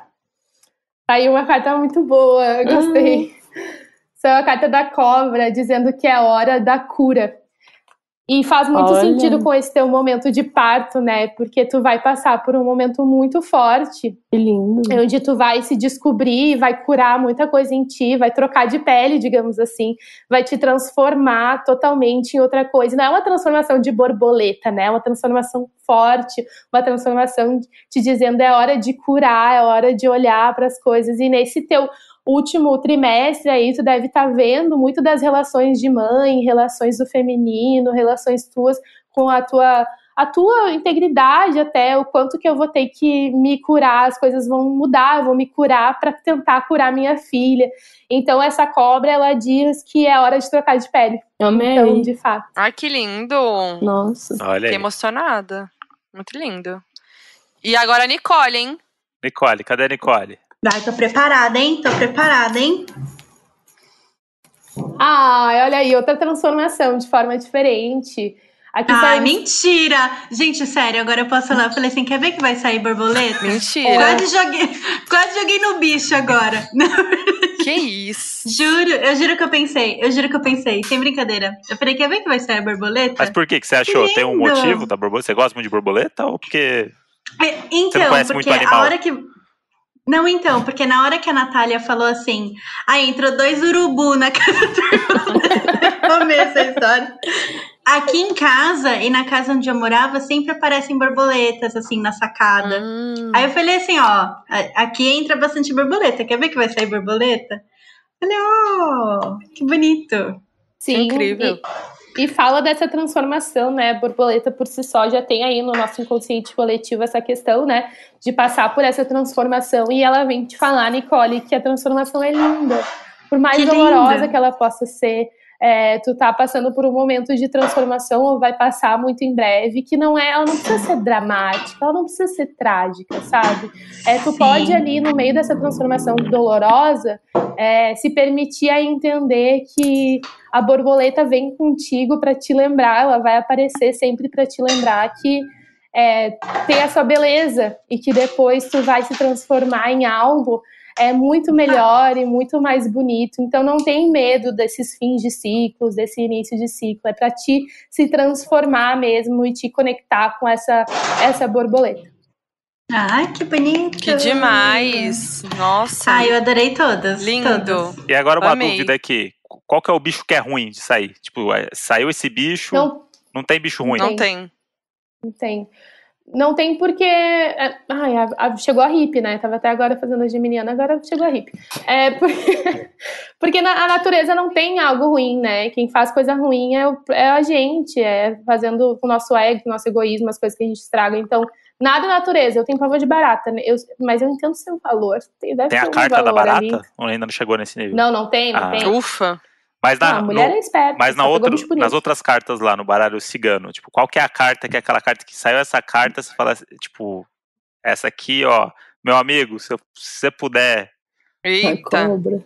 Aí uma carta muito boa, eu gostei. São a carta da cobra, dizendo que é a hora da cura. E faz muito sentido com esse teu momento de parto, né? Porque tu vai passar por um momento muito forte. Que lindo. Onde tu vai se descobrir, vai curar muita coisa em ti, vai trocar de pele, digamos assim. Vai te transformar totalmente em outra coisa. Não é uma transformação de borboleta, né? É uma transformação forte, uma transformação te dizendo é hora de curar, é hora de olhar para as coisas. E nesse teu último trimestre aí, tu deve estar vendo muito das relações de mãe, relações do feminino, relações tuas com a tua integridade até, o quanto que eu vou ter que me curar, as coisas vão mudar, eu vou me curar para tentar curar minha filha. Então essa cobra, ela diz que é hora de trocar de pele. Amei. Então, de fato. Ai, que lindo. Nossa. Olha Fiquei aí. emocionada. Muito lindo. E agora a Nicole, hein? Nicole, cadê a Nicole? Vai, tô preparada, hein? Olha aí, outra transformação de forma diferente. Aqui Mentira! Gente, sério, agora eu posso falar. Eu falei assim, quer ver que vai sair borboleta? Mentira. Quase joguei no bicho agora. Que isso? Eu juro que eu pensei, sem brincadeira. Eu falei, quer ver que vai sair a borboleta? Mas por que você achou? Tem um motivo da borboleta? Você gosta muito de borboleta ou porque então, você não conhece muito animal? A hora que... Não, então, porque na hora que a Natália falou assim, entrou 2 urubu na casa do irmão. Amei essa história. Aqui em casa e na casa onde eu morava sempre aparecem borboletas, assim, na sacada. Aí eu falei assim, aqui entra bastante borboleta. Quer ver que vai sair borboleta? Falei, que bonito. Sim, incrível. E fala dessa transformação, né? A borboleta por si só já tem aí no nosso inconsciente coletivo essa questão, né? De passar por essa transformação. E ela vem te falar, Nicole, que a transformação é linda. Por mais dolorosa que ela possa ser, tu tá passando por um momento de transformação, ou vai passar muito em breve, que ela não precisa ser dramática, ela não precisa ser trágica, sabe? Tu pode ali, no meio dessa transformação dolorosa, se permitir a entender que a borboleta vem contigo para te lembrar, ela vai aparecer sempre para te lembrar que tem a sua beleza e que depois tu vai se transformar em algo muito melhor e muito mais bonito. Então não tem medo desses fins de ciclos, desse início de ciclo. É para te se transformar mesmo e te conectar com essa borboleta. Ai, que bonito. Que demais. Nossa. Eu adorei todas. Lindo. Todas. E agora uma Amei. dúvida aqui. Qual que é o bicho que é ruim de sair? Tipo, saiu esse bicho, não tem bicho ruim. Não tem. Não tem. Não tem porque... chegou a hippie, né? Tava até agora fazendo a geminiana, agora chegou a hippie. Porque a natureza não tem algo ruim, né? Quem faz coisa ruim é a gente, fazendo com o nosso ego, com o nosso egoísmo, as coisas que a gente estraga. Então, nada natureza. Eu tenho pavor de barata, né? Mas eu entendo o seu valor. Tem a carta da barata? Ali. Ou ainda não chegou nesse nível? Não tem, não tem. Ufa. Mas a mulher é esperta. Mas nas outras cartas lá no baralho cigano, tipo, qual que é a carta, que é aquela carta que saiu essa carta, você fala, tipo, essa aqui, meu amigo, se você puder... Eita.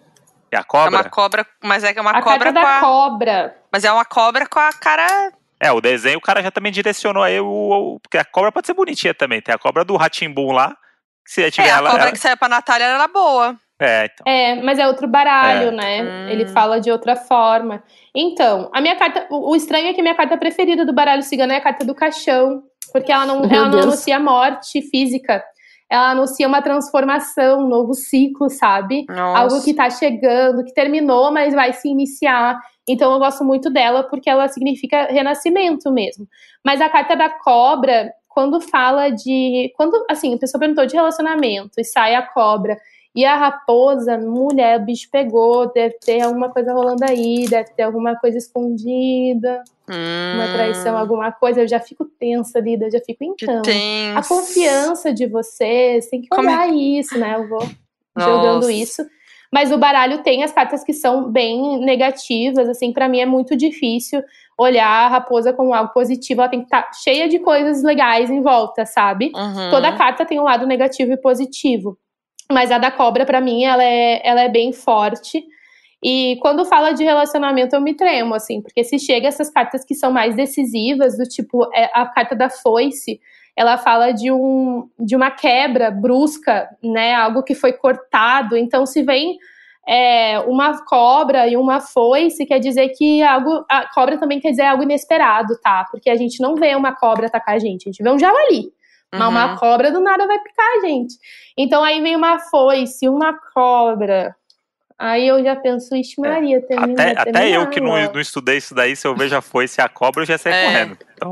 É a É cobra? uma cobra, mas é uma A cobra carta da cobra. Mas é uma cobra com a cara... O desenho o cara já também direcionou aí, porque a cobra pode ser bonitinha também. Tem a cobra do Rá-Tim-Bum lá. Que se tiver a ela, cobra ela... que saiu pra Natália era boa. Então. Mas é outro baralho, né? Ele fala de outra forma. Então, a minha carta... O estranho é que a minha carta preferida do baralho cigano é a carta do caixão. Porque ela não anuncia morte física. Ela anuncia uma transformação, um novo ciclo, sabe? Nossa. Algo que tá chegando, que terminou, mas vai se iniciar. Então eu gosto muito dela porque ela significa renascimento mesmo. Mas a carta da cobra, quando fala de... Assim, a pessoa perguntou de relacionamento e sai a cobra e a raposa, mulher, o bicho pegou, deve ter alguma coisa rolando aí, deve ter alguma coisa escondida, uma traição, alguma coisa. Eu já fico tensa ali, eu já fico então. A confiança de vocês, tem que olhar isso, né? Eu vou jogando isso. Mas o baralho tem as cartas que são bem negativas, assim, pra mim é muito difícil olhar a raposa como algo positivo, ela tem que estar cheia de coisas legais em volta, sabe? Toda carta tem um lado negativo e positivo. Mas a da cobra, pra mim, ela é bem forte. E quando fala de relacionamento, eu me tremo, assim, porque se chega essas cartas que são mais decisivas, do tipo, a carta da foice, ela fala de uma quebra brusca, né, algo que foi cortado. Então, se vem uma cobra e uma foice, quer dizer que a cobra também quer dizer algo inesperado, tá? Porque a gente não vê uma cobra atacar a gente vê um javali. Mas uma cobra do nada vai picar a gente. Então aí vem uma foice, uma cobra. Aí eu já penso, ixi Maria, até eu que não estudei isso daí, se eu vejo a foice e a cobra, eu já saio correndo. Então...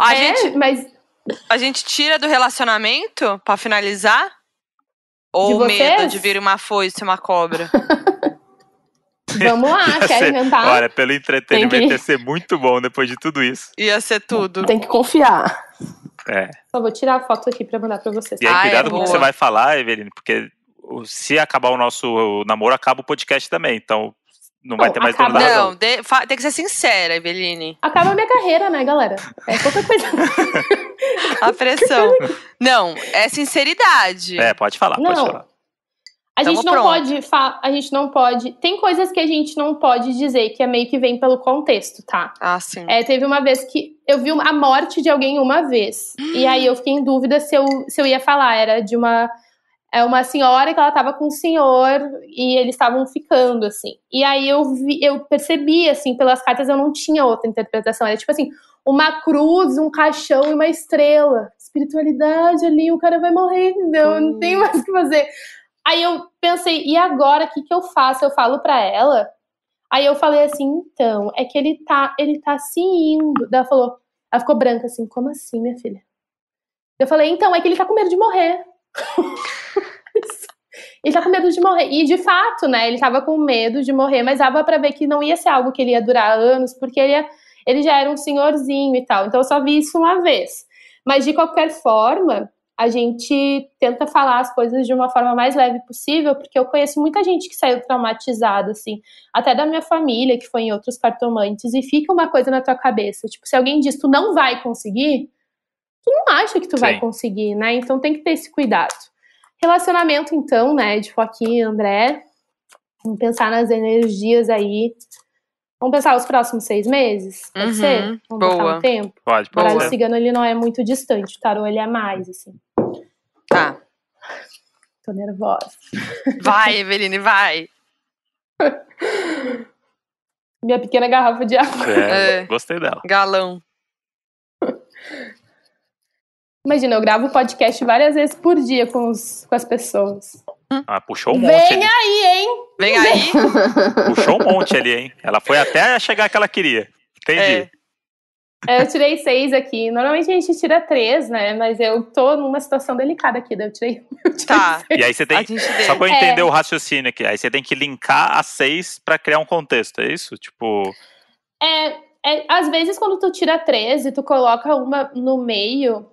A gente tira do relacionamento pra finalizar? Ou medo de vir uma foice e uma cobra? Vamos lá, quer inventar? Olha, pelo entretenimento ia ser muito bom depois de tudo isso. Ia ser tudo. Tem que confiar. Só vou tirar a foto aqui pra mandar pra vocês. E aí, cuidado com o que você vai falar, Eveline, porque se acabar o nosso namoro, acaba o podcast também. Então, não vai ter mais dono da razão. Não, tem que ser sincera, Eveline. Acaba a minha carreira, né, galera? É pouca coisa. A pressão. Não, é sinceridade. Pode falar, pode falar. A gente não pode. Tem coisas que a gente não pode dizer, que é meio que vem pelo contexto, tá? Sim. Teve uma vez que eu vi a morte de alguém uma vez. E aí eu fiquei em dúvida se eu ia falar. Era de uma senhora que ela tava com um senhor e eles estavam ficando, assim. E aí eu percebi, assim, pelas cartas eu não tinha outra interpretação. Era tipo assim, uma cruz, um caixão e uma estrela. Espiritualidade ali, o cara vai morrer, entendeu? Não tem mais o que fazer. Aí eu pensei, e agora, o que eu faço? Eu falo pra ela? Aí eu falei assim, então, é que ele tá se indo. Daí ela ficou branca assim, como assim, minha filha? Eu falei, então, é que ele tá com medo de morrer. Ele tá com medo de morrer. E de fato, né, ele tava com medo de morrer, mas dava pra ver que não ia ser algo que ele ia durar anos, porque ele já era um senhorzinho e tal. Então eu só vi isso uma vez. Mas de qualquer forma, a gente tenta falar as coisas de uma forma mais leve possível, porque eu conheço muita gente que saiu traumatizada, assim, até da minha família, que foi em outros cartomantes, e fica uma coisa na tua cabeça, tipo, se alguém diz, tu não vai conseguir, tu não acha que tu vai conseguir, né, então tem que ter esse cuidado. Relacionamento, então, né, de Joaquim e André, vamos pensar nas energias aí, vamos pensar os próximos 6 meses, pode ser? Vamos botar um tempo? Pode. O baralho cigano, ele não é muito distante, o tarô, ele é mais, assim. Tá. Tô nervosa. Vai, Eveline, vai. Minha pequena garrafa de água. Gostei dela. Galão. Imagina, eu gravo podcast várias vezes por dia com as pessoas. Puxou um monte. Vem aí, hein? Vem aí. Puxou um monte ali, hein? Ela foi até chegar que ela queria. Entendi. Eu tirei 6 aqui. Normalmente a gente tira 3, né? Mas eu tô numa situação delicada aqui, daí eu tirei. Tá. E aí você tem. Só pra eu entender o raciocínio aqui. Aí você tem que linkar a 6 pra criar um contexto, é isso? Tipo. Às vezes, quando tu tira 3 e tu coloca uma no meio.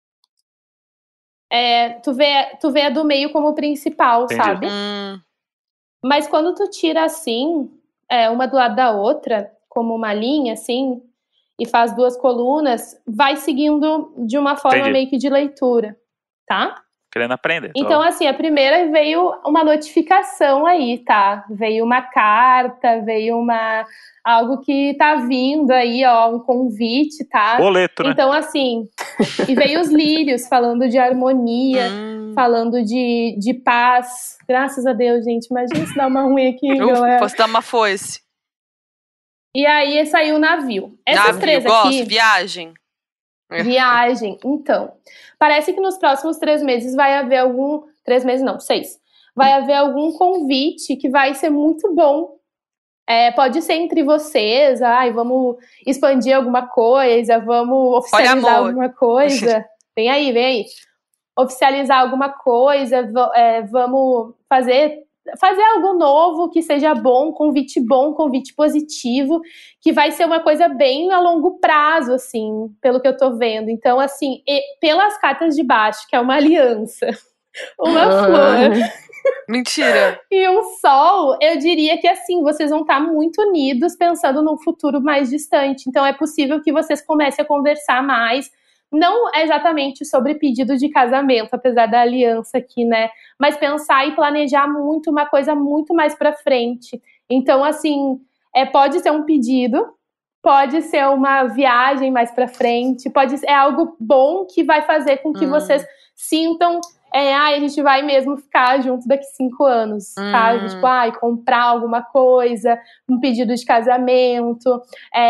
Tu vê a do meio como principal, entendi. Sabe? Mas quando tu tira assim, uma do lado da outra, como uma linha, assim, e faz 2 colunas, vai seguindo de uma forma entendi. Meio que de leitura, tá? querendo aprender. Então, assim, a primeira veio uma notificação aí, tá? Veio uma carta, veio algo que tá vindo aí, ó, um convite, tá? Boleto, né? Então, assim, e veio os lírios falando de harmonia, falando de paz. Graças a Deus, gente. Imagina se dá uma ruim aqui, galera. Posso dar uma foice. E aí saiu o navio. Essas três aqui... Gosto, viagem. Viagem. Então, parece que nos próximos 3 meses vai haver algum... 3 meses não, 6. Vai haver algum convite que vai ser muito bom. Pode ser entre vocês, vamos expandir alguma coisa, vamos oficializar alguma coisa. Vem aí. Oficializar alguma coisa, vamos fazer algo novo que seja bom, convite positivo, que vai ser uma coisa bem a longo prazo, assim, pelo que eu tô vendo. Então, assim, pelas cartas de baixo, que é uma aliança, uma flor... Mentira. E um sol, eu diria que assim, vocês vão estar muito unidos pensando num futuro mais distante. Então é possível que vocês comecem a conversar mais, não exatamente sobre pedido de casamento, apesar da aliança aqui, né? Mas pensar e planejar muito uma coisa muito mais pra frente. Então, assim, pode ser um pedido, pode ser uma viagem mais pra frente, é algo bom que vai fazer com que vocês sintam... a gente vai mesmo ficar junto daqui 5 anos, sabe? Tipo, comprar alguma coisa, um pedido de casamento,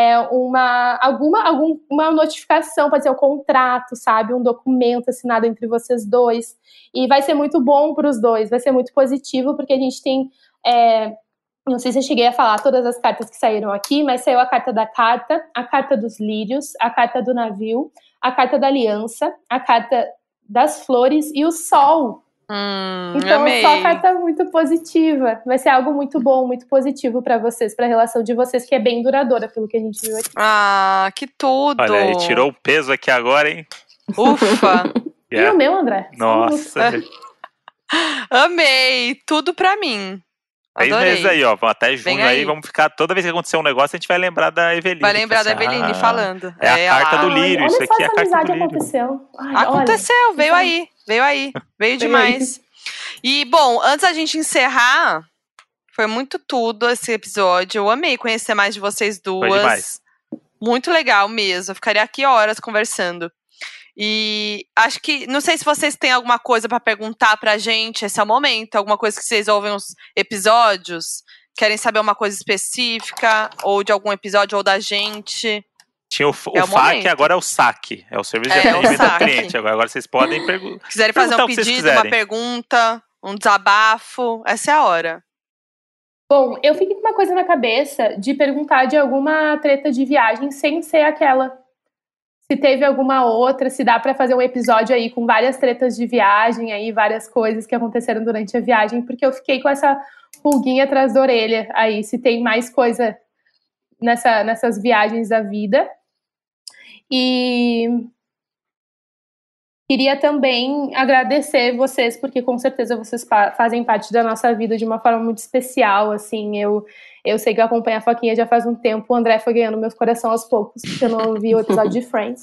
uma notificação, pode ser um contrato, sabe? Um documento assinado entre vocês dois. E vai ser muito bom para os dois, vai ser muito positivo, porque a gente tem... não sei se eu cheguei a falar todas as cartas que saíram aqui, mas saiu a carta da carta, a carta dos lírios, a carta do navio, a carta da aliança, a carta das flores e o sol. Então, amei. só carta muito positiva. Vai ser algo muito bom, muito positivo pra vocês, pra relação de vocês, que é bem duradoura, pelo que a gente viu aqui. Que tudo! Olha, ele tirou o peso aqui agora, hein? Ufa! E o meu, André? Nossa! Amei! Tudo pra mim. 6 meses aí, ó. Até junho aí, vamos ficar... Toda vez que acontecer um negócio, a gente vai lembrar da Eveline. Vai lembrar da Eveline falando. É a carta do lírio, isso aqui é a carta do lírio. Aconteceu, veio aí. Veio demais. E, bom, antes da gente encerrar, foi muito tudo esse episódio. Eu amei conhecer mais de vocês duas. Foi demais. Muito legal mesmo. Eu ficaria aqui horas conversando. E acho que, não sei se vocês têm alguma coisa pra perguntar pra gente, esse é o momento, alguma coisa que vocês ouvem os episódios, querem saber uma coisa específica, ou de algum episódio, ou da gente. Tinha o FAQ, agora é o SAC, é o Serviço de Atendimento ao Cliente. Agora vocês podem perguntar. Quiserem fazer um pedido, uma pergunta, um desabafo, essa é a hora. Bom, eu fiquei com uma coisa na cabeça de perguntar de alguma treta de viagem sem ser aquela. Se teve alguma outra, se dá pra fazer um episódio aí com várias tretas de viagem, aí várias coisas que aconteceram durante a viagem, porque eu fiquei com essa pulguinha atrás da orelha aí, se tem mais coisa nessas viagens da vida. E queria também agradecer vocês, porque com certeza vocês fazem parte da nossa vida de uma forma muito especial, assim, eu sei que eu acompanho a Foquinha já faz um tempo, o André foi ganhando meus corações aos poucos, porque eu não ouvi o episódio de Friends,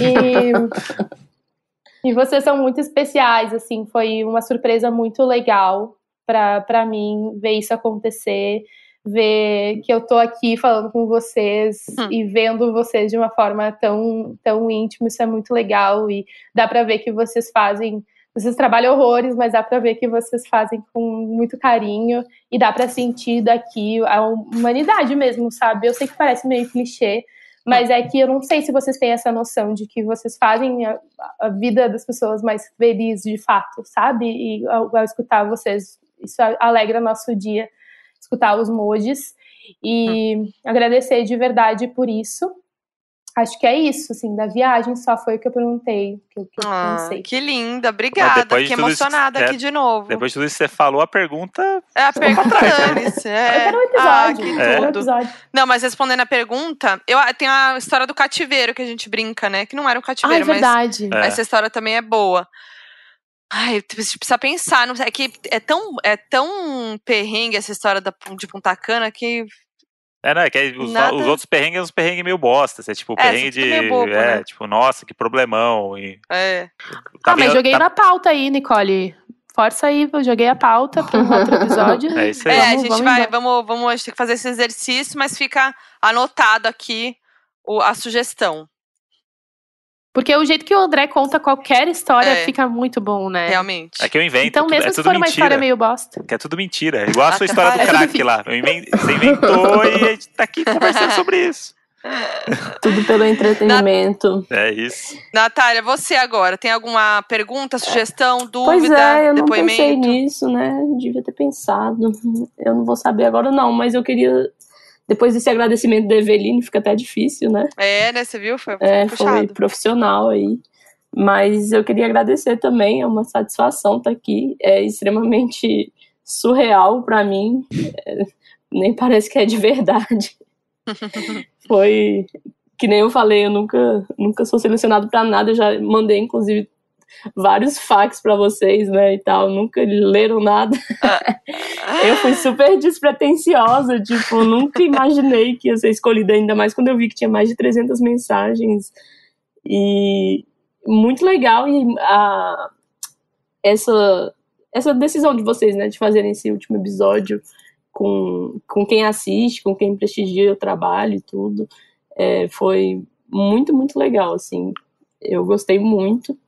e vocês são muito especiais, assim, foi uma surpresa muito legal pra mim ver isso acontecer, ver que eu tô aqui falando com vocês e vendo vocês de uma forma tão, tão íntima, isso é muito legal, e dá pra ver que vocês trabalham horrores, mas dá pra ver que vocês fazem com muito carinho, e dá pra sentir daqui a humanidade mesmo, sabe? Eu sei que parece meio clichê, mas é que eu não sei se vocês têm essa noção de que vocês fazem a vida das pessoas mais feliz de fato, sabe? E ao escutar vocês, isso alegra nosso dia, escutar os emojis, e agradecer de verdade por isso. Acho que é isso, assim, da viagem só foi o que eu perguntei, que eu pensei. Que linda, obrigada, fiquei emocionada aqui de novo. Depois de tudo isso que você falou, a pergunta... a pergunta dane-se. Era um episódio. Não, mas respondendo a pergunta, tem a história do cativeiro que a gente brinca, né? Que não era um cativeiro, mas verdade. Essa história também é boa. Ai, precisa pensar, não sei, é que é tão perrengue essa história de Punta Cana que Não, é que aí os outros perrengues são uns perrengues meio bosta. Assim, tipo, perrengue de. Meio bobo, né? Tipo, nossa, que problemão. E... mas joguei na pauta aí, Nicole. Força aí, eu joguei a pauta para um outro episódio. É isso aí. A gente vai, a gente tem que fazer esse exercício, mas fica anotado aqui a sugestão. Porque o jeito que o André conta qualquer história fica muito bom, né? Realmente. É que eu invento. Então, mesmo se for uma história meio bosta. Que é tudo mentira. É igual a sua história do crack lá. Você inventou e a gente tá aqui conversando sobre isso. Tudo pelo entretenimento. É isso. Natália, você agora, tem alguma pergunta, sugestão, dúvida, pois é, eu não depoimento? pensei nisso, né? Devia ter pensado. Eu não vou saber agora não, mas eu queria... Depois desse agradecimento da Eveline, fica até difícil, né? Né? Você viu? Foi puxado. Foi profissional aí. Mas eu queria agradecer também, é uma satisfação estar aqui. É extremamente surreal pra mim. Nem parece que é de verdade. Foi... Que nem eu falei, eu nunca sou selecionado pra nada. Eu já mandei, inclusive, vários fax pra vocês, né, e tal. Nunca leram nada. Eu fui super despretensiosa, tipo, nunca imaginei que ia ser escolhida, ainda mais quando eu vi que tinha mais de 300 mensagens. E muito legal essa decisão de vocês, né, de fazerem esse último episódio com quem assiste, com quem prestigia o trabalho e tudo. Foi muito, muito legal, assim. Eu gostei muito.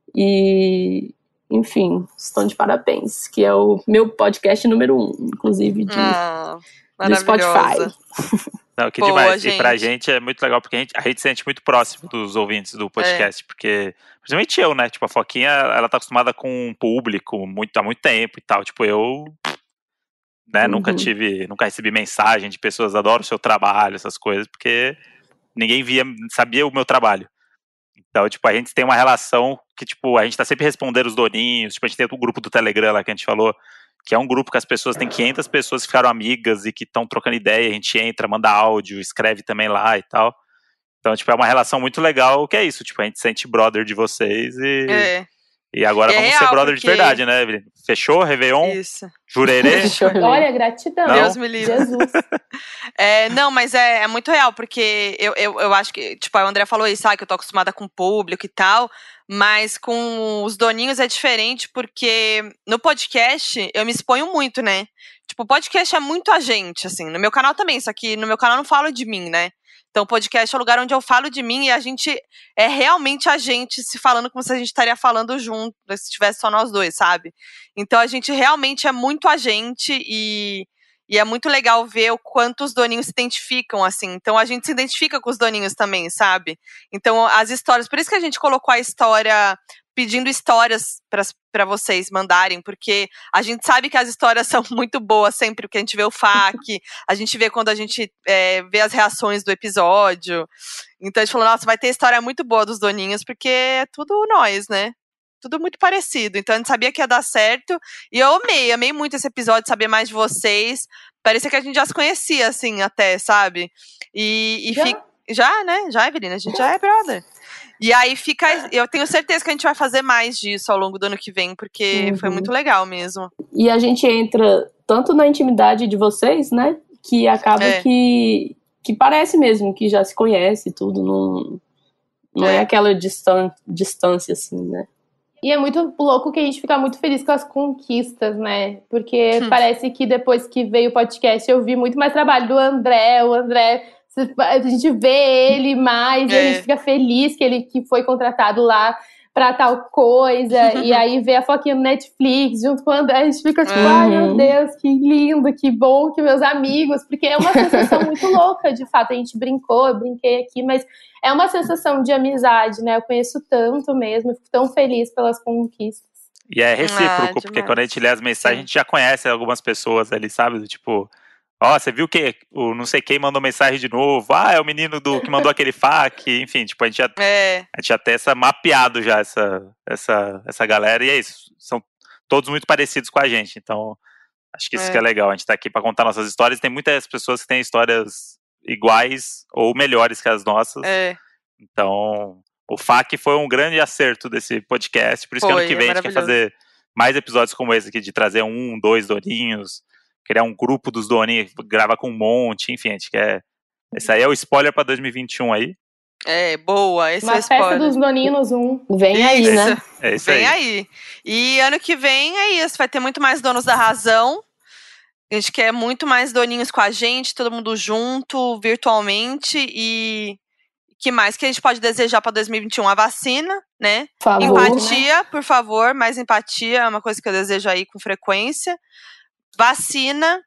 E, enfim, estão de parabéns, que é o meu podcast número 1, inclusive, do Spotify. Não, que demais. Gente. E pra gente é muito legal, porque a gente se sente muito próximo dos ouvintes do podcast, porque, principalmente eu, né, tipo, a Foquinha, ela tá acostumada com um público há muito tempo e tal, tipo, eu, né, nunca recebi mensagem de pessoas, adoro o seu trabalho, essas coisas, porque ninguém sabia o meu trabalho. Então, tipo, a gente tem uma relação que, tipo, a gente tá sempre respondendo os doninhos, tipo, a gente tem o grupo do Telegram lá que a gente falou, que é um grupo que as pessoas, tem 500 pessoas que ficaram amigas e que estão trocando ideia, a gente entra, manda áudio, escreve também lá e tal. Então, tipo, é uma relação muito legal, que é isso, tipo, a gente sente brother de vocês e agora vamos ser brother de verdade, né, Evelyn? Fechou? Réveillon? Isso. Jurerê? Olha, gratidão. Não? Deus me livre. Jesus. Não, mas é muito real, porque eu acho que, tipo, a André falou isso, que eu tô acostumada com o público e tal, mas com os doninhos é diferente, porque no podcast eu me exponho muito, né? Tipo, o podcast é muito a gente, assim, no meu canal também, só que no meu canal eu não falo de mim, né? Então, o podcast é o lugar onde eu falo de mim e a gente é realmente a gente se falando como se a gente estaria falando junto, se tivesse só nós dois, sabe? Então, a gente realmente é muito a gente e é muito legal ver o quanto os doninhos se identificam, assim. Então, a gente se identifica com os doninhos também, sabe? Então, as histórias... Por isso que a gente colocou a história... Pedindo histórias para vocês mandarem, porque a gente sabe que as histórias são muito boas sempre, porque a gente vê o FAQ, a gente vê quando a gente vê as reações do episódio. Então, a gente falou, nossa, vai ter história muito boa dos doninhos, porque é tudo nós, né? Tudo muito parecido. Então, a gente sabia que ia dar certo. E eu amei muito esse episódio, saber mais de vocês. Parecia que a gente já se conhecia, assim, até, sabe? Já, né? Já, Evelina, a gente já é brother. E aí eu tenho certeza que a gente vai fazer mais disso ao longo do ano que vem, porque foi muito legal mesmo. E a gente entra tanto na intimidade de vocês, né? Que acaba que parece mesmo que já se conhece e tudo. Não é aquela distância, assim, né? E é muito louco que a gente fica muito feliz com as conquistas, né? Porque parece que depois que veio o podcast eu vi muito mais trabalho do André. O André, a gente vê ele mais, e a gente fica feliz que foi contratado lá pra tal coisa. E aí vê a Foquinha no Netflix junto com o André, a gente fica tipo, ai meu Deus, que lindo, que bom, que meus amigos. Porque é uma sensação muito louca, de fato. A gente brincou, eu brinquei aqui, mas é uma sensação de amizade, né? Eu conheço tanto mesmo, eu fico tão feliz pelas conquistas. E é recíproco, porque quando a gente lê as mensagens, a gente já conhece algumas pessoas ali, sabe? Tipo, você viu que o não sei quem mandou mensagem de novo? É o menino que mandou aquele FAQ, enfim, tipo, a gente já tem mapeado já essa galera, e é isso, são todos muito parecidos com a gente, então acho que isso que é legal, a gente tá aqui pra contar nossas histórias, tem muitas pessoas que têm histórias iguais ou melhores que as nossas, então o FAQ foi um grande acerto desse podcast, por isso que ano que vem a gente quer fazer mais episódios como esse aqui, de trazer 1, 2 doninhos, criar um grupo dos doninhos, grava com um monte, enfim, a gente quer... Esse aí é o spoiler pra 2021 aí. Boa, esse é o Uma festa spoiler. dos Doninos 1. Vem aí, Isso. né? É isso Vem aí. aí. E ano que vem é isso, vai ter muito mais Donos da Razão. A gente quer muito mais doninhos com a gente, todo mundo junto, virtualmente. E que mais que a gente pode desejar para 2021? A vacina, né? Por favor. Empatia, por favor, mais empatia é uma coisa que eu desejo aí com frequência. Vacina.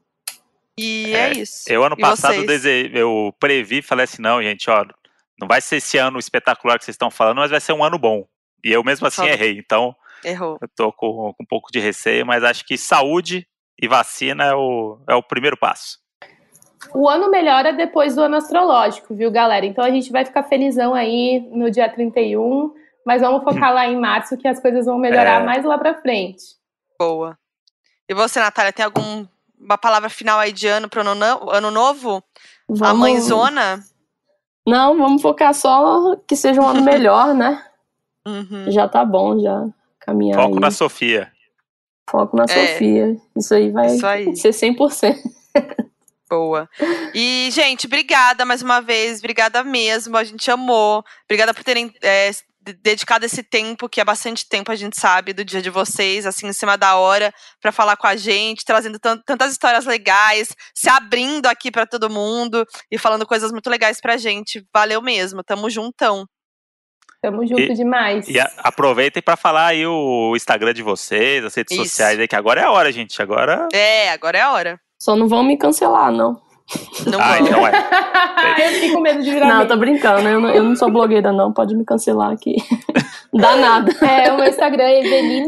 E é isso. Eu, ano E passado, vocês? eu previ, falei assim, não, gente, ó, não vai ser esse ano espetacular que vocês estão falando, mas vai ser um ano bom. E eu mesmo assim errei, então Errou. eu tô com um pouco de receio, mas acho que saúde e vacina é o primeiro passo. O ano melhora depois do ano astrológico, viu, galera? Então a gente vai ficar felizão aí no dia 31, mas vamos focar lá em março que as coisas vão melhorar mais lá pra frente. Boa. E você, Natália, tem uma palavra final aí de ano pro ano novo? A mãezona? Não, vamos focar só que seja um ano melhor, né? Uhum. Já tá bom, já caminhar Foco aí. na Sofia. Foco na Sofia. Isso aí vai ser 100%. Boa. E, gente, obrigada mais uma vez. Obrigada mesmo. A gente amou. Obrigada por terem dedicado esse tempo, que é bastante tempo, a gente sabe, do dia de vocês, assim, em cima da hora, pra falar com a gente, trazendo tantas histórias legais, se abrindo aqui pra todo mundo e falando coisas muito legais pra gente. Valeu mesmo. Tamo juntão. Tamo junto demais. E aproveitem pra falar aí o Instagram de vocês, as redes sociais aí, que agora é a hora, gente. Agora é a hora. Só não vão me cancelar, não. Não vão. Então Eu fico com medo de virar Não, tô brincando. Eu não sou blogueira, não. Pode me cancelar aqui. Dá nada. O meu Instagram é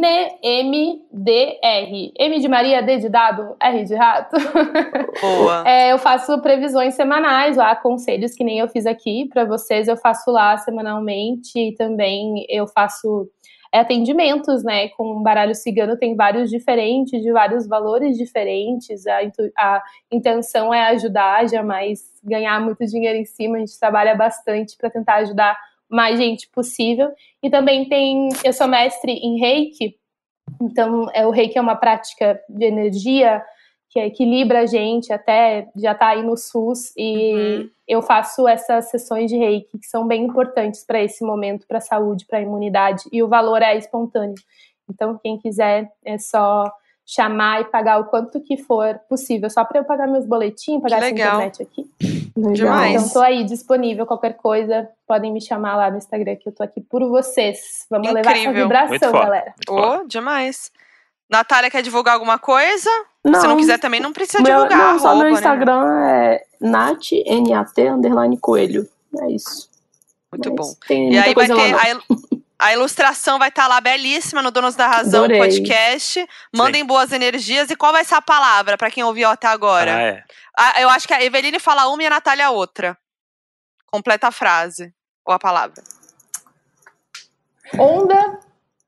EvelineMDR. M de Maria, D de dado, R de rato. Boa. Eu faço previsões semanais lá, conselhos que nem eu fiz aqui pra vocês. Eu faço lá semanalmente e também eu faço atendimentos, né, com baralho cigano, tem vários diferentes, de vários valores diferentes, a intenção é ajudar, jamais ganhar muito dinheiro em cima, a gente trabalha bastante para tentar ajudar mais gente possível, e também eu sou mestre em Reiki, então o Reiki é uma prática de energia que equilibra a gente, até já tá aí no SUS, e eu faço essas sessões de Reiki, que são bem importantes para esse momento, para a saúde, para a imunidade, e o valor é espontâneo. Então, quem quiser, é só chamar e pagar o quanto que for possível, só para eu pagar meus boletins, pagar essa internet aqui. Demais. Então, tô aí disponível, qualquer coisa, podem me chamar lá no Instagram, que eu tô aqui por vocês. Vamos levar essa vibração, galera. Demais. Natália, quer divulgar alguma coisa? Não, se não quiser também, não precisa divulgar. Não, só meu Instagram né? é Nat__coelho. É isso. Muito bom. E aí vai ter a ilustração vai estar lá belíssima no Donos da Razão podcast. Mandem boas energias. E qual vai ser a palavra para quem ouviu até agora? Eu acho que a Eveline fala uma e a Natália outra. Completa a frase. Ou a palavra. Onda.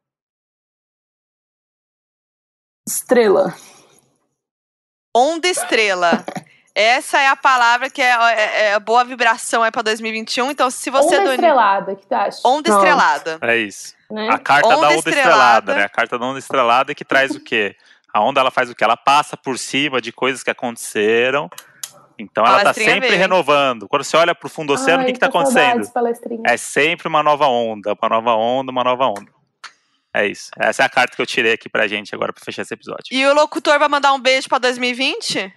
Estrela. Onda estrela. Essa é a palavra que é boa vibração para 2021. Então, se você... Onda estrelada, que tu acha? Onda estrelada. É isso. Né? A carta da onda estrelada, né? A carta da onda estrelada que traz o quê? A onda, ela faz o quê? Ela passa por cima de coisas que aconteceram. Então, ela tá sempre renovando. Quando você olha pro fundo do oceano, o que tá acontecendo? É sempre uma nova onda, uma nova onda, uma nova onda. É isso. Essa é a carta que eu tirei aqui pra gente agora pra fechar esse episódio. E o locutor vai mandar um beijo pra 2020?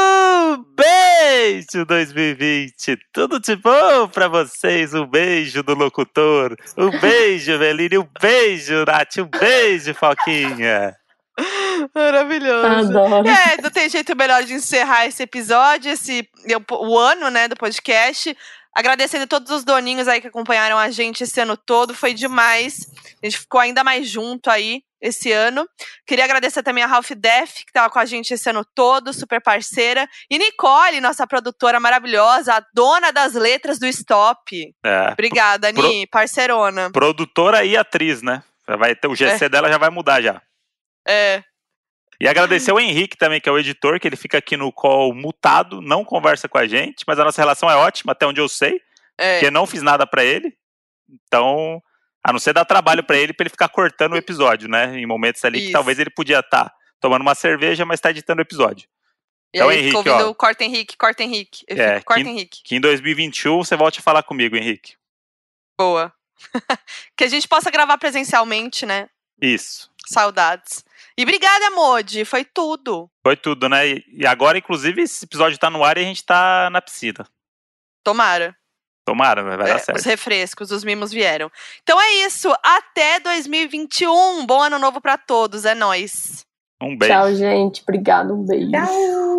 Beijo 2020! Tudo de bom pra vocês. Um beijo do locutor. Um beijo, Eveline. Um beijo, Nath. Um beijo, Foquinha. Maravilhoso. Adoro. Não tem jeito melhor de encerrar esse episódio, o ano, né, do podcast. Agradecendo todos os doninhos aí que acompanharam a gente esse ano todo. Foi demais. A gente ficou ainda mais junto aí esse ano. Queria agradecer também a Ralph Def, que estava com a gente esse ano todo, super parceira. E Nicole, nossa produtora maravilhosa, a dona das letras do Stop. Obrigada, Ni, parceirona. Produtora e atriz, né? Vai ter, o GC dela já vai mudar já. E agradecer o Henrique também, que é o editor, que ele fica aqui no call mutado, não conversa com a gente, mas a nossa relação é ótima, até onde eu sei, porque eu não fiz nada pra ele. Então, a não ser dar trabalho pra ele ficar cortando o episódio, né? Em momentos ali que talvez ele podia estar tomando uma cerveja, mas tá editando o episódio. E Então, aí Henrique, ficou ouvindo ó. corta Henrique. Eu fico, corta Henrique. Que em 2021 você volte a falar comigo, Henrique. Boa. Que a gente possa gravar presencialmente, né? Isso. Saudades. E obrigada, Modi. Foi tudo. Foi tudo, né? E agora, inclusive, esse episódio tá no ar e a gente tá na piscina. Tomara. Tomara, vai dar certo. Os refrescos, os mimos vieram. Então é isso. Até 2021. Bom ano novo pra todos. É nóis. Um beijo. Tchau, gente. Obrigado. Um beijo. Tchau.